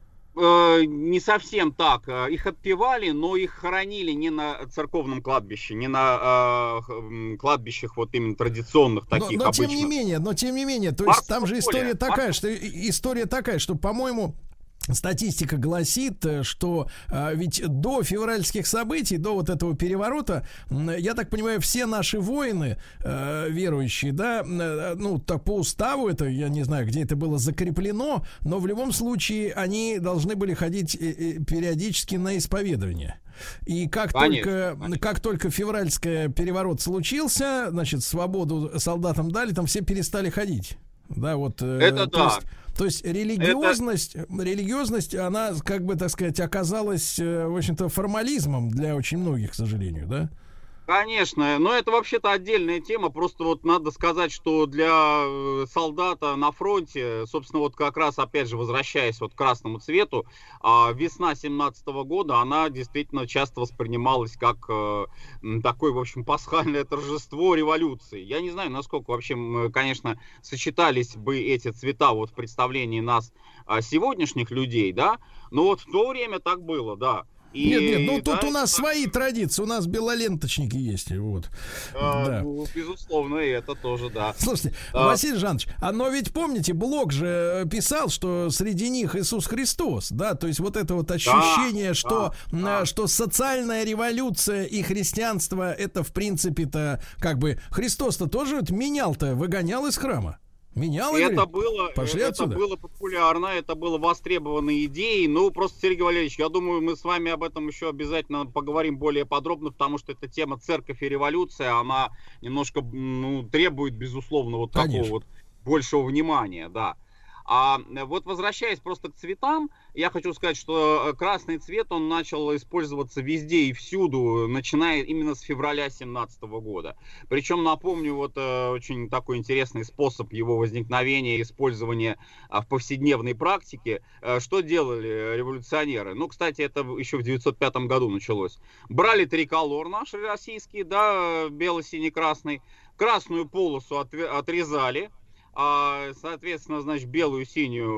Не совсем так. Их отпевали, но их хоронили не на церковном кладбище, не на кладбищах вот именно традиционных таких но обычных. Тем не менее, то есть там же история такая, что, по-моему, статистика гласит, что ведь до февральских событий, до вот этого переворота, я так понимаю, все наши воины верующие, да, ну, так по уставу это, я не знаю, где это было закреплено, но в любом случае они должны были ходить периодически на исповедование. И как только февральский переворот случился, значит, свободу солдатам дали, там все перестали ходить. Да, вот. Это да. То есть религиозность, она, как бы, так сказать, оказалась, в общем-то, формализмом для очень многих, к сожалению, да? Конечно, но это вообще-то отдельная тема, просто вот надо сказать, что для солдата на фронте, собственно, вот как раз, опять же, возвращаясь вот к красному цвету, весна 17-го года, она действительно часто воспринималась как такое, в общем, пасхальное торжество революции. Я не знаю, насколько вообще, конечно, сочетались бы эти цвета вот в представлении нас, сегодняшних людей, да, но вот в то время так было, да. Нет, ну тут у нас свои традиции, у нас белоленточники есть, вот. Да. Ну, безусловно, и это тоже, да. Слушайте, Василий Жанович, но ведь помните, Блок же писал, что среди них Иисус Христос, да, то есть вот это вот ощущение, что социальная революция и христианство, это в принципе-то, как бы, Христос-то тоже вот менял-то, выгонял из храма. Это было популярно, это было востребованной идеей. Ну, просто, Сергей Валерьевич, я думаю, мы с вами об этом еще обязательно поговорим более подробно, потому что эта тема церковь и революция, она немножко, ну, требует, безусловно, вот такого вот большего внимания, да. А вот возвращаясь просто к цветам, я хочу сказать, что красный цвет, он начал использоваться везде и всюду, начиная именно с февраля 2017 года. Причем, напомню, вот очень такой интересный способ его возникновения и использования в повседневной практике. Что делали революционеры? Ну, кстати, это еще в 1905 году началось. Брали триколор наш российский, да, бело-синий-красный, красную полосу отрезали, соответственно, значит, белую,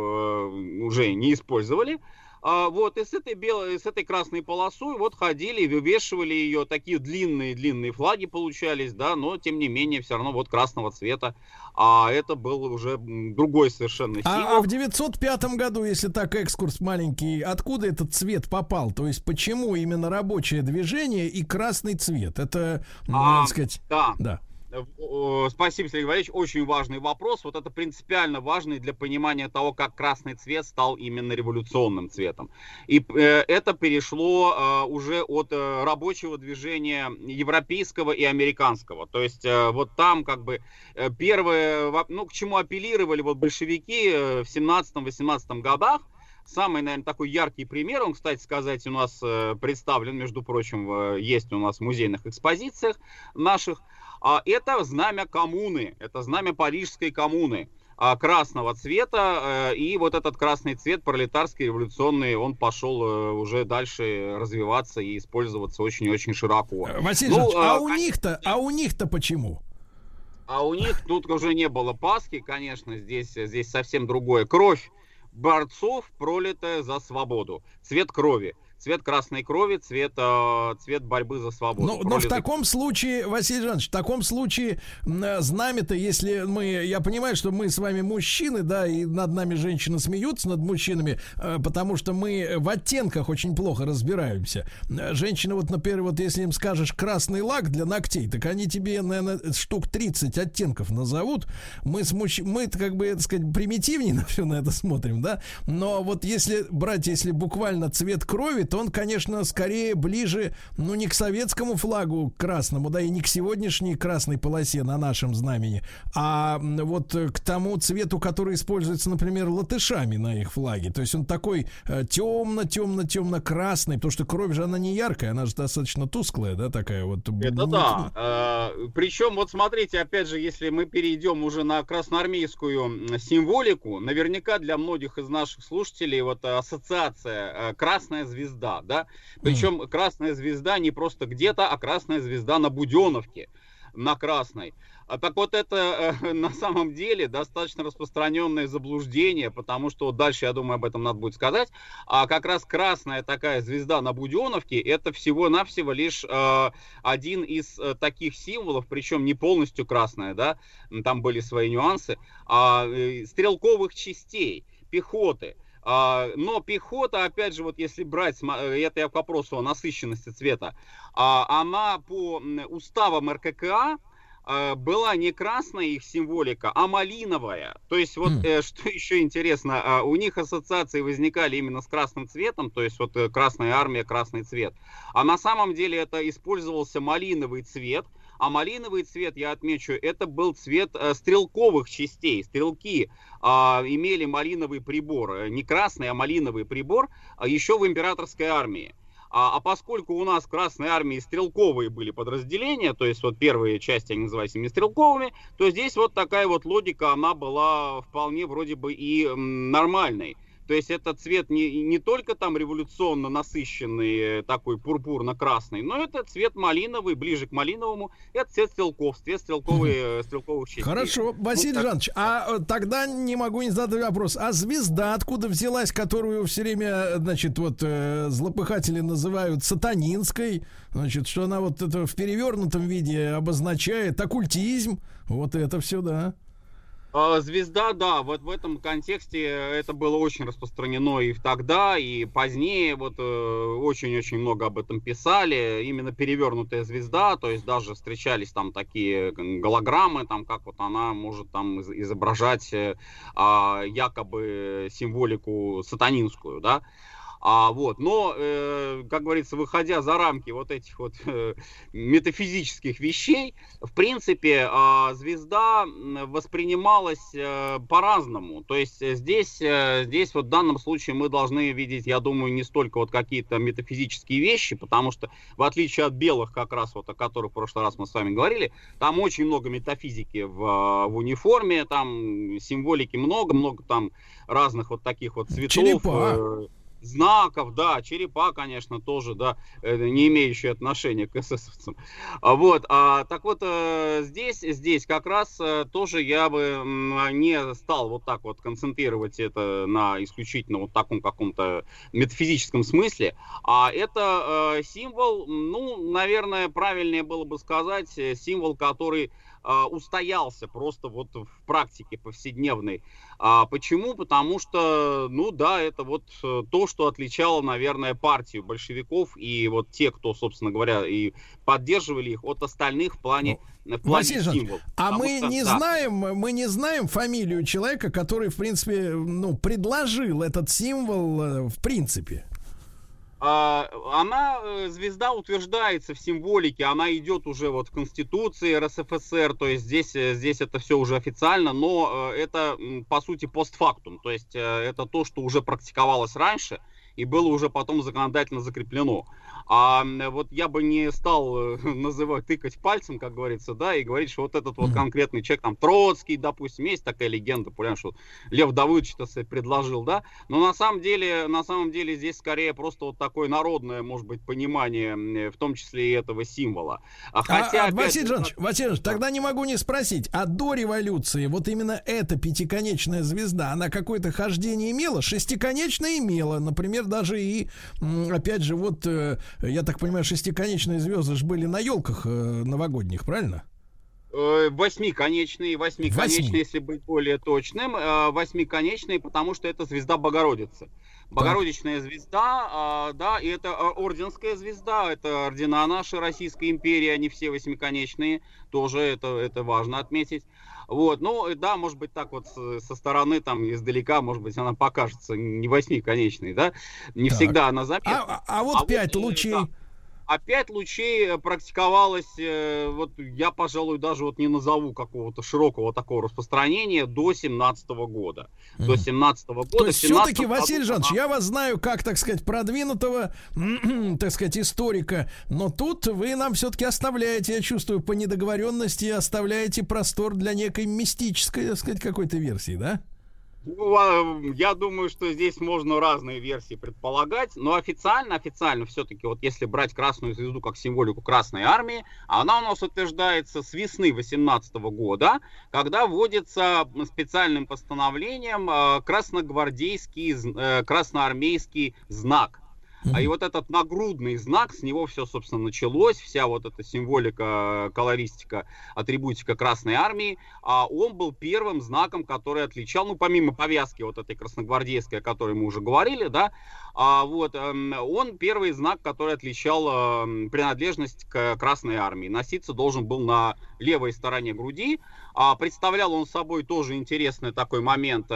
синюю уже не использовали. Вот, и с этой красной полосой вот ходили, вывешивали ее, такие длинные флаги получались, да, но, тем не менее, все равно вот красного цвета. А это был уже другой совершенно символ. А в 905 году, если так экскурс маленький, откуда этот цвет попал? То есть, почему именно рабочее движение и красный цвет? Это, надо сказать... Да. Спасибо, Сергей Валерьевич. Очень важный вопрос. Вот это принципиально важный для понимания того, как красный цвет стал именно революционным цветом. И это перешло уже от рабочего движения европейского и американского. То есть вот там как бы первое, к чему апеллировали вот большевики в 17-18 годах. Самый, наверное, такой яркий пример, он, кстати сказать, у нас представлен, между прочим, есть у нас в музейных экспозициях наших. Это знамя коммуны, это знамя Парижской коммуны красного цвета. И вот этот красный цвет пролетарский, революционный, он пошел уже дальше развиваться и использоваться очень-очень широко. Василий Ильич, а у них-то почему? А у них тут уже не было Пасхи, конечно, здесь совсем другое. Кровь борцов, пролитая за свободу. Цвет крови. Цвет красной крови, цвет борьбы за свободу. Но в таком случае, Василий Жанович, в таком случае знамя-то, если я понимаю, что мы с вами мужчины, да, и над нами женщины смеются, над мужчинами, потому что мы в оттенках очень плохо разбираемся. Женщины, вот, например, вот если им скажешь красный лак для ногтей, так они тебе, наверное, штук 30 оттенков назовут. Мы как бы, так сказать, примитивнее на все на это смотрим, да, но вот если буквально цвет крови, то он, конечно, скорее ближе, не к советскому флагу красному, да, и не к сегодняшней красной полосе на нашем знамени, а вот к тому цвету, который используется, например, латышами на их флаге. То есть он такой темно-темно-темно-красный, потому что кровь же она не яркая, она же достаточно тусклая, да, такая вот. Это да. Причем, вот смотрите, опять же, если мы перейдем уже на красноармейскую символику, наверняка для многих из наших слушателей вот ассоциация «Красная звезда», да, причем красная звезда не просто где-то, а красная звезда на Буденовке, на красной. Так вот, это на самом деле достаточно распространенное заблуждение, потому что вот дальше, я думаю, об этом надо будет сказать. А как раз красная такая звезда на Буденовке, это всего-навсего лишь один из таких символов, причем не полностью красная, да, там были свои нюансы, стрелковых частей, пехоты. Но пехота, опять же, вот если брать, это я к вопросу о насыщенности цвета, она по уставам РККА была не красная их символика, а малиновая. То есть вот что еще интересно, у них ассоциации возникали именно с красным цветом, то есть вот Красная Армия, красный цвет. А на самом деле это использовался малиновый цвет. А малиновый цвет, я отмечу, это был цвет стрелковых частей. Стрелки имели малиновый прибор, не красный, а малиновый прибор, еще в императорской армии. А поскольку у нас в Красной армии стрелковые были подразделения, то есть вот первые части они назывались ими стрелковыми, то здесь вот такая вот логика, она была вполне вроде бы и нормальной. То есть это цвет не только там революционно насыщенный, такой пурпурно-красный, но это цвет малиновый, ближе к малиновому. Это цвет стрелков, цвет стрелковых частей. Хорошо, Василий Жанович, а тогда не могу не задать вопрос. А звезда откуда взялась, которую все время, значит, вот злопыхатели называют сатанинской? Значит, что она вот это в перевернутом виде обозначает оккультизм? Вот это все, да. Звезда, да, вот в этом контексте это было очень распространено и тогда, и позднее, вот очень-очень много об этом писали, именно перевернутая звезда, то есть даже встречались там такие голограммы, там как вот она может там изображать якобы символику сатанинскую, да. Но, как говорится, выходя за рамки вот этих вот метафизических вещей, в принципе, звезда воспринималась по-разному. То есть здесь вот в данном случае мы должны видеть, я думаю, не столько вот какие-то метафизические вещи, потому что в отличие от белых, как раз вот о которых в прошлый раз мы с вами говорили, там очень много метафизики в униформе, там символики много там разных вот таких вот цветов. Черепа. Знаков, да, черепа, конечно, тоже, да, не имеющие отношения к эсэсовцам. Так вот, здесь как раз тоже я бы не стал вот так вот концентрировать это на исключительно вот таком каком-то метафизическом смысле, а это символ, наверное, правильнее было бы сказать, символ, который устоялся просто вот в практике повседневной. Почему? Потому что, ну да, это вот то, что отличало, наверное, партию большевиков и вот те, кто, собственно говоря, и поддерживали их от остальных в плане символов. А мы не знаем фамилию человека, который, в принципе, ну, предложил этот символ в принципе. Звезда утверждается в символике, она идет уже вот в Конституции РСФСР, то есть здесь это все уже официально, но это по сути постфактум, то есть это то, что уже практиковалось раньше и было уже потом законодательно закреплено. А вот я бы не стал тыкать пальцем, как говорится, да, и говорить, что вот этот вот конкретный человек, там, Троцкий, допустим, есть такая легенда, понимаешь, что Лев Давыдович это себе предложил, да, но на самом деле здесь скорее просто вот такое народное, может быть, понимание, в том числе и этого символа. Хотя, Василий Жанович, тогда не могу не спросить, а до революции вот именно эта пятиконечная звезда, она какое-то хождение имела? Шестиконечная имела, например, даже и, опять же, вот... Я так понимаю, шестиконечные звезды же были на елках новогодних, правильно? Восьмиконечные, если быть более точным. Восьмиконечные, потому что это звезда Богородицы. Богородичная звезда, да, и это орденская звезда, это ордена нашей Российской империи, они все восьмиконечные, тоже это важно отметить. Вот, ну, да, может быть, так вот со стороны, там, издалека, может быть, она покажется не восьмиконечной, да, не всегда она заметна. А вот 5 лучей... Да. А 5 лучей практиковалось, вот я, пожалуй, даже вот не назову какого-то широкого такого распространения до 17 года. До 17 года. То есть все-таки, Василий Жанович, я вас знаю как, так сказать, продвинутого, так сказать, историка, но тут вы нам все-таки оставляете, я чувствую, по недоговоренности, оставляете простор для некой мистической, так сказать, какой-то версии, да? Я думаю, что здесь можно разные версии предполагать, но официально все-таки, вот если брать Красную Звезду как символику Красной Армии, она у нас утверждается с весны 18 года, когда вводится специальным постановлением красногвардейский, красноармейский знак. И вот этот нагрудный знак, с него все, собственно, началось, вся вот эта символика, колористика, атрибутика Красной Армии, он был первым знаком, который отличал, ну, помимо повязки вот этой красногвардейской, о которой мы уже говорили, да, он первый знак, который отличал принадлежность к Красной Армии. Носиться должен был на левой стороне груди, представлял он собой тоже интересный такой момент,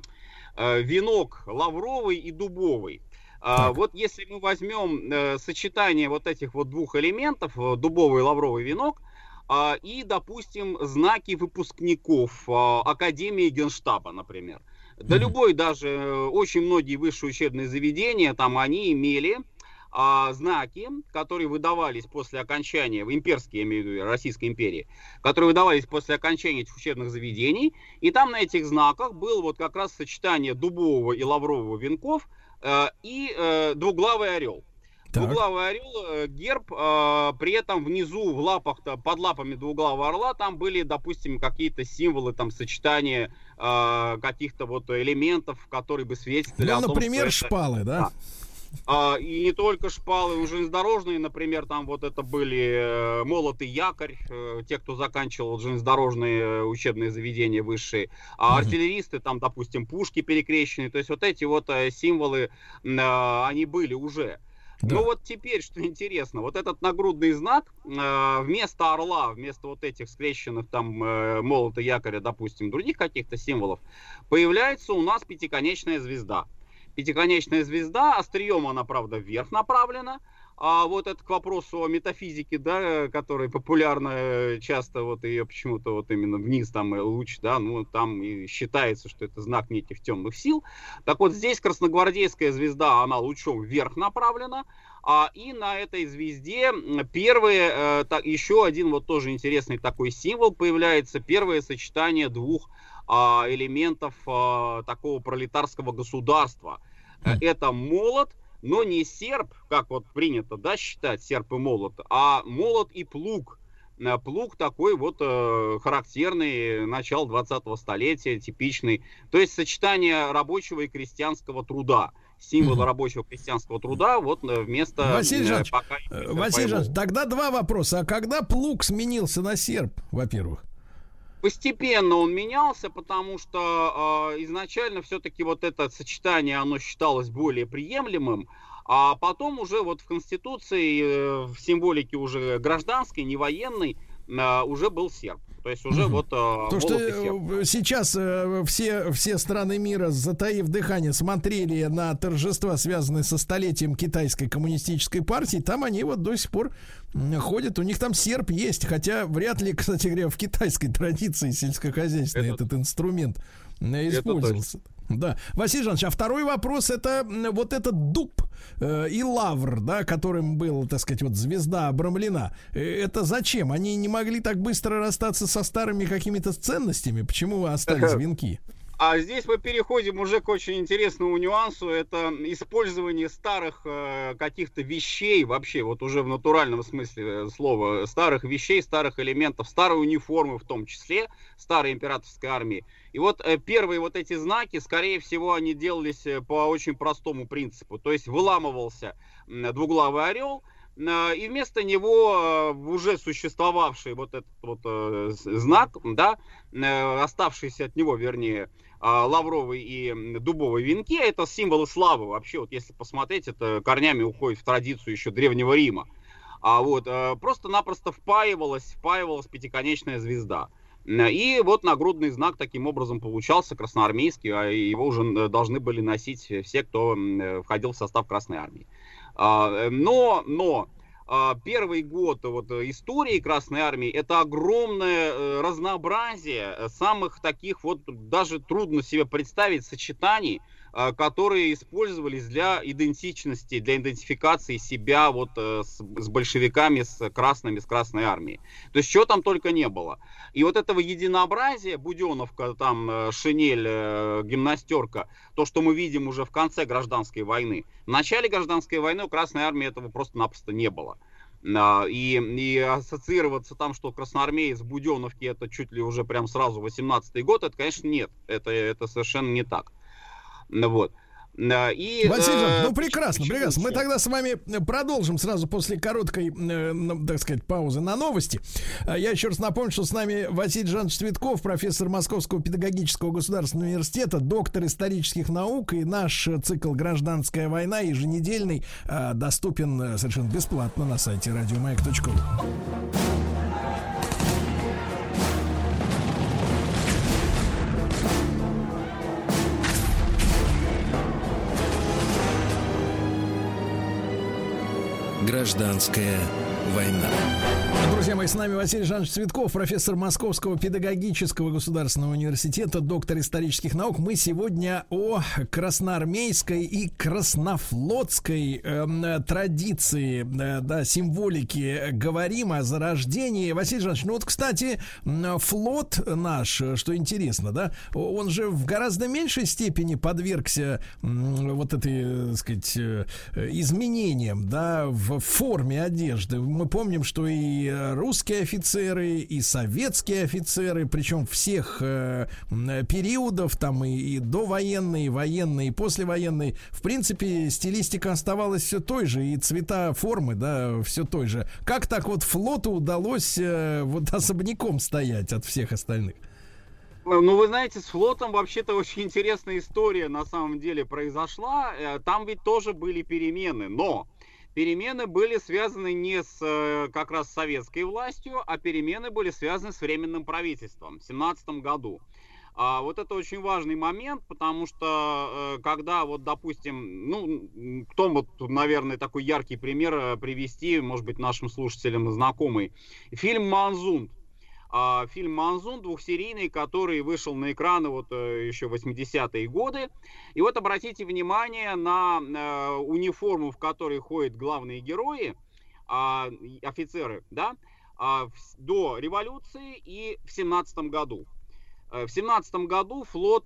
венок лавровый и дубовый. Вот если мы возьмем сочетание вот этих вот двух элементов, дубовый и лавровый венок, и, допустим, знаки выпускников Академии Генштаба, например. Да любой, даже очень многие высшие учебные заведения, там они имели знаки, которые выдавались после окончания, имперские, я имею в виду, Российской империи, которые выдавались после окончания этих учебных заведений, и там на этих знаках было вот как раз сочетание дубового и лаврового венков, и двуглавый орел. Так. Двуглавый орел, герб, при этом внизу в лапах, под лапами двуглавого орла там были, допустим, какие-то символы, там сочетания каких-то вот элементов, которые бы свидетельствовали о том, например, что шпалы, это... да? И не только шпалы, уже железнодорожные, например, там вот это были молот и якорь, те, кто заканчивал железнодорожные учебные заведения высшие, а артиллеристы, там, допустим, пушки перекрещенные, то есть вот эти вот символы, они были уже. Да. Но вот теперь, что интересно, вот этот нагрудный знак, вместо орла, вместо вот этих скрещенных там молота, якоря, допустим, других каких-то символов, появляется у нас пятиконечная звезда. Пятиконечная звезда, острием она, правда, вверх направлена, а вот это к вопросу о метафизике, да, которая популярна часто, вот ее почему-то вот именно вниз там луч, да, ну там и считается, что это знак неких темных сил. Так вот здесь красногвардейская звезда, она лучом вверх направлена, и на этой звезде первое, еще один вот тоже интересный такой символ появляется, первое сочетание двух элементов такого пролетарского государства. Это молот, но не серп, как вот принято, да, считать, серп и молот, а молот и плуг. Плуг такой вот характерный, начало 20-го столетия, типичный. То есть сочетание рабочего и крестьянского труда. Символ рабочего крестьянского труда вот вместо... Василий Жанович, тогда два вопроса. А когда плуг сменился на серп, во-первых? Постепенно он менялся, потому что изначально все-таки вот это сочетание, оно считалось более приемлемым, а потом уже вот в Конституции, в символике уже гражданской, не военной, уже был серп. То есть уже вот... То, что сейчас все страны мира, затаив дыхание, смотрели на торжества, связанные со столетием китайской коммунистической партии, там они вот до сих пор ходят, у них там серп есть, хотя вряд ли, кстати говоря, в китайской традиции сельскохозяйственной этот инструмент использовался. Да. Василий Жанович, а второй вопрос, это вот этот дуб и лавр, да, которым был, так сказать, вот звезда обрамлена. Это зачем? Они не могли так быстро расстаться со старыми какими-то ценностями? Почему остались венки? А здесь мы переходим уже к очень интересному нюансу. Это использование старых каких-то вещей, вообще вот уже в натуральном смысле слова, старых вещей, старых элементов, старой униформы в том числе, старой императорской армии. И вот первые вот эти знаки, скорее всего, они делались по очень простому принципу. То есть выламывался двуглавый орел, и вместо него уже существовавший вот этот вот знак, да, оставшийся от него, вернее, лавровый и дубовый венки, это символы славы вообще, вот если посмотреть, это корнями уходит в традицию еще Древнего Рима. А вот просто-напросто впаивалась пятиконечная звезда. И вот нагрудный знак таким образом получался, красноармейский, а его уже должны были носить все, кто входил в состав Красной Армии. Но первый год вот истории Красной Армии — это огромное разнообразие самых таких вот, даже трудно себе представить, сочетаний, которые использовались для идентичности, для идентификации себя вот с большевиками, с красными, с Красной Армией. То есть чего там только не было. И вот этого единообразия, буденовка, там шинель, гимнастерка, то, что мы видим уже в конце гражданской войны. В начале гражданской войны у Красной Армии этого просто-напросто не было. И ассоциироваться там, что красноармеец в буденовке это чуть ли уже прям сразу 18-й год, это, конечно, нет. Это совершенно не так. Вот. И, ну прекрасно. Мы тогда с вами продолжим сразу после короткой, так сказать, паузы на новости. Я еще раз напомню, что с нами Василий Жанович Цветков, профессор Московского педагогического государственного университета, доктор исторических наук, и наш цикл «Гражданская война» еженедельный доступен совершенно бесплатно на сайте radiomayak.ru. Гражданская война. Друзья мои, с нами Василий Жанович Цветков, профессор Московского педагогического государственного университета, доктор исторических наук. Мы сегодня о красноармейской и краснофлотской традиции, символике говорим, о зарождении. Василий Жанович, ну вот, кстати, флот наш, что интересно, да, он же в гораздо меньшей степени подвергся вот этой, так сказать, изменениям, да, в форме одежды. Мы помним, что и русские офицеры, и советские офицеры, причем всех периодов, там и довоенные, и военные, и послевоенные, в принципе, стилистика оставалась все той же, и цвета формы, да, все той же. Как так вот флоту удалось вот особняком стоять от всех остальных? Ну, вы знаете, с флотом вообще-то очень интересная история на самом деле произошла. Там ведь тоже были перемены, но перемены были связаны не с как раз советской властью, а перемены были связаны с временным правительством в 1917 году. Вот это очень важный момент, потому что когда вот, допустим, ну, кто вот, наверное, такой яркий пример привести, может быть, нашим слушателям знакомый, фильм «Манзунт». Фильм «Манзунт» двухсерийный, который вышел на экраны вот еще 80-е годы. И вот обратите внимание на униформу, в которой ходят главные герои, офицеры, да, до революции и в 1917 году. В 1917 году флот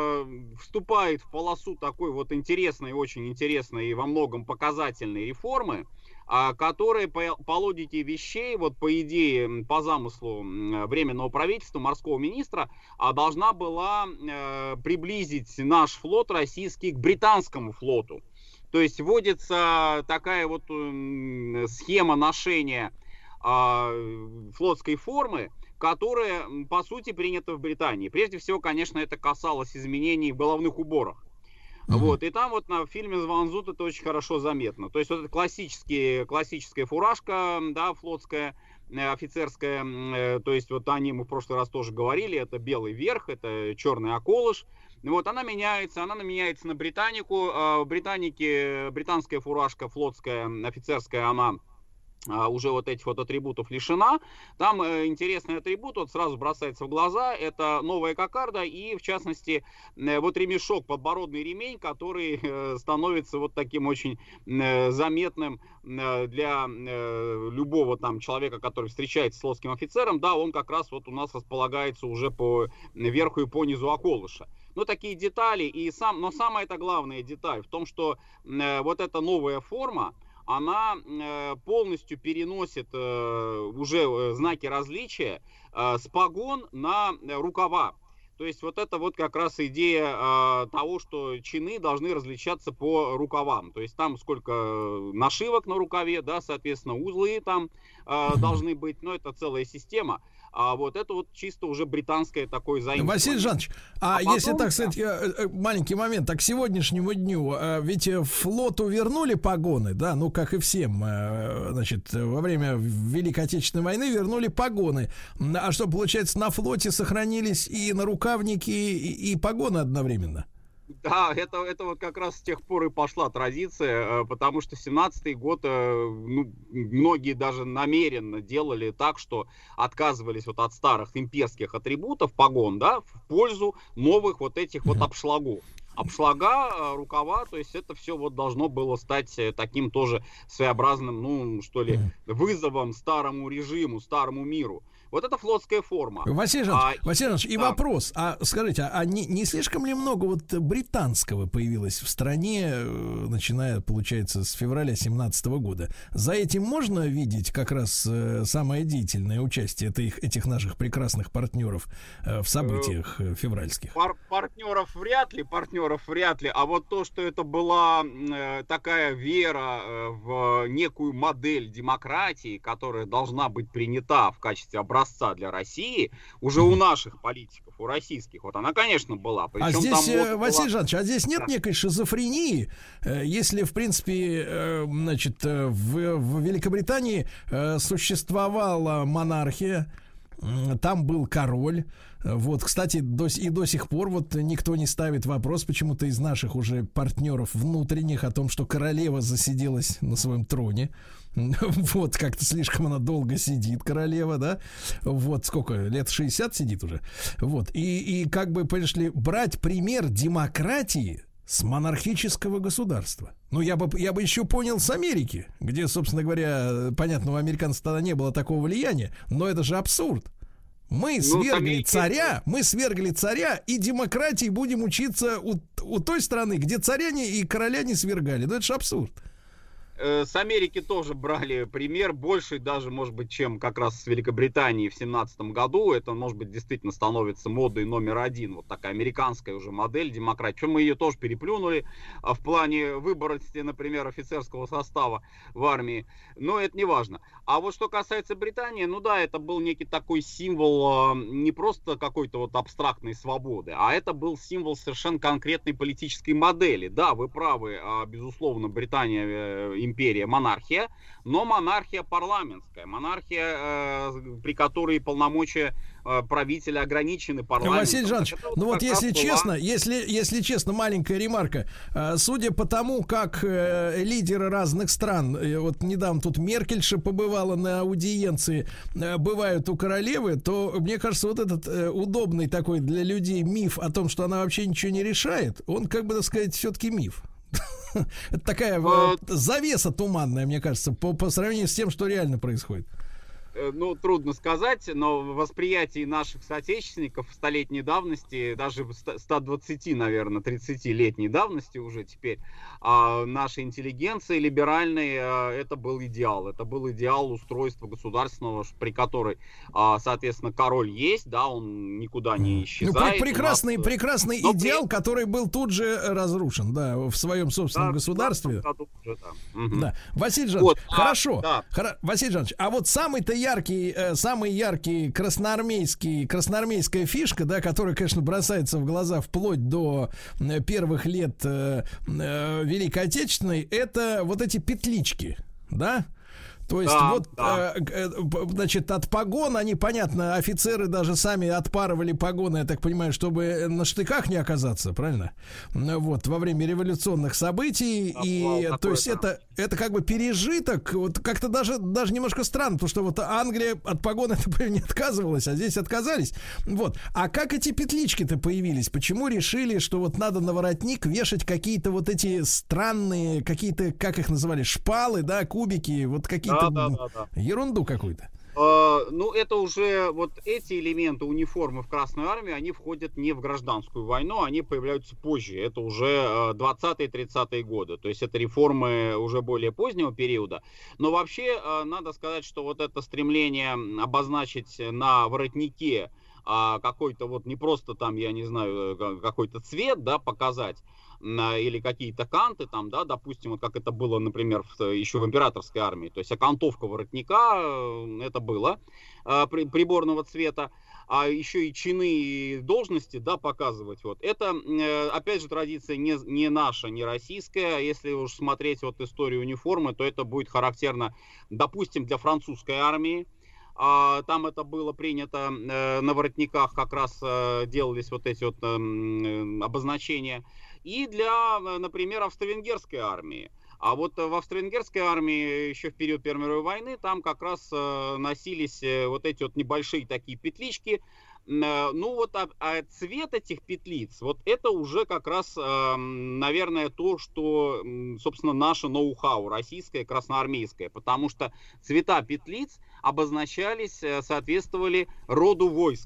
вступает в полосу такой вот интересной, очень интересной и во многом показательной реформы, которая по логике вещей, вот по идее, по замыслу Временного правительства, морского министра, должна была приблизить наш флот российский к британскому флоту. То есть вводится такая вот схема ношения флотской формы, которая, по сути, принята в Британии. Прежде всего, конечно, это касалось изменений в головных уборах. Вот, и там вот в фильме «Звонзут» это очень хорошо заметно. То есть вот это классическая фуражка, да, флотская, офицерская, то есть вот о ней мы в прошлый раз тоже говорили, это белый верх, это черный околыш. Вот, она меняется на британику. В британике британская фуражка флотская, офицерская, она уже вот этих вот атрибутов лишена. Там интересный атрибут, вот сразу бросается в глаза, это новая кокарда и, в частности, вот ремешок, подбородный ремень, который становится вот таким очень заметным для любого там человека, который встречается с флотским офицером. Да, он как раз вот у нас располагается уже по верху и по низу околыша. Ну, такие детали, но самая это главная деталь в том, что вот эта новая форма, она полностью переносит уже знаки различия с погон на рукава. То есть вот это вот как раз идея того, что чины должны различаться по рукавам. То есть там сколько нашивок на рукаве, да, соответственно, узлы там должны быть, но это целая система. А вот это вот чисто уже британское такое заимствование. Василий Жанович, потом, если так сказать, маленький момент, так к сегодняшнему дню, ведь флоту вернули погоны, да, ну как и всем, значит, во время Великой Отечественной войны вернули погоны. А что, получается, на флоте сохранились и нарукавники, и погоны одновременно? Да, это вот как раз с тех пор и пошла традиция, потому что 17-й год, ну, многие даже намеренно делали так, что отказывались вот от старых имперских атрибутов, погон, да, в пользу новых вот этих вот обшлагов. Обшлага, рукава, то есть это все вот должно было стать таким тоже своеобразным, ну, что ли, вызовом старому режиму, старому миру. Вот это флотская форма. Василий Иванович, и вопрос. Скажите, не слишком ли много вот британского появилось в стране, начиная, получается, с февраля 2017 года? За этим можно видеть как раз самое деятельное участие этих наших прекрасных партнеров в событиях февральских? Партнеров вряд ли, а вот то, что это была такая вера в некую модель демократии, которая должна быть принята в качестве образца для России, уже у наших политиков, у российских, вот она, конечно, была. Причем здесь, Василий Жанович, здесь нет некой шизофрении, если, в принципе, значит, в Великобритании существовала монархия, там был король. Вот, кстати, до сих пор вот никто не ставит вопрос почему-то из наших уже партнеров внутренних о том, что королева засиделась на своем троне. Вот, как-то слишком она долго сидит, королева, да? Вот, сколько, лет 60 сидит уже. Вот, и как бы, пришли брать пример демократии с монархического государства. Ну, я бы еще понял с Америки, где, собственно говоря, понятно, у американцев тогда не было такого влияния, но это же абсурд. Мы свергли царя, и демократии будем учиться у той страны, где царя и короля не свергали. Ну, это же абсурд. С Америки тоже брали пример, больше даже, может быть, чем как раз с Великобритании в 2017 году. Это, может быть, действительно становится модой номер один. Вот такая американская уже модель демократии. Причем мы ее тоже переплюнули в плане выборности, например, офицерского состава в армии. Но это не важно. А вот что касается Британии, ну да, это был некий такой символ не просто какой-то вот абстрактной свободы, а это был символ совершенно конкретной политической модели. Да, вы правы, безусловно, Британия империя, монархия, но монархия парламентская, монархия, при которой полномочия правителя ограничены парламентом. Василий Жанович, ну вот если честно, маленькая ремарка. Судя по тому, как лидеры разных стран, вот недавно тут Меркельша побывала на аудиенции, бывают у королевы, то, мне кажется, вот этот удобный такой для людей миф о том, что она вообще ничего не решает, он, как бы, так сказать, все-таки миф. Это такая завеса туманная, мне кажется, по сравнению с тем, что реально происходит. Ну, трудно сказать, но в восприятии наших соотечественников столетней давности, даже 120, наверное, 30-летней давности уже теперь, нашей интеллигенции либеральной, это был идеал. Это был идеал устройства государственного, при которой, соответственно, король есть, да, он никуда не исчезает. Ну, прекрасный идеал, который был тут же разрушен, да, в своем собственном государстве. Да. Василий Жанович, хорошо. Да. Василий Жанович, а вот самый-то самый яркий красноармейская фишка, да, которая, конечно, бросается в глаза вплоть до первых лет Великой Отечественной, это вот эти петлички, да? То есть значит, от погон они, понятно, офицеры даже сами отпарывали погоны, я так понимаю, чтобы на штыках не оказаться, правильно? Вот, во время революционных событий. И то есть это как бы пережиток, вот как-то даже немножко странно, потому что вот Англия от погон не отказывалась, а здесь отказались. Вот. А как эти петлички-то появились? Почему решили, что вот надо на воротник вешать какие-то вот эти странные, какие-то, как их называли, шпалы, да, кубики, вот какие-то ерунду какую-то. Ну, это уже вот эти элементы униформы в Красную армию, они входят не в гражданскую войну, они появляются позже. Это уже 20-30-е годы. То есть это реформы уже более позднего периода. Но вообще надо сказать, что вот это стремление обозначить на воротнике какой-то вот не просто там, я не знаю, какой-то цвет, да, показать, или какие-то канты там, да, допустим, вот как это было, например, еще в императорской армии, то есть окантовка воротника, это было приборного цвета, а еще и чины и должности, да, показывать, вот, это, опять же, традиция не наша, не российская, если уж смотреть вот историю униформы, то это будет характерно, допустим, для французской армии. Там это было принято, на воротниках как раз делались вот эти вот обозначения. И для, например, австро-венгерской армии. А вот в австро-венгерской армии еще в период Первой мировой войны там как раз носились вот эти вот небольшие такие петлички. Ну вот, а цвет этих петлиц, вот это уже как раз, наверное, то, что, собственно, наше ноу-хау, российское, красноармейское, потому что цвета петлиц обозначались, соответствовали роду войск.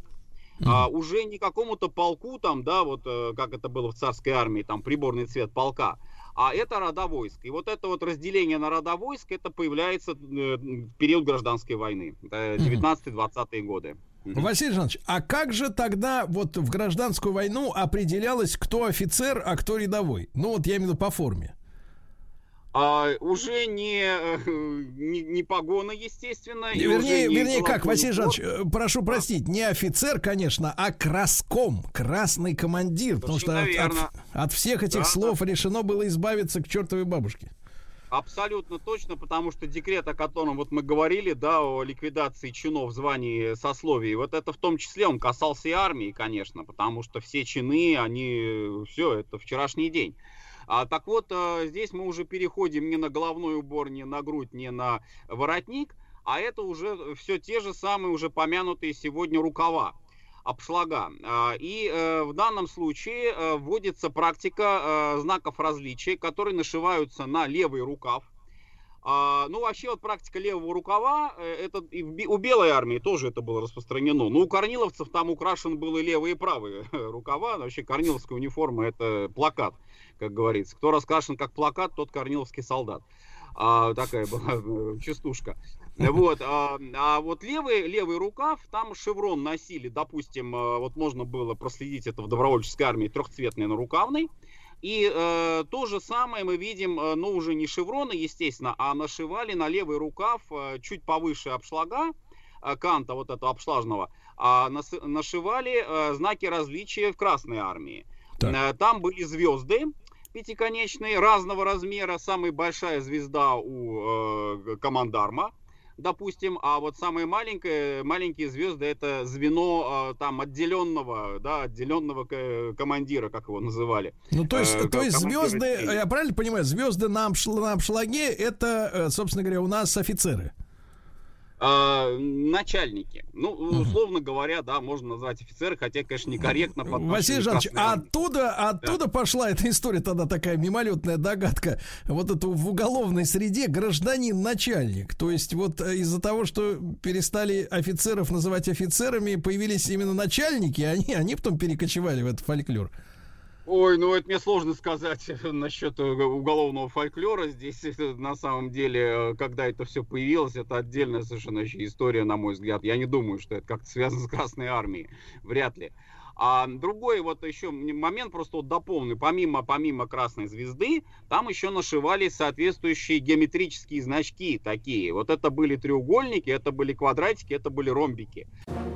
Уже не какому-то полку там, да, вот как это было в царской армии, там приборный цвет полка, а это рода войск. И вот это вот разделение на рода войск, это появляется в период гражданской войны, 19-20-е годы. Василий Жанович, а как же тогда вот в гражданскую войну определялось, кто офицер, а кто рядовой? Ну вот я имею в виду по форме. Уже не погоны, естественно. Вернее, как, Василий Жанович, прошу простить, не офицер, конечно, а краском, красный командир, потому что от всех этих слов решено было избавиться к чертовой бабушке. Абсолютно точно, потому что декрет, о котором вот мы говорили, да, о ликвидации чинов, званий, сословий, вот это в том числе он касался и армии, конечно, потому что все чины, они, все, это вчерашний день. Так вот, здесь мы уже переходим не на головной убор, не на грудь, не на воротник, а это уже все те же самые уже помянутые сегодня рукава, обшлага. И в данном случае вводится практика знаков различия, которые нашиваются на левый рукав. Ну, вообще, вот практика левого рукава, это и у белой армии тоже это было распространено. Но у корниловцев там украшен был и левый, и правый рукава. Вообще, корниловская униформа — это плакат, как говорится. Кто раскрашен как плакат, тот корниловский солдат. Такая была частушка. Вот, а вот левый рукав, там шеврон носили, допустим, вот можно было проследить это в добровольческой армии, трехцветный нарукавный. И то же самое мы видим, но уже не шевроны, естественно, а нашивали на левый рукав чуть повыше обшлага, канта вот этого обшлажного, нашивали знаки различия в Красной армии. Так. Там были звезды пятиконечные, разного размера, самая большая звезда у командарма, допустим, а вот самые маленькие звезды — это звено там отделенного командира, как его называли. Ну, то есть звезды, я правильно понимаю, звезды на обшлаге — это, собственно говоря, у нас офицеры? Начальники. Ну, условно говоря, да, можно назвать офицеры, хотя, конечно, некорректно. Василий Жанович, оттуда пошла эта история, тогда такая мимолетная догадка. Вот это в уголовной среде гражданин-начальник. То есть вот из-за того, что перестали офицеров называть офицерами, появились именно начальники, они потом перекочевали в этот фольклор. Ой, ну это мне сложно сказать насчет уголовного фольклора. Здесь на самом деле, когда это все появилось, это отдельная совершенно история, на мой взгляд. Я не думаю, что это как-то связано с Красной армией. Вряд ли. А другой вот еще момент, просто вот дополню, помимо красной звезды, там еще нашивались соответствующие геометрические значки такие. Вот это были треугольники, это были квадратики, это были ромбики.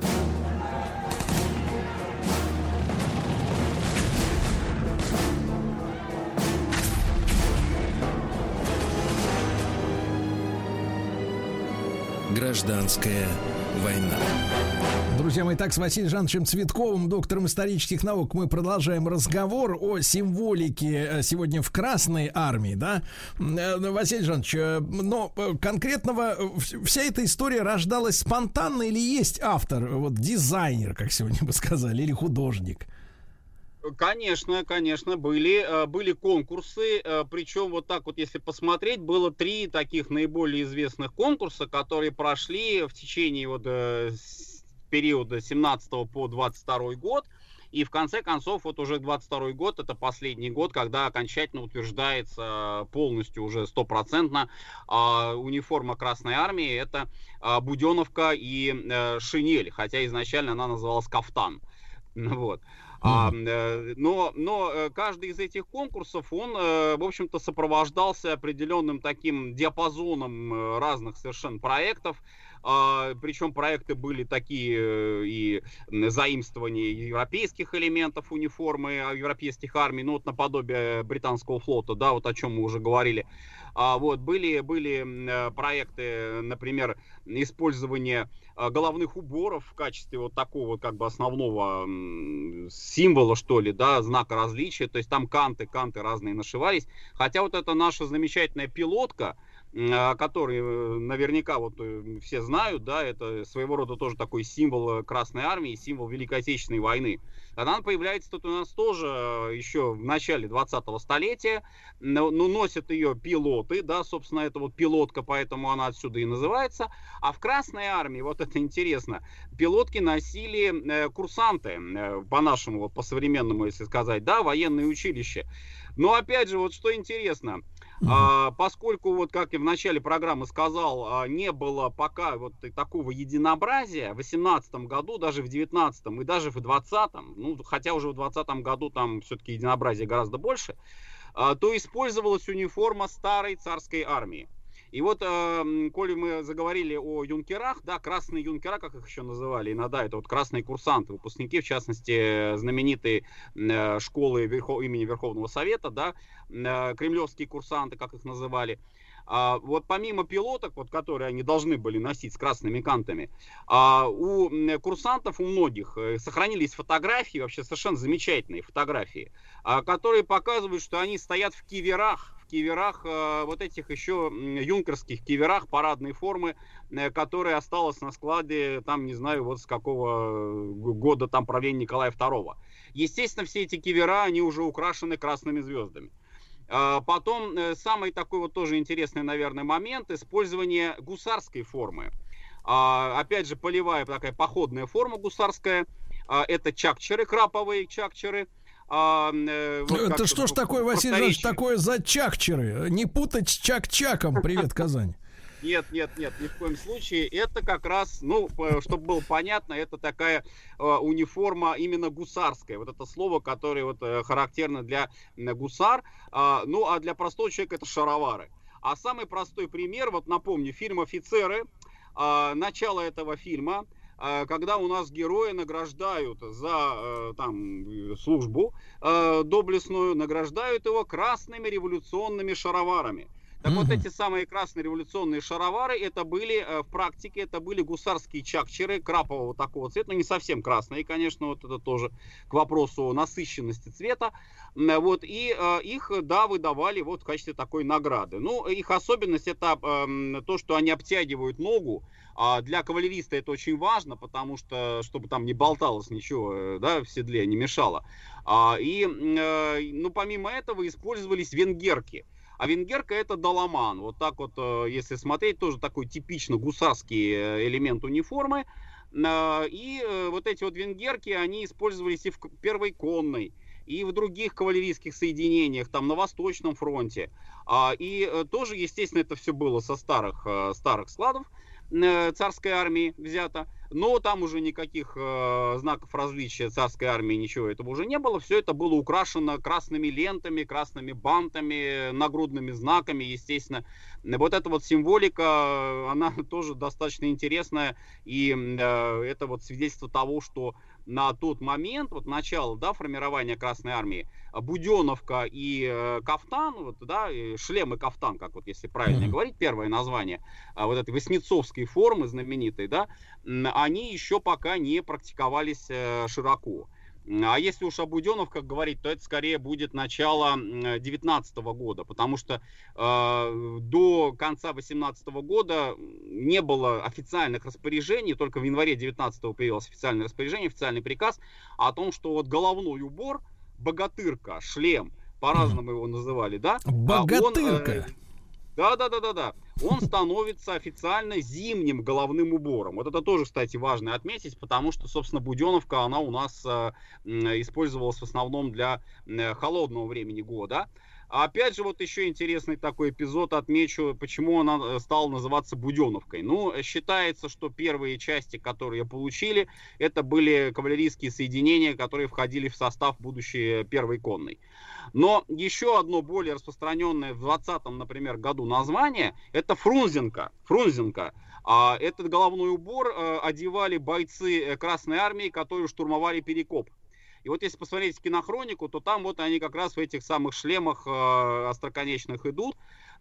Гражданская война. Друзья мои, так с Василием Жановичем Цветковым, доктором исторических наук, мы продолжаем разговор о символике сегодня в Красной армии, да? Василий Жанович, но конкретного вся эта история рождалась спонтанно или есть автор, вот дизайнер, как сегодня бы сказали, или художник? Конечно, были конкурсы, причем вот так вот, если посмотреть, было 3 таких наиболее известных конкурса, которые прошли в течение вот периода 17 по 22 год, и в конце концов вот уже 22 год, это последний год, когда окончательно утверждается полностью уже 100% униформа Красной Армии, это буденовка и шинель, хотя изначально она называлась кафтан, вот. Но каждый из этих конкурсов, он, в общем-то, сопровождался определенным таким диапазоном разных совершенно проектов. Причем проекты были такие и заимствования европейских элементов униформы европейских армий, ну вот наподобие британского флота, да, вот о чем мы уже говорили. Вот были проекты, например, использования головных уборов в качестве вот такого как бы основного символа, что ли, да, знака различия. То есть там канты разные нашивались. Хотя вот эта наша замечательная пилотка, который наверняка вот все знают, да, это своего рода тоже такой символ Красной Армии, символ Великой Отечественной войны. Она появляется тут у нас тоже еще в начале 20-го столетия, но носят ее пилоты, да, собственно, это вот пилотка, поэтому она отсюда и называется. А в Красной Армии, вот это интересно, пилотки носили курсанты, по-нашему, вот по-современному, если сказать, да, военные училища. Но опять же, вот что интересно, поскольку, вот как я в начале программы сказал, не было пока вот такого единообразия, в 18 году, даже в 19 и даже в 20-м, ну, хотя уже в 20 году там все-таки единообразие гораздо больше, то использовалась униформа старой царской армии. И вот, коли мы заговорили о юнкерах, да, красные юнкера, как их еще называли, иногда это вот красные курсанты, выпускники, в частности, знаменитой школы имени Верховного Совета, да, кремлевские курсанты, как их называли. Вот помимо пилоток, вот, которые они должны были носить с красными кантами, у курсантов, у многих сохранились фотографии, вообще совершенно замечательные фотографии, которые показывают, что они стоят в киверах, вот этих еще юнкерских киверах парадной формы, которая осталась на складе, там, не знаю, вот с какого года там правления Николая II. Естественно, все эти кивера, они уже украшены красными звездами. Потом, самый такой вот тоже интересный, наверное, момент, использование гусарской формы. Опять же, полевая такая походная форма гусарская, это чакчеры, краповые чакчеры. Это что ж такое, Василий Иванович, такое за чакчеры? Не путать с чак-чаком. Привет, Казань. Нет, ни в коем случае. Это как раз, ну, чтобы было понятно, это такая униформа именно гусарская. Вот это слово, которое вот характерно для гусар. Ну, а для простого человека это шаровары. А самый простой пример, вот напомню, фильм «Офицеры», начало этого фильма, когда у нас героя награждают за там службу доблестную, награждают его красными революционными шароварами. Так вот, эти самые красные революционные шаровары, это были в практике, это были гусарские чакчеры крапового такого цвета, но не совсем красные, конечно, вот это тоже к вопросу насыщенности цвета. Вот, и их, да, выдавали вот в качестве такой награды. Ну, их особенность это то, что они обтягивают ногу. Для кавалериста это очень важно, потому что, чтобы там не болталось ничего, да, в седле, не мешало. Ну, помимо этого использовались венгерки. А венгерка это доломан. Вот так вот, если смотреть, тоже такой типично гусарский элемент униформы. И вот эти вот венгерки, они использовались и в Первой конной, и в других кавалерийских соединениях, там на Восточном фронте. И тоже, естественно, это все было со старых складов царской армии взято. но там уже никаких знаков различия царской армии, ничего этого уже не было. Все это было украшено красными лентами, красными бантами, нагрудными знаками, естественно. Вот эта вот символика, она тоже достаточно интересная, и это вот свидетельство того, что на тот момент, вот начало, да, формирования Красной Армии, Буденовка и кафтан, вот, да, шлем и кафтан, как вот если правильно говорить, первое название вот этой васнецовской формы знаменитой, да, они еще пока не практиковались широко. А если уж о Буденовках говорить, то это скорее будет начало 19 года, потому что до конца 18 года не было официальных распоряжений, только в январе 19 появилось официальное распоряжение, официальный приказ о том, что вот головной убор, богатырка, шлем, по-разному его называли, да? Богатырка. Да. Он становится официально зимним головным убором. Вот это тоже, кстати, важно отметить, потому что, собственно, Буденовка, она у нас использовалась в основном для холодного времени года. Опять же, вот еще интересный такой эпизод отмечу, почему она стала называться Буденовкой. Ну, считается, что первые части, которые получили, это были кавалерийские соединения, которые входили в состав будущей первой конной. Но еще одно более распространенное в 20-м, например, году название, это Фрунзенка. Этот головной убор одевали бойцы Красной Армии, которые штурмовали Перекоп. И вот если посмотреть кинохронику, то там вот они как раз в этих самых шлемах остроконечных идут.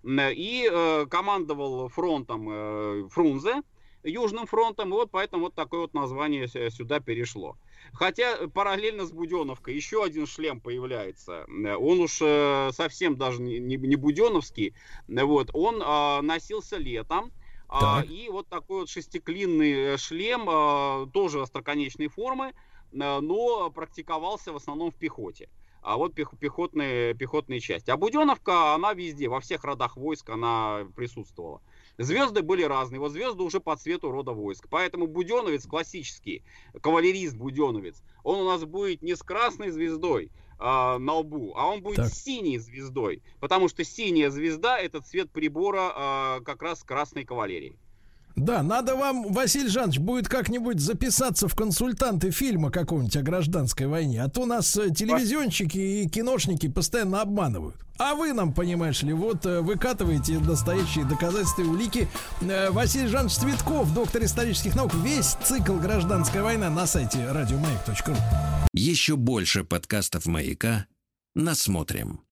И командовал фронтом Фрунзе, Южным фронтом, и вот поэтому вот такое вот название сюда перешло. Хотя параллельно с Буденовкой еще один шлем появляется. Он уж совсем даже не буденовский. Вот, он носился летом. И вот такой вот шестиклинный шлем, тоже остроконечной формы, но практиковался в основном в пехоте. А вот пехотные части. А Буденовка, она везде, во всех родах войск она присутствовала. Звезды были разные. Вот звезды уже по цвету рода войск. Поэтому буденовец классический, кавалерист-буденовец, он у нас будет не с красной звездой на лбу, а он будет с синей звездой. Потому что синяя звезда — это цвет прибора как раз красной кавалерии. Да, надо вам, Василий Жанович, будет как-нибудь записаться в консультанты фильма какого-нибудь о гражданской войне. А то нас телевизионщики и киношники постоянно обманывают. А вы нам, понимаешь ли, вот выкатываете настоящие доказательства и улики. Василий Жанович Цветков, доктор исторических наук. Весь цикл «Гражданская война» на сайте радиомаяк.ру. Еще больше подкастов «Маяка» насмотрим.